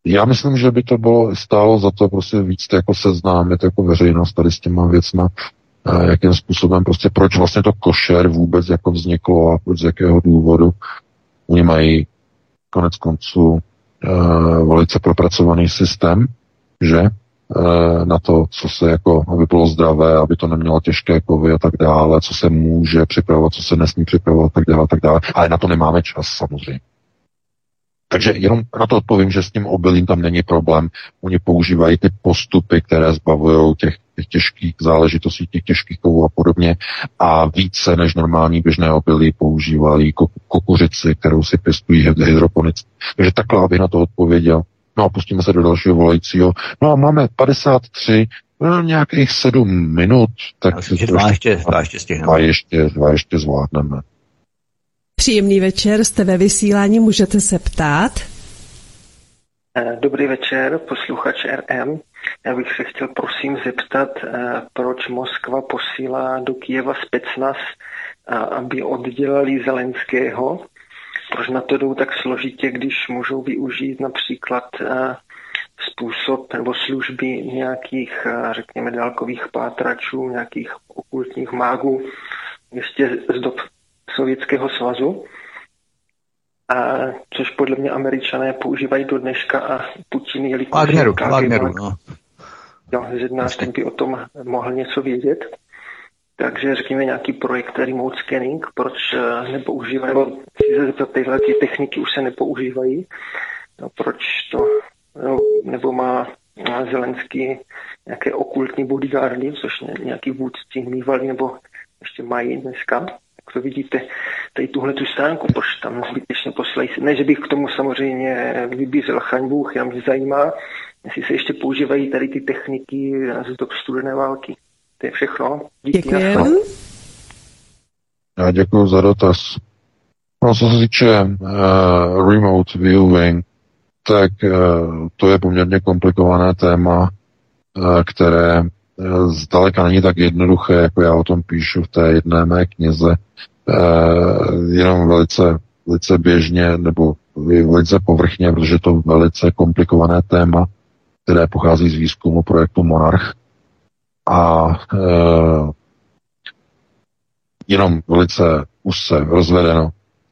Já myslím, že by to bylo stálo za to prostě víc jako seznámit jako veřejnost tady s těma věcma, jakým způsobem prostě proč vlastně to košer vůbec jako vzniklo a proč z jakého důvodu. Oni mají konec konců velice propracovaný systém, že na to, co se jako, aby bylo zdravé, aby to nemělo těžké kovy a tak dále, co se může připravovat, co se nesmí připravovat a tak dále. Ale na to nemáme čas samozřejmě. Takže jenom na to odpovím, že s tím obilím tam není problém. Oni používají ty postupy, které zbavují těch těžkých záležitostí, těch těžkých kovů a podobně. A více než normální běžné obilí používají kukuřici, kterou si pěstují hydroponicky. Takže takhle, abych na to odpověděl. No a pustíme se do dalšího volajícího. No a máme 53, nějakých 7 minut. Tak myslím, že dva ještě stihneme. Dva ještě zvládneme. Příjemný večer, jste ve vysílání, můžete se ptát. Dobrý večer, posluchač RM. Já bych se chtěl prosím zeptat, proč Moskva posílá do Kyjeva specnaz, aby oddělali Zelenského. Proč na to jdou tak složitě, když můžou využít například způsob nebo služby nějakých, řekněme, dálkových pátračů, nějakých okultních mágů, ještě z dob Sovětského svazu, což podle mě Američané používají do dneška a Putin, jelikož Wagneru, no. Z nás ten by o tom mohl něco vědět. Takže řekněme nějaký projekt remote scanning, proč nepoužívají, nebo tyhle techniky už se nepoužívají, no, proč to, no, nebo má Zelenský nějaké okultní bodyguardy, což nějaký vůdci mývali, nebo ještě mají dneska. Jak to vidíte, tady tuhle tu stránku, proč tam zbytečně poslají. Ne, že bych k tomu samozřejmě vybízel chaňbu, já mě zajímá, jestli se ještě používají tady ty techniky z dob studené války. To je všechno. Děkujeme. Já děkuji za dotaz. No, co se týče remote viewing, tak to je poměrně komplikované téma, které zdaleka není tak jednoduché, jako já o tom píšu v té jedné mé knize. Jenom velice běžně, nebo velice povrchně, protože to je velice komplikované téma, které pochází z výzkumu projektu Monarch. A jenom velice úzce rozvedeno.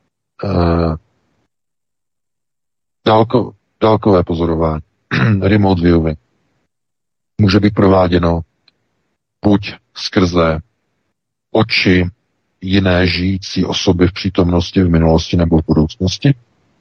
Dálkové pozorování, remote viewing, může být prováděno buď skrze oči jiné žijící osoby v přítomnosti, v minulosti nebo v budoucnosti.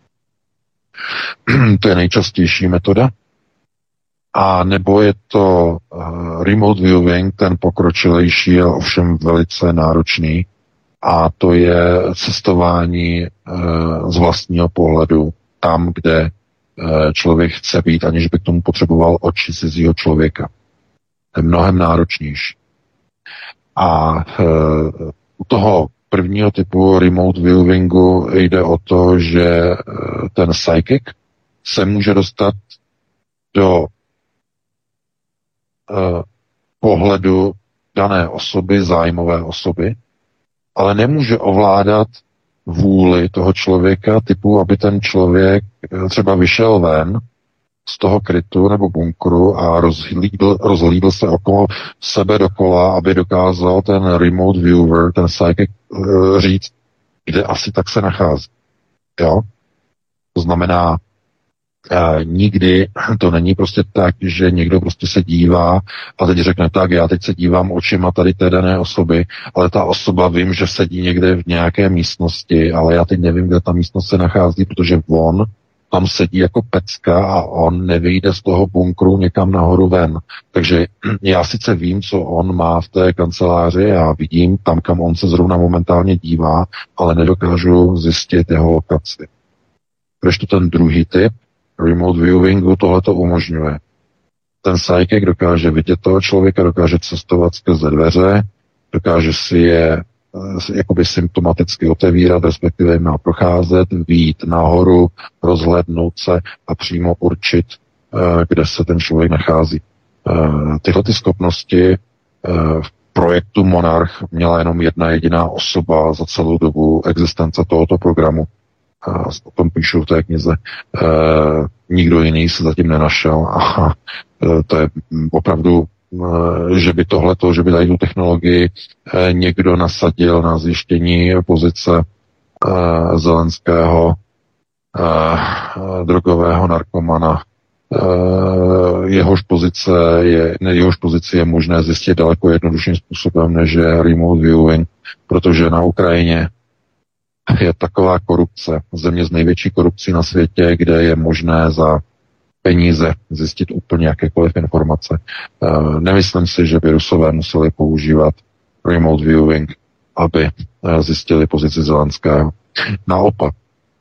To je nejčastější metoda. A nebo je to remote viewing, ten pokročilejší, ale ovšem velice náročný. A to je cestování z vlastního pohledu tam, kde člověk chce být, aniž by k tomu potřeboval oči cizího člověka. To je mnohem náročnější. A u toho prvního typu remote viewingu jde o to, že ten psychic se může dostat do pohledu dané osoby, zájmové osoby, ale nemůže ovládat vůli toho člověka, typu, aby ten člověk třeba vyšel ven z toho krytu nebo bunkru a rozhlídl se okolo sebe dokola, aby dokázal ten remote viewer, ten psychic, říct, kde asi tak se nachází. Jo? To znamená, nikdy to není prostě tak, že někdo prostě se dívá a teď řekne tak, já teď se dívám očima tady té dané osoby, ale ta osoba vím, že sedí někde v nějaké místnosti, ale já teď nevím, kde ta místnost se nachází, protože on tam sedí jako pecka a on nevyjde z toho bunkru někam nahoru ven. Takže já sice vím, co on má v té kanceláři, já vidím tam, kam on se zrovna momentálně dívá, ale nedokážu zjistit jeho lokaci. Když to ten druhý typ remote viewingu tohleto umožňuje. Ten psychic dokáže vidět toho člověka, dokáže cestovat skrze dveře, dokáže si je jakoby symptomaticky otevírat, respektive má procházet, vyjít nahoru, rozhlédnout se a přímo určit, kde se ten člověk nachází. Tyhle ty schopnosti v projektu Monarch měla jenom jedna jediná osoba za celou dobu existence tohoto programu. o tom píšu v té knize, nikdo jiný se zatím nenašel a to je opravdu, že by tohleto, že by tady tu technologii někdo nasadil na zjištění pozice Zelenského drogového narkomana. Jehož pozici je možné zjistit daleko jednodušším způsobem, než je remote viewing, protože na Ukrajině je taková korupce, země s největší korupcí na světě, kde je možné za peníze zjistit úplně jakékoliv informace. Nemyslím si, že by Rusové museli používat remote viewing, aby zjistili pozici Zelenského. Naopak,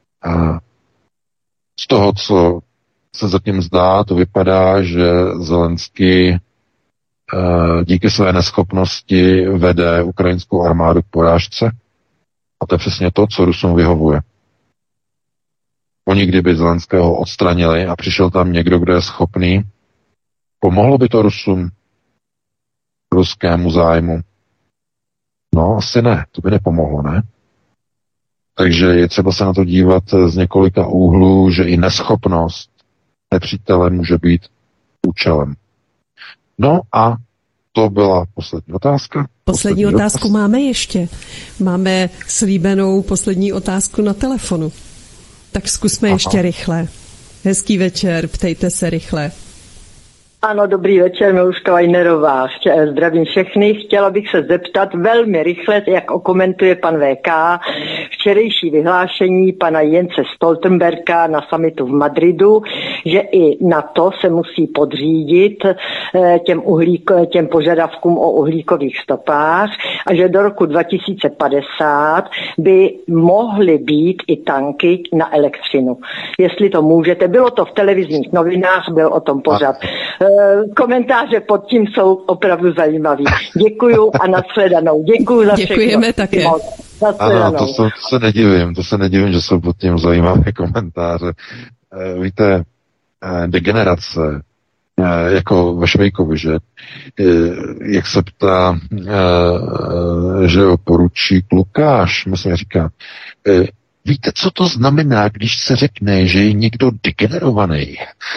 z toho, co se zatím zdá, to vypadá, že Zelenský díky své neschopnosti vede ukrajinskou armádu k porážce. A to je přesně to, co Rusům vyhovuje. Oni kdyby Zelenského odstranili a přišel tam někdo, kdo je schopný, pomohlo by to Rusům, ruskému zájmu? No, asi ne, to by nepomohlo, ne? Takže je třeba se na to dívat z několika úhlů, že i neschopnost nepřítele může být účelem. No a to byla poslední otázka. Poslední otázku máme ještě. Máme slíbenou poslední otázku na telefonu. Tak zkusme ještě rychle. Hezký večer, ptejte se rychle. Ano, dobrý večer, Miluška Vajnerová. Zdravím všechny. Chtěla bych se zeptat velmi rychle, jak okomentuje pan VK včerejší vyhlášení pana Jence Stoltenberga na summitu v Madridu, že i NATO se musí podřídit těm požadavkům o uhlíkových stopách a že do roku 2050 by mohly být i tanky na elektřinu. Jestli to můžete. Bylo to v televizních novinách, byl o tom pořad. Komentáře pod tím jsou opravdu zajímavý. Děkuju a nashledanou. Děkuju za všechno. Děkujeme také. Ano, to se nedivím, že jsou pod tím zajímavé komentáře. Víte, degenerace, jako ve Švejkovi, že jak se ptá, že poručík Lukáš, myslím, říká, víte, co to znamená, když se řekne, že je někdo degenerovaný?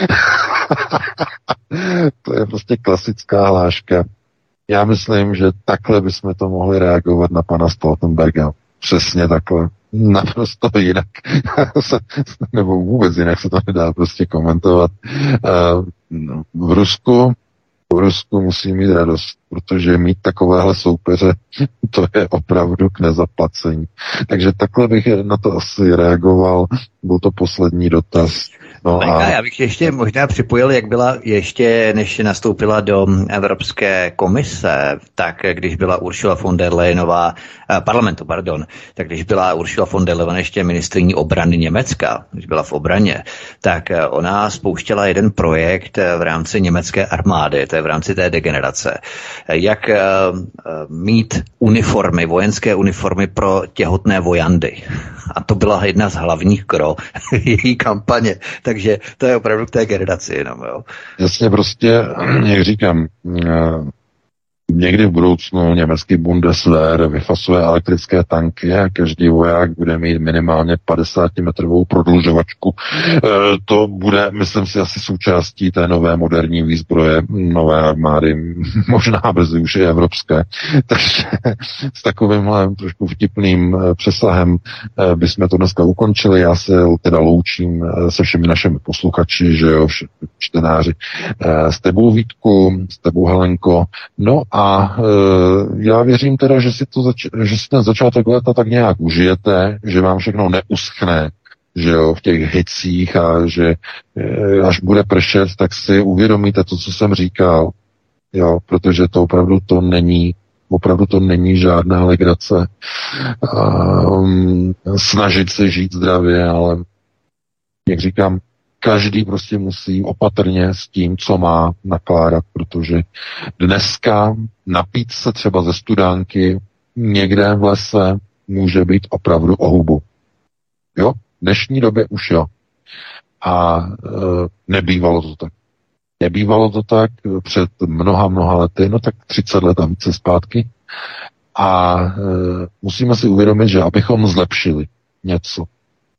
To je prostě klasická hláška. Já myslím, že takhle bychom to mohli reagovat na pana Stoltenberga. Přesně takhle. Naprosto jinak. Nebo vůbec jinak se to nedá prostě komentovat. V Rusku musí mít radost, protože mít takovéhle soupeře, to je opravdu k nezaplacení. Takže takhle bych na to asi reagoval. Byl to poslední dotaz. No a já bych ještě možná připojil, jak byla ještě, než nastoupila do Evropské komise, tak když byla Ursula von der Leyenová, tak když byla Ursula von der Leyen ještě ministryní obrany Německa, když byla v obraně, tak ona spouštěla jeden projekt v rámci německé armády, to je v rámci té degenerace, jak mít uniformy, vojenské uniformy pro těhotné vojandy. A to byla jedna z hlavních její kampaně. Takže to je opravdu k té generaci jenom, jo. Jasně, prostě, jak říkám, někdy v budoucnu německý Bundeswehr vyfasuje elektrické tanky a každý voják bude mít minimálně 50-metrovou prodlužovačku. To bude, myslím si, asi součástí té nové moderní výzbroje, nové armády, možná brzy už i evropské. Takže s takovýmhle trošku vtipným přesahem bychom to dneska ukončili. Já se teda loučím se všemi našimi posluchači, že jo, čtenáři. S tebou, Vítku, s tebou, Helenko. No a já věřím teda, že si ten začátek léta tak nějak užijete, že vám všechno neuschne, že jo, v těch hicích a že až bude pršet, tak si uvědomíte to, co jsem říkal, jo, protože to opravdu to není žádná legrace. Snažit se žít zdravě, ale jak říkám, každý prostě musí opatrně s tím, co má nakládat, protože dneska napít se třeba ze studánky někde v lese může být opravdu o hubu. Jo? V dnešní době už jo. A nebývalo to tak. Nebývalo to tak před mnoha lety, no tak 30 let a více zpátky. A musíme si uvědomit, že abychom zlepšili něco,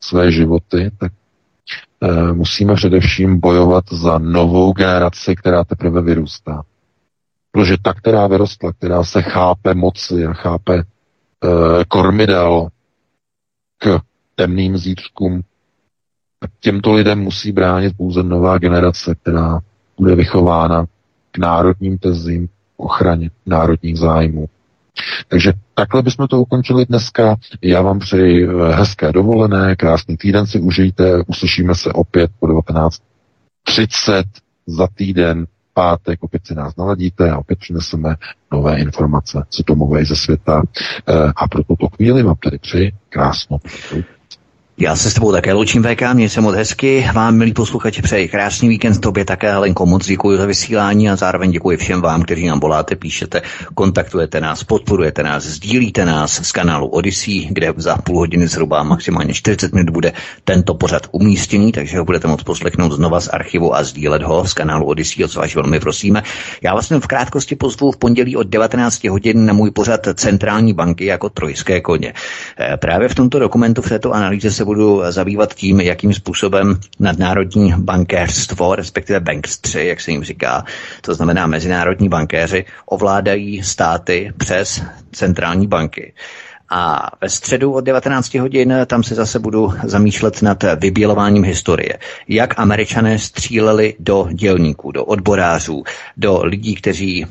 své životy, tak musíme především bojovat za novou generaci, která teprve vyrůstá. Protože ta, která vyrostla, která se chápe moci a chápe kormidel k temným zítřkům, tak těmto lidem musí bránit pouze nová generace, která bude vychována k národním tezím, ochraně národních zájmů. Takže takhle bychom to ukončili dneska. Já vám přeji hezké dovolené, krásný týden si užijte, uslyšíme se opět po 19:30 za týden, pátek, opět si nás naladíte a opět přineseme nové informace, co domové ze světa. A pro tuto chvíli vám tady přeji krásnou. Já se s tebou také loučím, VK, měj se moc hezky. Vám, milí posluchači, přeji krásný víkend, tobě také, Helenko, moc děkuji za vysílání a zároveň děkuji všem vám, kteří nám voláte, píšete, kontaktujete nás, podporujete nás, sdílíte nás z kanálu Odyssey, kde za půl hodiny zhruba maximálně 40 minut bude tento pořad umístěný, takže ho budete moct poslechnout znova z archivu a sdílet ho z kanálu Odyssey, o co vás velmi prosíme. Já vás v krátkosti pozvu v pondělí od 19 hodin na můj pořad Centrální banky jako trojské koně. Právě v tomto dokumentu, v této analýze se budu zabývat tím, jakým způsobem nadnárodní bankéřstvo, respektive bankstři, jak se jim říká, to znamená mezinárodní bankéři, ovládají státy přes centrální banky. A ve středu od 19 hodin tam se zase budu zamýšlet nad vybělováním historie. Jak Američané stříleli do dělníků, do odborářů, do lidí, kteří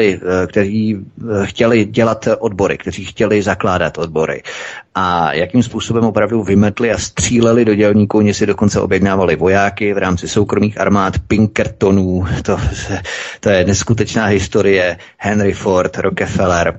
chtěli dělat odbory, kteří chtěli zakládat odbory. A jakým způsobem opravdu vymetli a stříleli do dělníků. Oni si dokonce objednávali vojáky v rámci soukromých armád, Pinkertonů. To je neskutečná historie. Henry Ford, Rockefeller,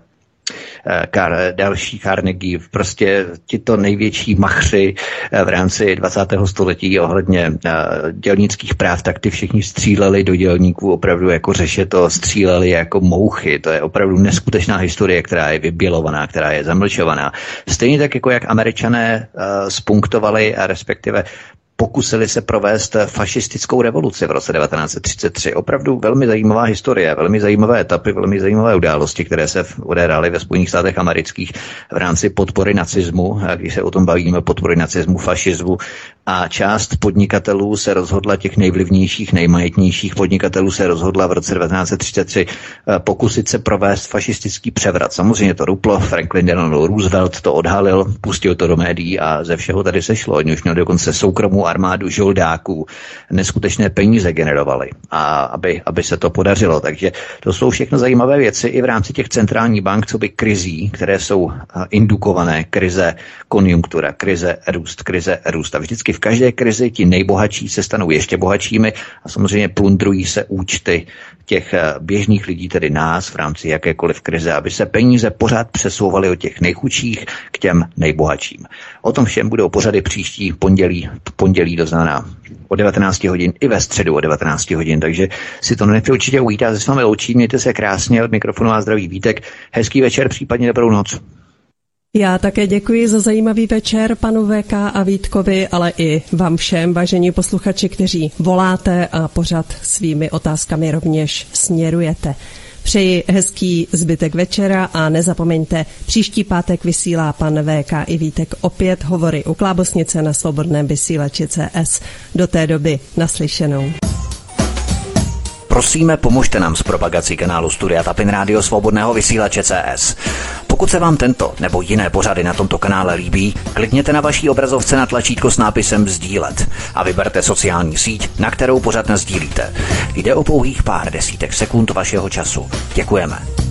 další Carnegie, prostě tito největší machři v rámci 20. století ohledně dělnických práv, tak ty všichni stříleli do dělníků opravdu jako řešeto, stříleli jako mouchy. To je opravdu neskutečná historie, která je vybělovaná, která je zamlčovaná. Stejně tak, jako jak Američané spunktovali a respektive pokusili se provést fašistickou revoluci v roce 1933. Opravdu velmi zajímavá historie, velmi zajímavé etapy, velmi zajímavé události, které se odehrály ve Spojených státech amerických v rámci podpory nacismu, když se o tom bavíme, podpory nacismu, fašismu. A část podnikatelů se rozhodla, těch nejvlivnějších, nejmajetnějších podnikatelů se rozhodla v roce 1933 pokusit se provést fašistický převrat. Samozřejmě to ruplo, Franklin Delano Roosevelt to odhalil, pustil to do médií a ze všeho tady sešlo. Oni už měli dokonce soukromou armádu žoldáků, neskutečné peníze generovali, a aby se to podařilo. Takže to jsou všechno zajímavé věci i v rámci těch centrálních bank, co by krizí, které jsou indukované, krize, konjunktura, krize, růst. A vždycky v každé krizi ti nejbohatší se stanou ještě bohatšími a samozřejmě plundrují se účty těch běžných lidí, tedy nás, v rámci jakékoliv krize, aby se peníze pořád přesouvaly od těch nejchudších k těm nejbohatším. O tom všem budou pořady příští pondělí to znamená o 19 hodin i ve středu o 19 hodin, takže si to určitě ujít. Já se s vámi loučím, mějte se krásně, od mikrofonu a zdravý Vítek, hezký večer, případně dobrou noc. Já také děkuji za zajímavý večer panu VK a Vítkovi, ale i vám všem, vážení posluchači, kteří voláte a pořad svými otázkami rovněž směrujete. Přeji hezký zbytek večera a nezapomeňte, příští pátek vysílá pan VK i Vítek opět hovory u Klábosnice na svobodném vysílači CS. Do té doby naslyšenou. Prosíme, pomožte nám s propagací kanálu Studia Tapin Rádio Svobodného vysílače CS. Pokud se vám tento nebo jiné pořady na tomto kanále líbí, klikněte na vaší obrazovce na tlačítko s nápisem sdílet a vyberte sociální síť, na kterou pořad nasdílíte. Jde o pouhých pár desítek sekund vašeho času. Děkujeme.